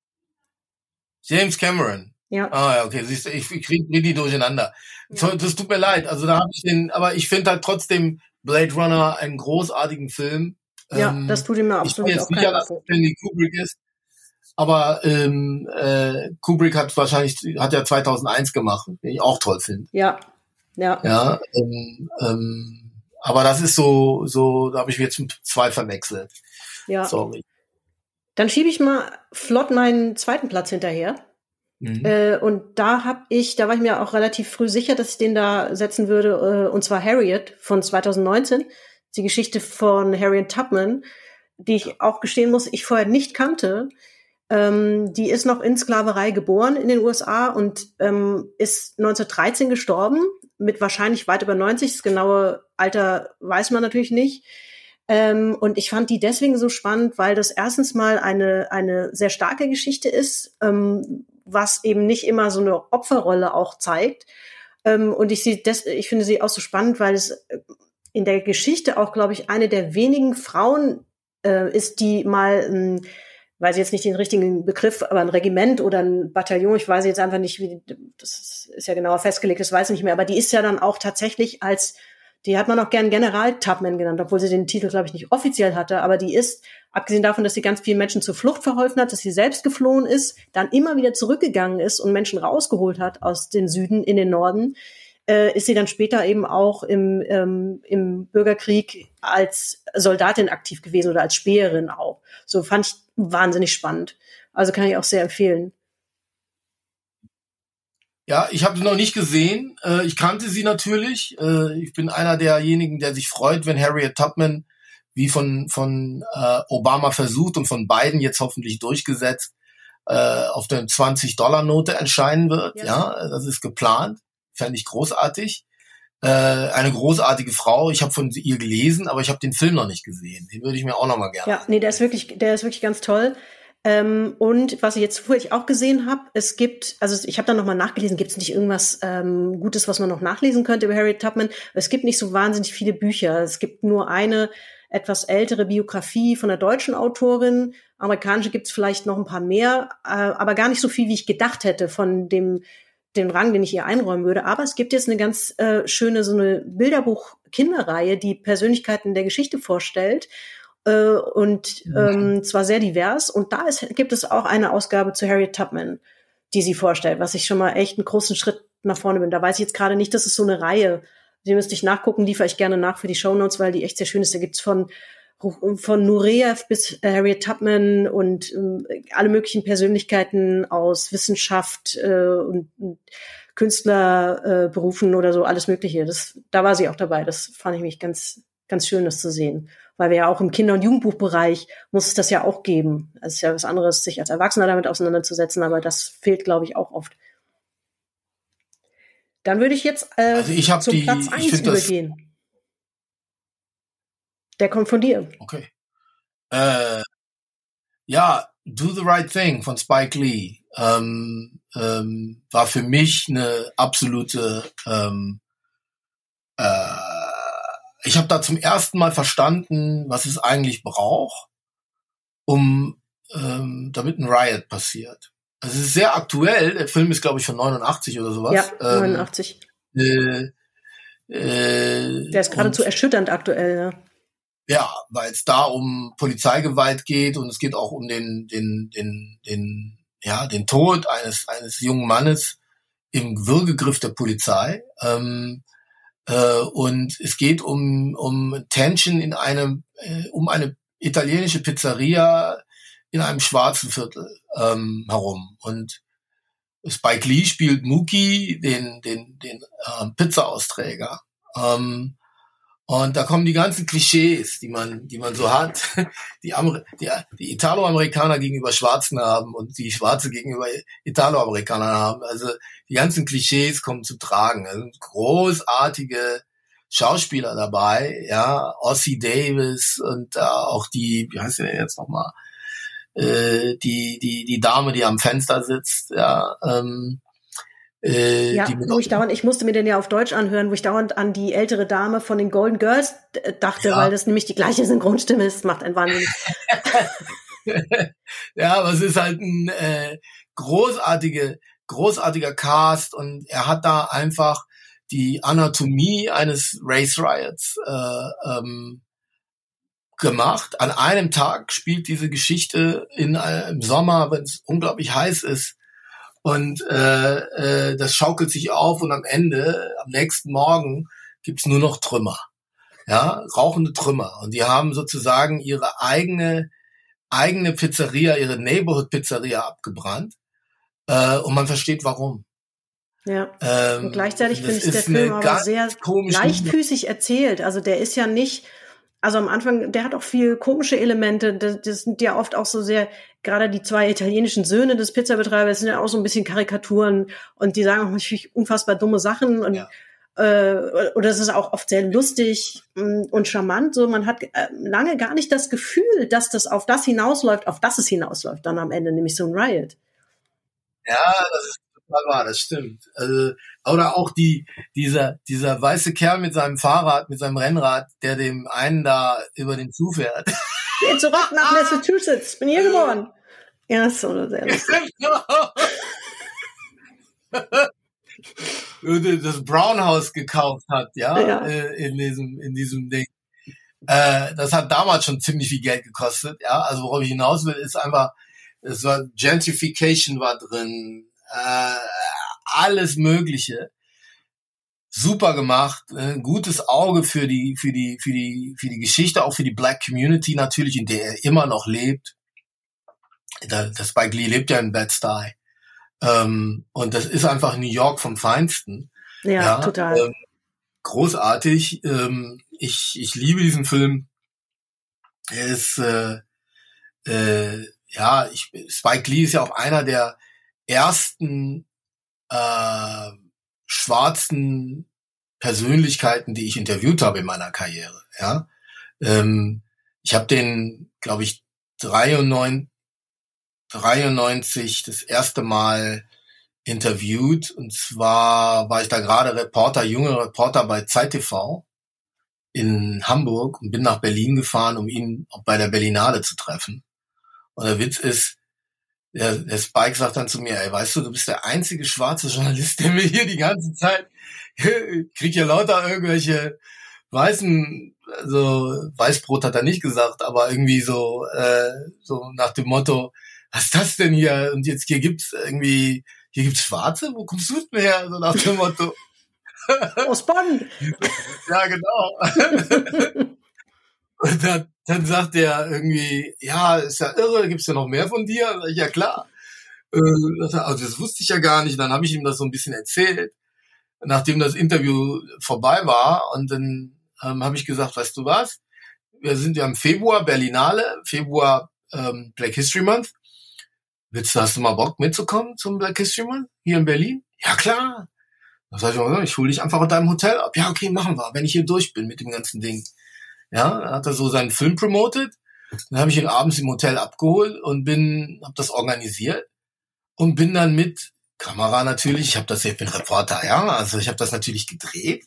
James Cameron. Ja. Ah ja, okay, siehst du, ich, ich krieg krieg die durcheinander. Ja. Das tut mir leid. Also da habe ich den, aber ich finde halt trotzdem Blade Runner einen großartigen Film. Ja, Ähm, das tut ihm mir ich bin absolut jetzt auch sicher, keinen dass es Abbruch. Stanley Kubrick ist. Aber ähm, äh, Kubrick hat wahrscheinlich, hat ja zweitausendeins gemacht, den ich auch toll finde. Ja, ja. Ja, ähm, ähm, aber das ist so, so, da habe ich jetzt zwei verwechselt. ja. Sorry. Dann schiebe ich mal flott meinen zweiten Platz hinterher. Mhm. Äh, und da habe ich, da war ich mir auch relativ früh sicher, dass ich den da setzen würde, äh, und zwar Harriet von zweitausendneunzehn. Die Geschichte von Harriet Tubman, die ich auch gestehen muss, ich vorher nicht kannte. Ähm, die ist noch in Sklaverei geboren in den U S A und ähm, ist neunzehnhundertdreizehn gestorben, mit wahrscheinlich weit über neunzig. Das genaue Alter weiß man natürlich nicht. Ähm, und ich fand die deswegen so spannend, weil das erstens mal eine eine sehr starke Geschichte ist, ähm, was eben nicht immer so eine Opferrolle auch zeigt. Ähm, und ich sie des, ich finde sie auch so spannend, weil es in der Geschichte auch, glaube ich, eine der wenigen Frauen äh, ist, die mal, ähm, weiß ich jetzt nicht den richtigen Begriff, aber ein Regiment oder ein Bataillon, ich weiß jetzt einfach nicht, wie, das ist ja genauer festgelegt, das weiß ich nicht mehr, aber die ist ja dann auch tatsächlich als, die hat man auch gern General Tubman genannt, obwohl sie den Titel, glaube ich, nicht offiziell hatte, aber die ist, abgesehen davon, dass sie ganz vielen Menschen zur Flucht verholfen hat, dass sie selbst geflohen ist, dann immer wieder zurückgegangen ist und Menschen rausgeholt hat aus dem Süden in den Norden, äh, ist sie dann später eben auch im, ähm, im Bürgerkrieg als Soldatin aktiv gewesen oder als Späherin auch. So fand ich wahnsinnig spannend. Also kann ich auch sehr empfehlen. Ja, ich habe sie noch nicht gesehen. Äh, ich kannte sie natürlich. Äh, ich bin einer derjenigen, der sich freut, wenn Harriet Tubman, wie von von äh, Obama versucht und von Biden jetzt hoffentlich durchgesetzt, äh, auf der zwanzig-Dollar-Note erscheinen wird. Ja. Ja, das ist geplant. Fände ich großartig. Äh, eine großartige Frau. Ich habe von ihr gelesen, aber ich habe den Film noch nicht gesehen. Den würde ich mir auch noch mal gerne. Ja, nee, der ist wirklich, der ist wirklich ganz toll. Ähm, und was ich jetzt vorher auch gesehen habe, es gibt, also ich habe dann nochmal nachgelesen, gibt es nicht irgendwas ähm, Gutes, was man noch nachlesen könnte über Harriet Tubman? Es gibt nicht so wahnsinnig viele Bücher. Es gibt nur eine etwas ältere Biografie von einer deutschen Autorin. Amerikanische gibt es vielleicht noch ein paar mehr, äh, aber gar nicht so viel, wie ich gedacht hätte von dem den Rang, den ich ihr einräumen würde. Aber es gibt jetzt eine ganz äh, schöne, so eine Bilderbuch-Kinderreihe, die Persönlichkeiten der Geschichte vorstellt. Äh, und ähm, zwar sehr divers. Und da ist, gibt es auch eine Ausgabe zu Harriet Tubman, die sie vorstellt, was ich schon mal echt einen großen Schritt nach vorne bin. Da weiß ich jetzt gerade nicht, das ist so eine Reihe. Die müsste ich nachgucken, liefere ich gerne nach für die Shownotes, weil die echt sehr schön ist. Da gibt's von von Nureyev bis Harriet Tubman und äh, alle möglichen Persönlichkeiten aus Wissenschaft äh, und, und Künstlerberufen äh, oder so, alles Mögliche. Das, da war sie auch dabei. Das fand ich mich ganz, ganz schön, das zu sehen. Weil wir ja auch im Kinder- und Jugendbuchbereich muss es das ja auch geben. Es ist ja was anderes, sich als Erwachsener damit auseinanderzusetzen, aber das fehlt, glaube ich, auch oft. Dann würde ich jetzt äh, also ich zum die, Platz eins übergehen. Der kommt von dir. Okay. Äh, ja, Do the Right Thing von Spike Lee ähm, ähm, war für mich eine absolute ähm, äh, ich habe da zum ersten Mal verstanden, was es eigentlich braucht, um ähm, damit ein Riot passiert. Also es ist sehr aktuell. Der Film ist, glaube ich, von neunundachtzig oder sowas. Ja, neunundachtzig. Ähm, äh, äh, Der ist geradezu erschütternd aktuell, ja. Ja, weil es da um Polizeigewalt geht und es geht auch um den, den, den, den, ja, den Tod eines, eines jungen Mannes im Würgegriff der Polizei. Ähm, äh, und es geht um, um Tension in einem, äh, um eine italienische Pizzeria in einem schwarzen Viertel ähm, herum. Und Spike Lee spielt Mookie, den, den, den äh, Pizza-Austräger. Ähm, Und da kommen die ganzen Klischees, die man, die man so hat, die, Amer- die, die Italo-Amerikaner gegenüber Schwarzen haben und die Schwarze gegenüber Italo-Amerikanern haben. Also die ganzen Klischees kommen zu tragen. Es sind großartige Schauspieler dabei, ja, Ossie Davis und äh, auch die, wie heißt sie denn jetzt nochmal, äh, die, die, die Dame, die am Fenster sitzt, ja, ähm, Äh, ja, wo ich dauernd, ich musste mir den ja auf Deutsch anhören, wo ich dauernd an die ältere Dame von den Golden Girls d- dachte, ja. Weil das nämlich die gleiche Synchronstimme ist, macht einen Wahnsinn. Ja, aber es ist halt ein äh, großartige, großartiger Cast und er hat da einfach die Anatomie eines Race Riots äh, ähm, gemacht. An einem Tag spielt diese Geschichte in äh, im Sommer, wenn es unglaublich heiß ist. Und äh, äh, das schaukelt sich auf und am Ende, am nächsten Morgen, gibt's nur noch Trümmer. Ja, rauchende Trümmer. Und die haben sozusagen ihre eigene eigene Pizzeria, ihre Neighborhood-Pizzeria abgebrannt. Äh, und man versteht, warum. Ja, ähm, und gleichzeitig finde ich der Film aber sehr leichtfüßig erzählt. Also der ist ja nicht... Also am Anfang, der hat auch viel komische Elemente. Das, das sind ja oft auch so sehr, gerade die zwei italienischen Söhne des Pizzabetreibers sind ja auch so ein bisschen Karikaturen und die sagen auch natürlich unfassbar dumme Sachen und ja. äh, oder es ist auch oft sehr lustig und charmant. So, man hat äh, lange gar nicht das Gefühl, dass das auf das hinausläuft, auf das es hinausläuft dann am Ende, nämlich so ein Riot. Ja, das ist total wahr, das stimmt. Also, oder auch die, dieser, dieser weiße Kerl mit seinem Fahrrad, mit seinem Rennrad, der dem einen da über den Schuh fährt. Geh zurück nach Massachusetts, bin hier geboren. Ja, ist so sehr lustig. Das Brown House gekauft hat, ja, ja. in diesem, in diesem Ding. Äh, das hat damals schon ziemlich viel Geld gekostet, ja. Also worauf ich hinaus will, ist einfach, es war Gentrification war drin, äh, alles Mögliche. Super gemacht, äh, gutes Auge für die, für die, für die, für die Geschichte, auch für die Black Community natürlich, in der er immer noch lebt. Das Spike Lee lebt ja in Bed-Stuy. Ähm, und das ist einfach New York vom Feinsten. Ja, ja total. Ähm, großartig. Ähm, ich, ich liebe diesen Film. Er ist, äh, äh, ja, ich, Spike Lee ist ja auch einer der ersten äh, schwarzen Persönlichkeiten, die ich interviewt habe in meiner Karriere. Ja, ähm, ich habe den, glaube ich, dreiundneunzig, dreiundneunzig das erste Mal interviewt. Und zwar war ich da gerade Reporter, junger Reporter bei Zeit T V in Hamburg und bin nach Berlin gefahren, um ihn auch bei der Berlinale zu treffen. Und der Witz ist, der, der Spike sagt dann zu mir, ey, weißt du, du bist der einzige schwarze Journalist, der mir hier die ganze Zeit, krieg ja lauter irgendwelche weißen, also Weißbrot hat er nicht gesagt, aber irgendwie so, äh, so nach dem Motto, was ist das denn hier? Und jetzt hier gibt's irgendwie, hier gibt's Schwarze? Wo kommst du denn her? So nach dem Motto. Aus Bonn. Ja, genau. Und dann, dann sagt er irgendwie, ja, ist ja irre, gibt's ja noch mehr von dir? Und sag ich, ja klar. Äh, also das wusste ich ja gar nicht. Und dann habe ich ihm das so ein bisschen erzählt, nachdem das Interview vorbei war. Und dann ähm, habe ich gesagt, weißt du was? Wir sind ja im Februar, Berlinale, Februar ähm, Black History Month. Willst du, hast du mal Bock mitzukommen zum Black History Month hier in Berlin? Ja klar. Dann sag ich, ich hole dich einfach in deinem Hotel ab. Ja, okay, machen wir, wenn ich hier durch bin mit dem ganzen Ding. Ja, dann hat er so seinen Film promotet. Dann habe ich ihn abends im Hotel abgeholt und bin, habe das organisiert und bin dann mit Kamera natürlich. Ich habe das, ich bin Reporter, ja, also ich habe das natürlich gedreht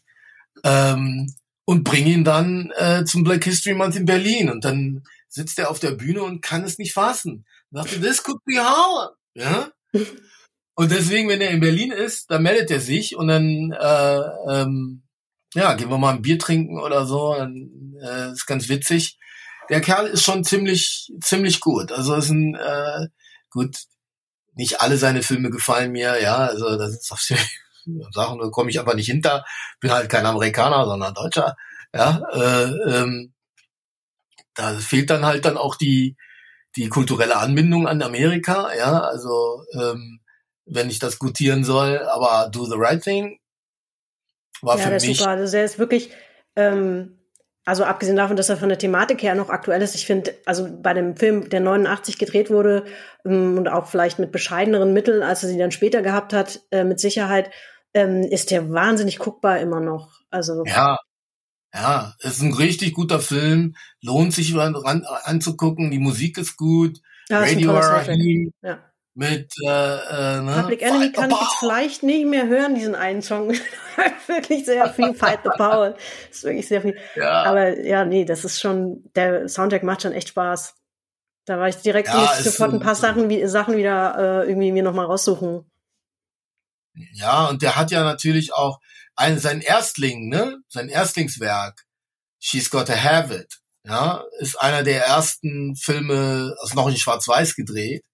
ähm, und bringe ihn dann äh, zum Black History Month in Berlin. Und dann sitzt er auf der Bühne und kann es nicht fassen. Und dachte, this could be hard, ja. Und deswegen, wenn er in Berlin ist, dann meldet er sich und dann äh, ähm, ja, gehen wir mal ein Bier trinken oder so. Dann, äh, ist ganz witzig. Der Kerl ist schon ziemlich, ziemlich gut. Also ist ein äh, gut. Nicht alle seine Filme gefallen mir. Ja, also das ist auch Sachen, da komme ich aber nicht hinter. Bin halt kein Amerikaner, sondern Deutscher. Ja, äh, ähm, da fehlt dann halt dann auch die die kulturelle Anbindung an Amerika. Ja, also ähm, wenn ich das gutieren soll, aber Do the Right Thing war ja, für das mich. Ist super. Also er ist wirklich, ähm, also abgesehen davon, dass er von der Thematik her noch aktuell ist, ich finde, also bei dem Film, der neunundachtzig gedreht wurde ähm, und auch vielleicht mit bescheideneren Mitteln, als er sie dann später gehabt hat, äh, mit Sicherheit, ähm, ist der wahnsinnig guckbar immer noch. Also ja, ja, ist ein richtig guter Film, lohnt sich ran, ran, anzugucken. Die Musik ist gut, ja, Radio Raheem. Ja. Mit äh, äh, ne? Public Enemy kann ich jetzt vielleicht nicht mehr hören, diesen einen Song. Wirklich sehr viel Fight the Power. Das ist wirklich sehr viel. Ja. Aber ja, nee, das ist schon, der Soundtrack macht schon echt Spaß. Da war ich direkt, ja, muss ich sofort so, ein paar Sachen, wie, Sachen wieder äh, irgendwie mir nochmal raussuchen. Ja, und der hat ja natürlich auch einen, sein Erstling, ne? Sein Erstlingswerk, She's Gotta Have It, ja, ist einer der ersten Filme, also noch in Schwarz-Weiß gedreht.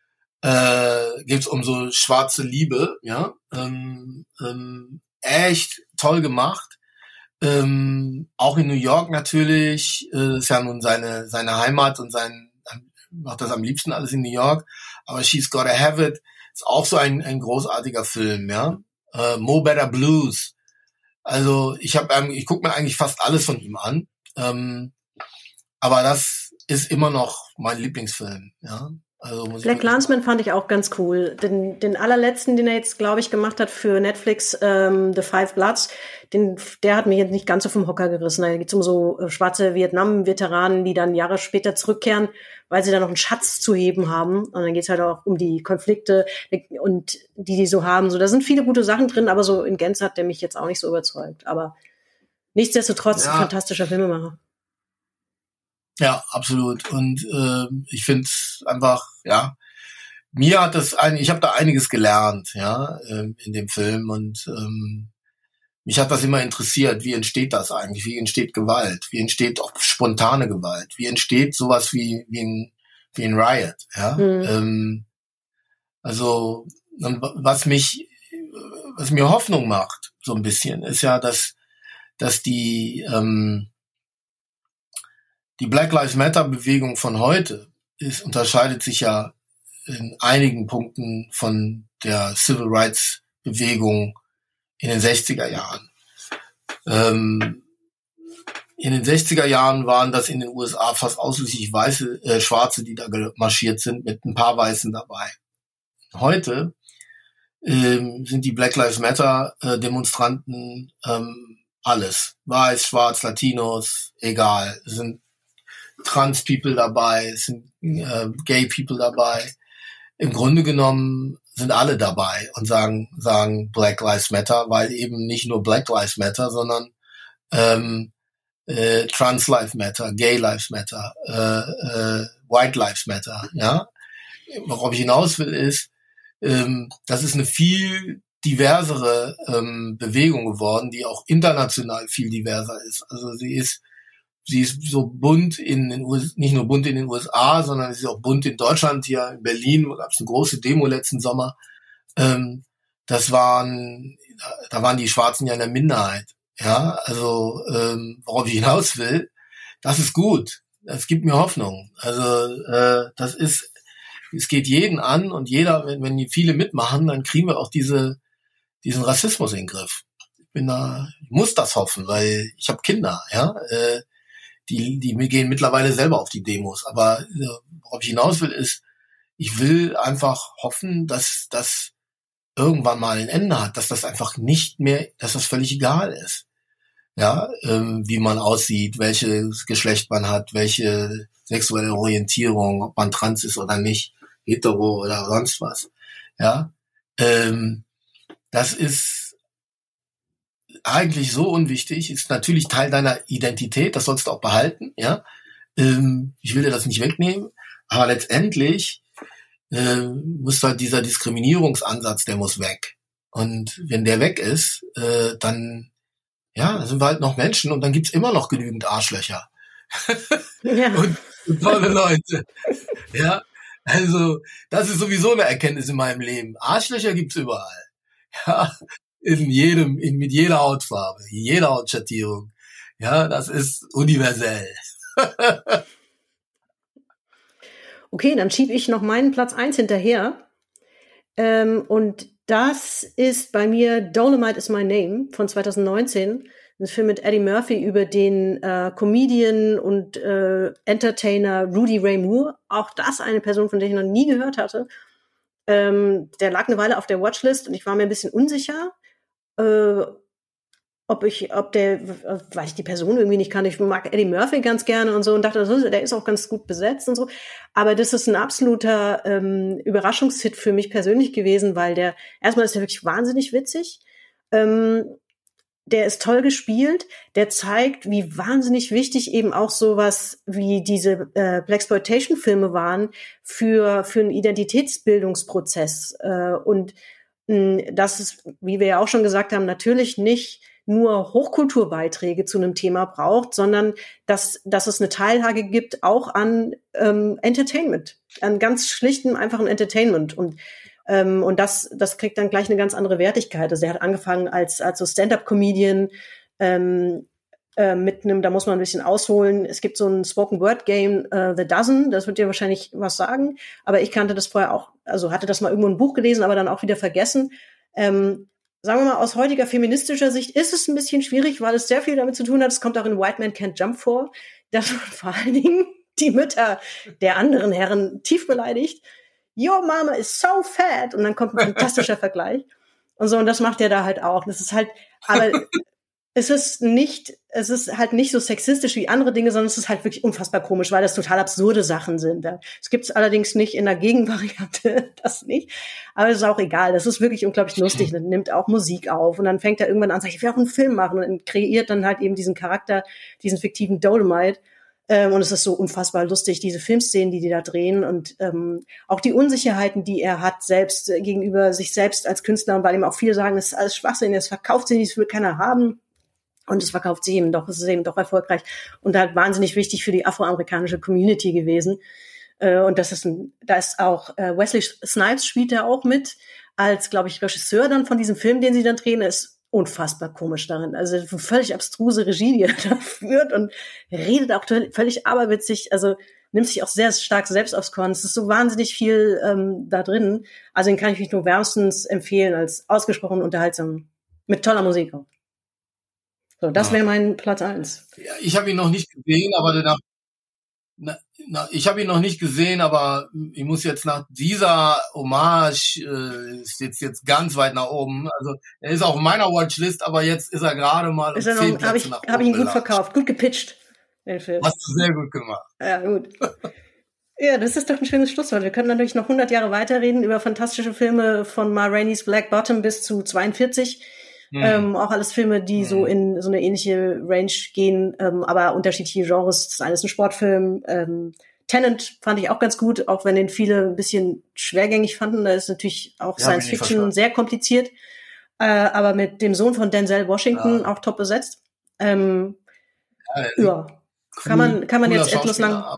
Äh, geht's um so schwarze Liebe, ja, ähm, ähm, echt toll gemacht, ähm, auch in New York natürlich, äh, ist ja nun seine seine Heimat und sein macht das am liebsten alles in New York, aber She's Gotta Have It ist auch so ein ein großartiger Film, ja, äh, Mo Better Blues, also ich habe ich gucke mir eigentlich fast alles von ihm an, ähm, aber das ist immer noch mein Lieblingsfilm, ja. Also muss Black Klansman fand ich auch ganz cool. Den, den allerletzten, den er jetzt, glaube ich, gemacht hat für Netflix, ähm, The Five Bloods, den, der hat mich jetzt nicht ganz so vom Hocker gerissen. Da geht es um so äh, schwarze Vietnam-Veteranen, die dann Jahre später zurückkehren, weil sie da noch einen Schatz zu heben haben. Und dann geht es halt auch um die Konflikte und die die so haben. So, da sind viele gute Sachen drin, aber so in Gänze hat der mich jetzt auch nicht so überzeugt. Aber nichtsdestotrotz ja. Ein fantastischer Filmemacher. Ja, absolut. Und äh, ich finde es einfach, ja, mir hat das ein, ich habe da einiges gelernt, ja, äh, in dem Film und ähm, mich hat das immer interessiert, wie entsteht das eigentlich, wie entsteht Gewalt, wie entsteht auch spontane Gewalt, wie entsteht sowas wie wie ein wie ein Riot, ja. Mhm. Ähm, also was mich, was mir Hoffnung macht, so ein bisschen, ist ja, dass dass die ähm, Die Black Lives Matter Bewegung von heute ist, unterscheidet sich ja in einigen Punkten von der Civil Rights Bewegung in den sechziger Jahren. Ähm, in den sechziger Jahren waren das in den U S A fast ausschließlich weiße, äh, Schwarze, die da marschiert sind, mit ein paar Weißen dabei. Heute ähm, sind die Black Lives Matter äh, Demonstranten ähm, alles. Weiß, schwarz, Latinos, egal. Es sind Trans-People dabei, es sind äh, Gay-People dabei. Im Grunde genommen sind alle dabei und sagen sagen Black Lives Matter, weil eben nicht nur Black Lives Matter, sondern ähm, äh, Trans Lives Matter, Gay Lives Matter, äh, äh, White Lives Matter. Ja, worauf ich hinaus will ist, ähm, das ist eine viel diversere ähm, Bewegung geworden, die auch international viel diverser ist. Also sie ist Sie ist so bunt in den U S A, nicht nur bunt in den U S A, sondern sie ist auch bunt in Deutschland. Hier in Berlin gab es eine große Demo letzten Sommer. Ähm, das waren, da waren die Schwarzen ja in der Minderheit. Ja, also ähm, worauf ich hinaus will, das ist gut. Das gibt mir Hoffnung. Also äh, das ist, es geht jeden an und jeder, wenn, wenn die viele mitmachen, dann kriegen wir auch diese diesen Rassismus in den Griff. Ich bin da, ich muss das hoffen, weil ich habe Kinder, ja, äh, die die gehen mittlerweile selber auf die Demos. Aber äh, worauf ich hinaus will, ist, ich will einfach hoffen, dass das irgendwann mal ein Ende hat, dass das einfach nicht mehr, dass das völlig egal ist. Ja, ähm, wie man aussieht, welches Geschlecht man hat, welche sexuelle Orientierung, ob man trans ist oder nicht, hetero oder sonst was. Ja, ähm, das ist eigentlich so unwichtig, ist natürlich Teil deiner Identität, das sollst du auch behalten. Ja, ähm, ich will dir das nicht wegnehmen, aber letztendlich äh, muss halt dieser Diskriminierungsansatz, der muss weg. Und wenn der weg ist, äh, dann ja, dann sind wir halt noch Menschen und dann gibt's immer noch genügend Arschlöcher. Ja. und, und tolle Leute. Ja, also das ist sowieso eine Erkenntnis in meinem Leben. Arschlöcher gibt's überall. Ja, in jedem, in, mit jeder Hautfarbe, jeder Hautschattierung. Ja, das ist universell. Okay, dann schiebe ich noch meinen Platz eins hinterher. Ähm, und das ist bei mir Dolomite is My Name von zwanzig neunzehn. Ein Film mit Eddie Murphy über den äh, Comedian und äh, Entertainer Rudy Ray Moore. Auch das eine Person, von der ich noch nie gehört hatte. Ähm, der lag eine Weile auf der Watchlist und ich war mir ein bisschen unsicher, äh, ob ich, ob der, weil ich die Person irgendwie nicht kann. Ich mag Eddie Murphy ganz gerne und so und dachte, der ist auch ganz gut besetzt und so. Aber das ist ein absoluter ähm, Überraschungshit für mich persönlich gewesen, weil der, erstmal ist der wirklich wahnsinnig witzig. Ähm, der ist toll gespielt. Der zeigt, wie wahnsinnig wichtig eben auch sowas wie diese äh, Blaxploitation-Filme waren für, für einen Identitätsbildungsprozess. Äh, und mh, das ist, wie wir ja auch schon gesagt haben, natürlich nicht nur Hochkulturbeiträge zu einem Thema braucht, sondern dass, dass es eine Teilhabe gibt auch an ähm, Entertainment, an ganz schlichtem, einfachen Entertainment. Und ähm, und das das kriegt dann gleich eine ganz andere Wertigkeit. Also er hat angefangen als als so Stand-up-Comedian ähm, äh, mit einem, da muss man ein bisschen ausholen. Es gibt so ein Spoken-Word-Game, uh, The Dozen, das wird dir wahrscheinlich was sagen, aber ich kannte das vorher auch, also hatte das mal irgendwo in einem Buch gelesen, aber dann auch wieder vergessen. Ähm, Sagen wir mal, aus heutiger feministischer Sicht ist es ein bisschen schwierig, weil es sehr viel damit zu tun hat. Es kommt auch in White Man Can't Jump vor, dass man vor allen Dingen die Mütter der anderen Herren tief beleidigt. Your mama is so fat. Und dann kommt ein fantastischer Vergleich. Und so, und das macht er da halt auch. Das ist halt, aber es ist nicht, es ist halt nicht so sexistisch wie andere Dinge, sondern es ist halt wirklich unfassbar komisch, weil das total absurde Sachen sind. Es gibt es allerdings nicht in der Gegenvariante, das nicht. Aber es ist auch egal. Das ist wirklich unglaublich lustig. Dann nimmt auch Musik auf und dann fängt er irgendwann an, sagt, ich will auch einen Film machen und kreiert dann halt eben diesen Charakter, diesen fiktiven Dolomite. Ähm, und es ist so unfassbar lustig, diese Filmszenen, die die da drehen und ähm, auch die Unsicherheiten, die er hat, selbst äh, gegenüber sich selbst als Künstler, und weil ihm auch viele sagen, das ist alles Schwachsinn, das verkauft sich nicht, das will keiner haben. Und es verkauft sich eben doch, es ist eben doch erfolgreich und halt wahnsinnig wichtig für die afroamerikanische Community gewesen. Äh, und das ist ein, da ist auch äh, Wesley Snipes spielt da auch mit als, glaube ich, Regisseur dann von diesem Film, den sie dann drehen. Er ist unfassbar komisch darin. Also eine völlig abstruse Regie, die er da führt und redet auch völlig aberwitzig. Also nimmt sich auch sehr stark selbst aufs Korn. Es ist so wahnsinnig viel ähm, da drin. Also den kann ich mich nur wärmstens empfehlen als ausgesprochen unterhaltsam mit toller Musik auch. So, das wäre mein Platz eins. Ja, ich habe ihn noch nicht gesehen, aber danach, na, na, ich habe ihn noch nicht gesehen, aber ich muss jetzt nach dieser Hommage, äh, steht jetzt ganz weit nach oben. Also er ist auf meiner Watchlist, aber jetzt ist er gerade mal ist um zehn Plätze ich, nach oben. Habe ich ihn gut verkauft, gut gepitcht, den Film. Hast du sehr gut gemacht. Ja, gut. Ja, das ist doch ein schönes Schlusswort. Wir können natürlich noch hundert Jahre weiterreden über fantastische Filme von Ma Rainey's Black Bottom bis zu zweiundvierzig. Mhm. Ähm, auch alles Filme, die mhm. so in so eine ähnliche Range gehen, ähm, aber unterschiedliche Genres. Das eine ist ein Sportfilm. Ähm, Tenet fand ich auch ganz gut, auch wenn den viele ein bisschen schwergängig fanden. Da ist natürlich auch ja, Science Fiction sehr kompliziert, äh, aber mit dem Sohn von Denzel Washington ja. auch top besetzt. Ähm, ja, ja. Cool, kann man kann man jetzt endlos lang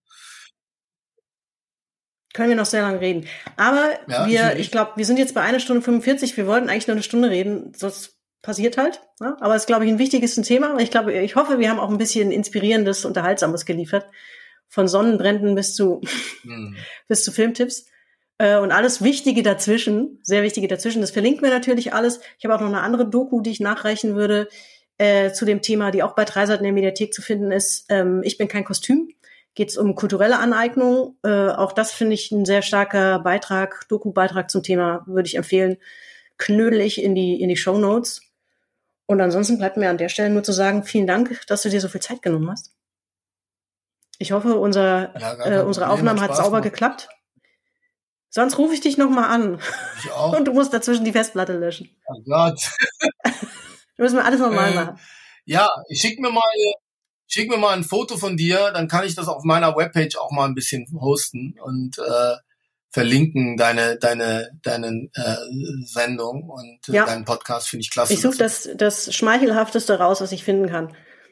können wir noch sehr lange reden. Aber ja, wir, ich, ich glaube, wir sind jetzt bei einer Stunde fünfundvierzig. Wir wollten eigentlich nur eine Stunde reden. Das passiert halt. Ne? Aber es ist, glaube ich, ein wichtiges Thema. Ich glaube, ich hoffe, wir haben auch ein bisschen inspirierendes, Unterhaltsames geliefert. Von Sonnenbränden bis zu, hm. bis zu Filmtipps. Äh, und alles Wichtige dazwischen, sehr Wichtige dazwischen. Das verlinken wir natürlich alles. Ich habe auch noch eine andere Doku, die ich nachreichen würde, äh, zu dem Thema, die auch bei Dreisat in der Mediathek zu finden ist. Ähm, ich bin kein Kostüm. Geht es um kulturelle Aneignung. Äh, auch das finde ich ein sehr starker Beitrag, Doku-Beitrag zum Thema, würde ich empfehlen. Knödel ich in die, in die Shownotes. Und ansonsten bleibt mir an der Stelle nur zu sagen, vielen Dank, dass du dir so viel Zeit genommen hast. Ich hoffe, unser, ja, äh, unsere Aufnahme hat sauber gemacht. geklappt. Sonst rufe ich dich nochmal an. Ich auch. Und du musst dazwischen die Festplatte löschen. Oh Gott. Du müssen wir alles nochmal äh, machen. Ja, ich schick mir mal, schick mir mal ein Foto von dir, dann kann ich das auf meiner Webpage auch mal ein bisschen hosten und äh, verlinken, deine deine deine äh, Sendung und äh, ja. deinen Podcast, finde ich klasse. Ich suche das, das Schmeichelhafteste raus, was ich finden kann.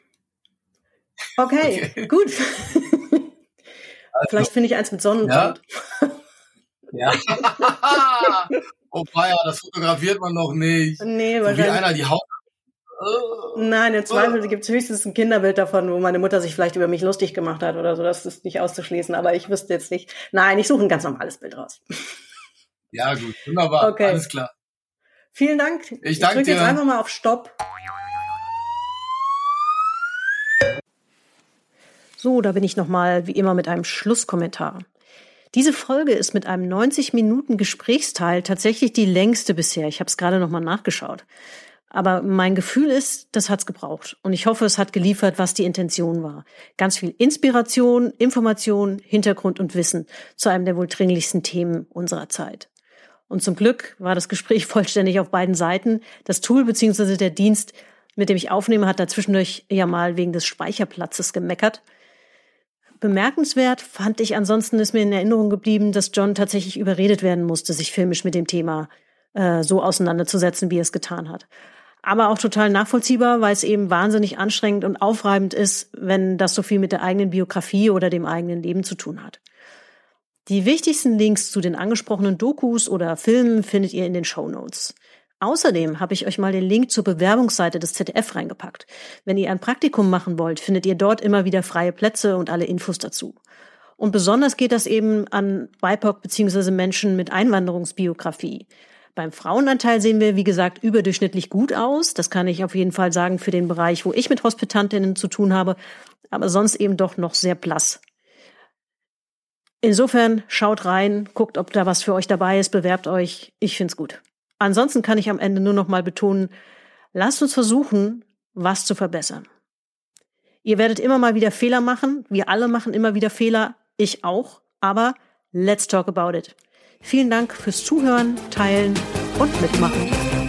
Okay, okay. Gut. Also, vielleicht finde ich eins mit Sonnenbrand. Ja. Ja. Oh, ja, das fotografiert man noch nicht. Nee, so wie einer die Haut. Nein, im Zweifel gibt es höchstens ein Kinderbild davon, wo meine Mutter sich vielleicht über mich lustig gemacht hat oder so. Das ist nicht auszuschließen, aber ich wüsste jetzt nicht. Nein, ich suche ein ganz normales Bild raus. Ja, gut, wunderbar. Okay. Alles klar. Vielen Dank. Ich, ich danke drücke dir. jetzt einfach mal auf Stopp. So, da bin ich nochmal wie immer mit einem Schlusskommentar. Diese Folge ist mit einem neunzig Minuten Gesprächsteil tatsächlich die längste bisher. Ich habe es gerade nochmal nachgeschaut. Aber mein Gefühl ist, das hat's gebraucht. Und ich hoffe, es hat geliefert, was die Intention war. Ganz viel Inspiration, Information, Hintergrund und Wissen zu einem der wohl dringlichsten Themen unserer Zeit. Und zum Glück war das Gespräch vollständig auf beiden Seiten. Das Tool bzw. der Dienst, mit dem ich aufnehme, hat dazwischendurch ja mal wegen des Speicherplatzes gemeckert. Bemerkenswert fand ich ansonsten, ist mir in Erinnerung geblieben, dass John tatsächlich überredet werden musste, sich filmisch mit dem Thema äh, so auseinanderzusetzen, wie er es getan hat. Aber auch total nachvollziehbar, weil es eben wahnsinnig anstrengend und aufreibend ist, wenn das so viel mit der eigenen Biografie oder dem eigenen Leben zu tun hat. Die wichtigsten Links zu den angesprochenen Dokus oder Filmen findet ihr in den Shownotes. Außerdem habe ich euch mal den Link zur Bewerbungsseite des Z D F reingepackt. Wenn ihr ein Praktikum machen wollt, findet ihr dort immer wieder freie Plätze und alle Infos dazu. Und besonders geht das eben an B I P O C bzw. Menschen mit Einwanderungsbiografie. Beim Frauenanteil sehen wir, wie gesagt, überdurchschnittlich gut aus. Das kann ich auf jeden Fall sagen für den Bereich, wo ich mit Hospitantinnen zu tun habe. Aber sonst eben doch noch sehr blass. Insofern schaut rein, guckt, ob da was für euch dabei ist, bewerbt euch. Ich find's gut. Ansonsten kann ich am Ende nur noch mal betonen, lasst uns versuchen, was zu verbessern. Ihr werdet immer mal wieder Fehler machen. Wir alle machen immer wieder Fehler. Ich auch. Aber let's talk about it. Vielen Dank fürs Zuhören, Teilen und Mitmachen.